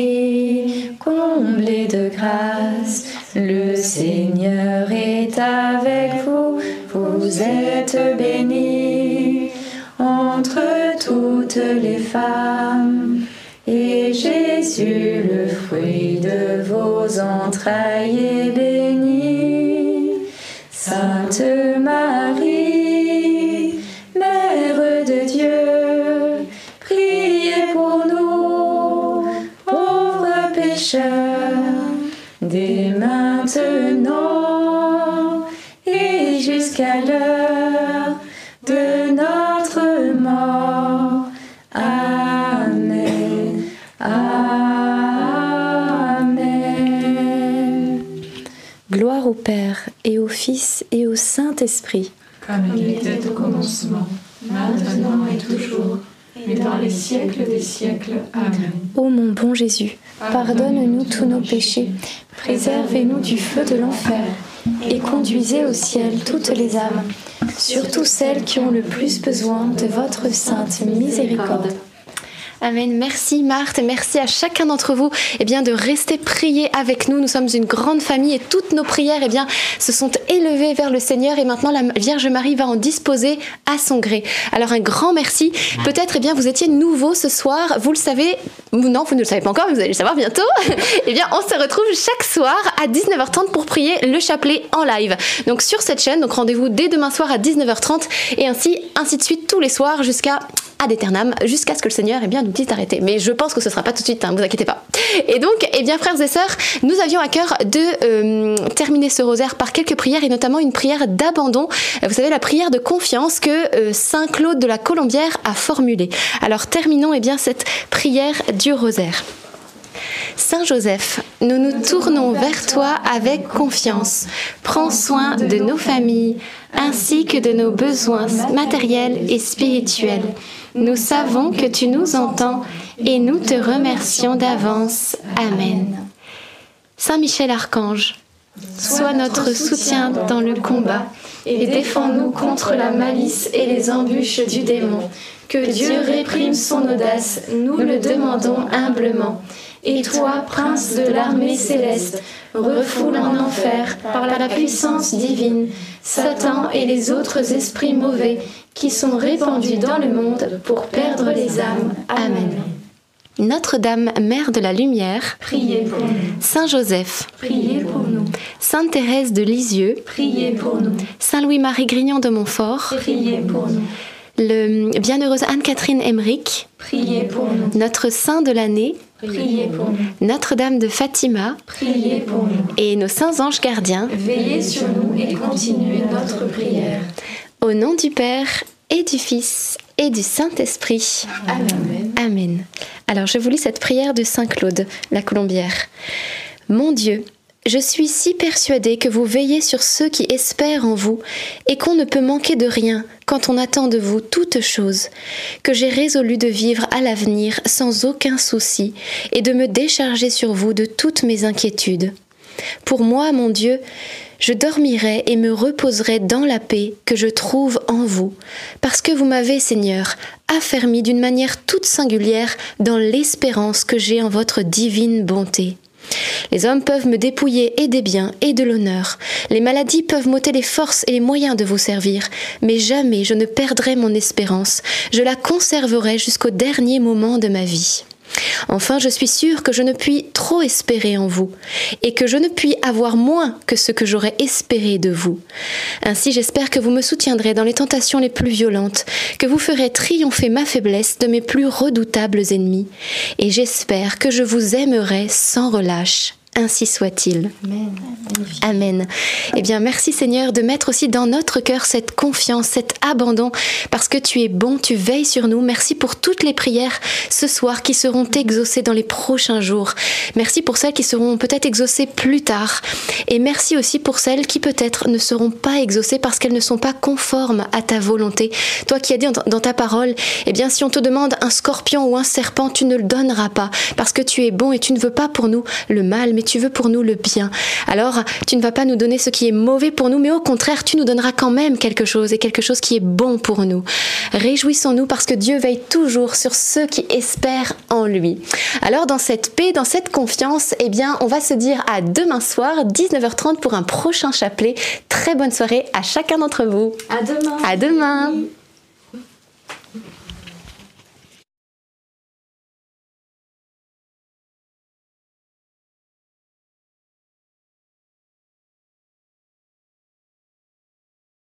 Marie, comblée de grâce, le Seigneur est avec vous. Vous êtes bénie entre toutes les femmes, et Jésus, le fruit de vos entrailles est béni. Sainte Marie, Mère de Dieu, priez pour nous, pauvres pécheurs, dès maintenant et jusqu'à l'heure de notre mort. Amen. Amen. Gloire au Père et au Fils et au Saint-Esprit. Comme il était au commencement, maintenant et toujours, et dans les siècles des siècles. Amen. Ô mon bon Jésus, pardonne-nous tous nos péchés, préservez-nous du feu de l'enfer, et conduisez au ciel toutes les âmes, surtout celles qui ont le plus besoin de votre sainte miséricorde. Amen. Merci Marthe, merci à chacun d'entre vous eh bien, de rester prier avec nous. Nous sommes une grande famille et toutes nos prières eh bien, se sont élevées vers le Seigneur et maintenant la Vierge Marie va en disposer à son gré. Alors un grand merci. Peut-être eh bien, vous étiez nouveau ce soir, vous le savez, non vous ne le savez pas encore mais vous allez le savoir bientôt. eh bien, on se retrouve chaque soir à dix-neuf heures trente pour prier le chapelet en live. Donc sur cette chaîne, donc rendez-vous dès demain soir à dix-neuf heures trente et ainsi, ainsi de suite tous les soirs jusqu'à ad aeternam, jusqu'à ce que le Seigneur eh bien, nous dise d'arrêter. Mais je pense que ce ne sera pas tout de suite, hein, vous inquiétez pas. Et donc, eh bien, frères et sœurs, nous avions à cœur de euh, terminer ce rosaire par quelques prières et notamment une prière d'abandon. Vous savez, la prière de confiance que euh, Saint Claude de la Colombière a formulée. Alors terminons eh bien, cette prière du rosaire. Saint Joseph, nous nous tournons vers toi avec confiance. Prends soin de nos familles ainsi que de nos besoins matériels et spirituels. Nous savons que tu nous entends et nous te remercions d'avance. Amen. Saint Michel Archange, sois notre soutien dans le combat et défends-nous contre la malice et les embûches du démon. Que Dieu réprime son audace, nous le demandons humblement. Et toi, prince de l'armée céleste, refoule en enfer, par la puissance divine, Satan et les autres esprits mauvais qui sont répandus dans le monde pour perdre les âmes. Amen. Notre-Dame, Mère de la Lumière, priez pour nous. Saint Joseph, priez pour nous. Sainte Thérèse de Lisieux, priez pour nous. Saint Louis-Marie Grignon de Montfort, priez pour nous. Le bienheureuse Anne-Catherine Emmerich, priez pour nous. Notre Saint de l'année, priez pour nous. Notre-Dame de Fatima, priez pour nous. Et nos saints anges gardiens, veillez sur nous et continuez notre prière. Au nom du Père et du Fils et du Saint-Esprit. Amen. Amen. Alors je vous lis cette prière de Saint Claude, la Colombière. Mon Dieu, je suis si persuadée que vous veillez sur ceux qui espèrent en vous et qu'on ne peut manquer de rien quand on attend de vous toutes choses, que j'ai résolu de vivre à l'avenir sans aucun souci et de me décharger sur vous de toutes mes inquiétudes. Pour moi, mon Dieu, je dormirai et me reposerai dans la paix que je trouve en vous, parce que vous m'avez, Seigneur, affermi d'une manière toute singulière dans l'espérance que j'ai en votre divine bonté. Les hommes peuvent me dépouiller et des biens et de l'honneur. Les maladies peuvent m'ôter les forces et les moyens de vous servir. Mais jamais je ne perdrai mon espérance. Je la conserverai jusqu'au dernier moment de ma vie. Enfin, je suis sûre que je ne puis trop espérer en vous, et que je ne puis avoir moins que ce que j'aurais espéré de vous. Ainsi, j'espère que vous me soutiendrez dans les tentations les plus violentes, que vous ferez triompher ma faiblesse de mes plus redoutables ennemis, et j'espère que je vous aimerai sans relâche. Ainsi soit-il. Amen. Amen. Eh bien, merci Seigneur de mettre aussi dans notre cœur cette confiance, cet abandon, parce que tu es bon, tu veilles sur nous. Merci pour toutes les prières ce soir qui seront exaucées dans les prochains jours. Merci pour celles qui seront peut-être exaucées plus tard. Et merci aussi pour celles qui peut-être ne seront pas exaucées parce qu'elles ne sont pas conformes à ta volonté. Toi qui as dit dans ta parole, eh bien, si on te demande un scorpion ou un serpent, tu ne le donneras pas parce que tu es bon et tu ne veux pas pour nous le mal, mais tu veux pour nous le bien. Alors, tu ne vas pas nous donner ce qui est mauvais pour nous, mais au contraire, tu nous donneras quand même quelque chose et quelque chose qui est bon pour nous. Réjouissons-nous parce que Dieu veille toujours sur ceux qui espèrent en lui. Alors, dans cette paix, dans cette confiance, eh bien, on va se dire à demain soir, dix-neuf heures trente pour un prochain chapelet. Très bonne soirée à chacun d'entre vous. À demain. À demain.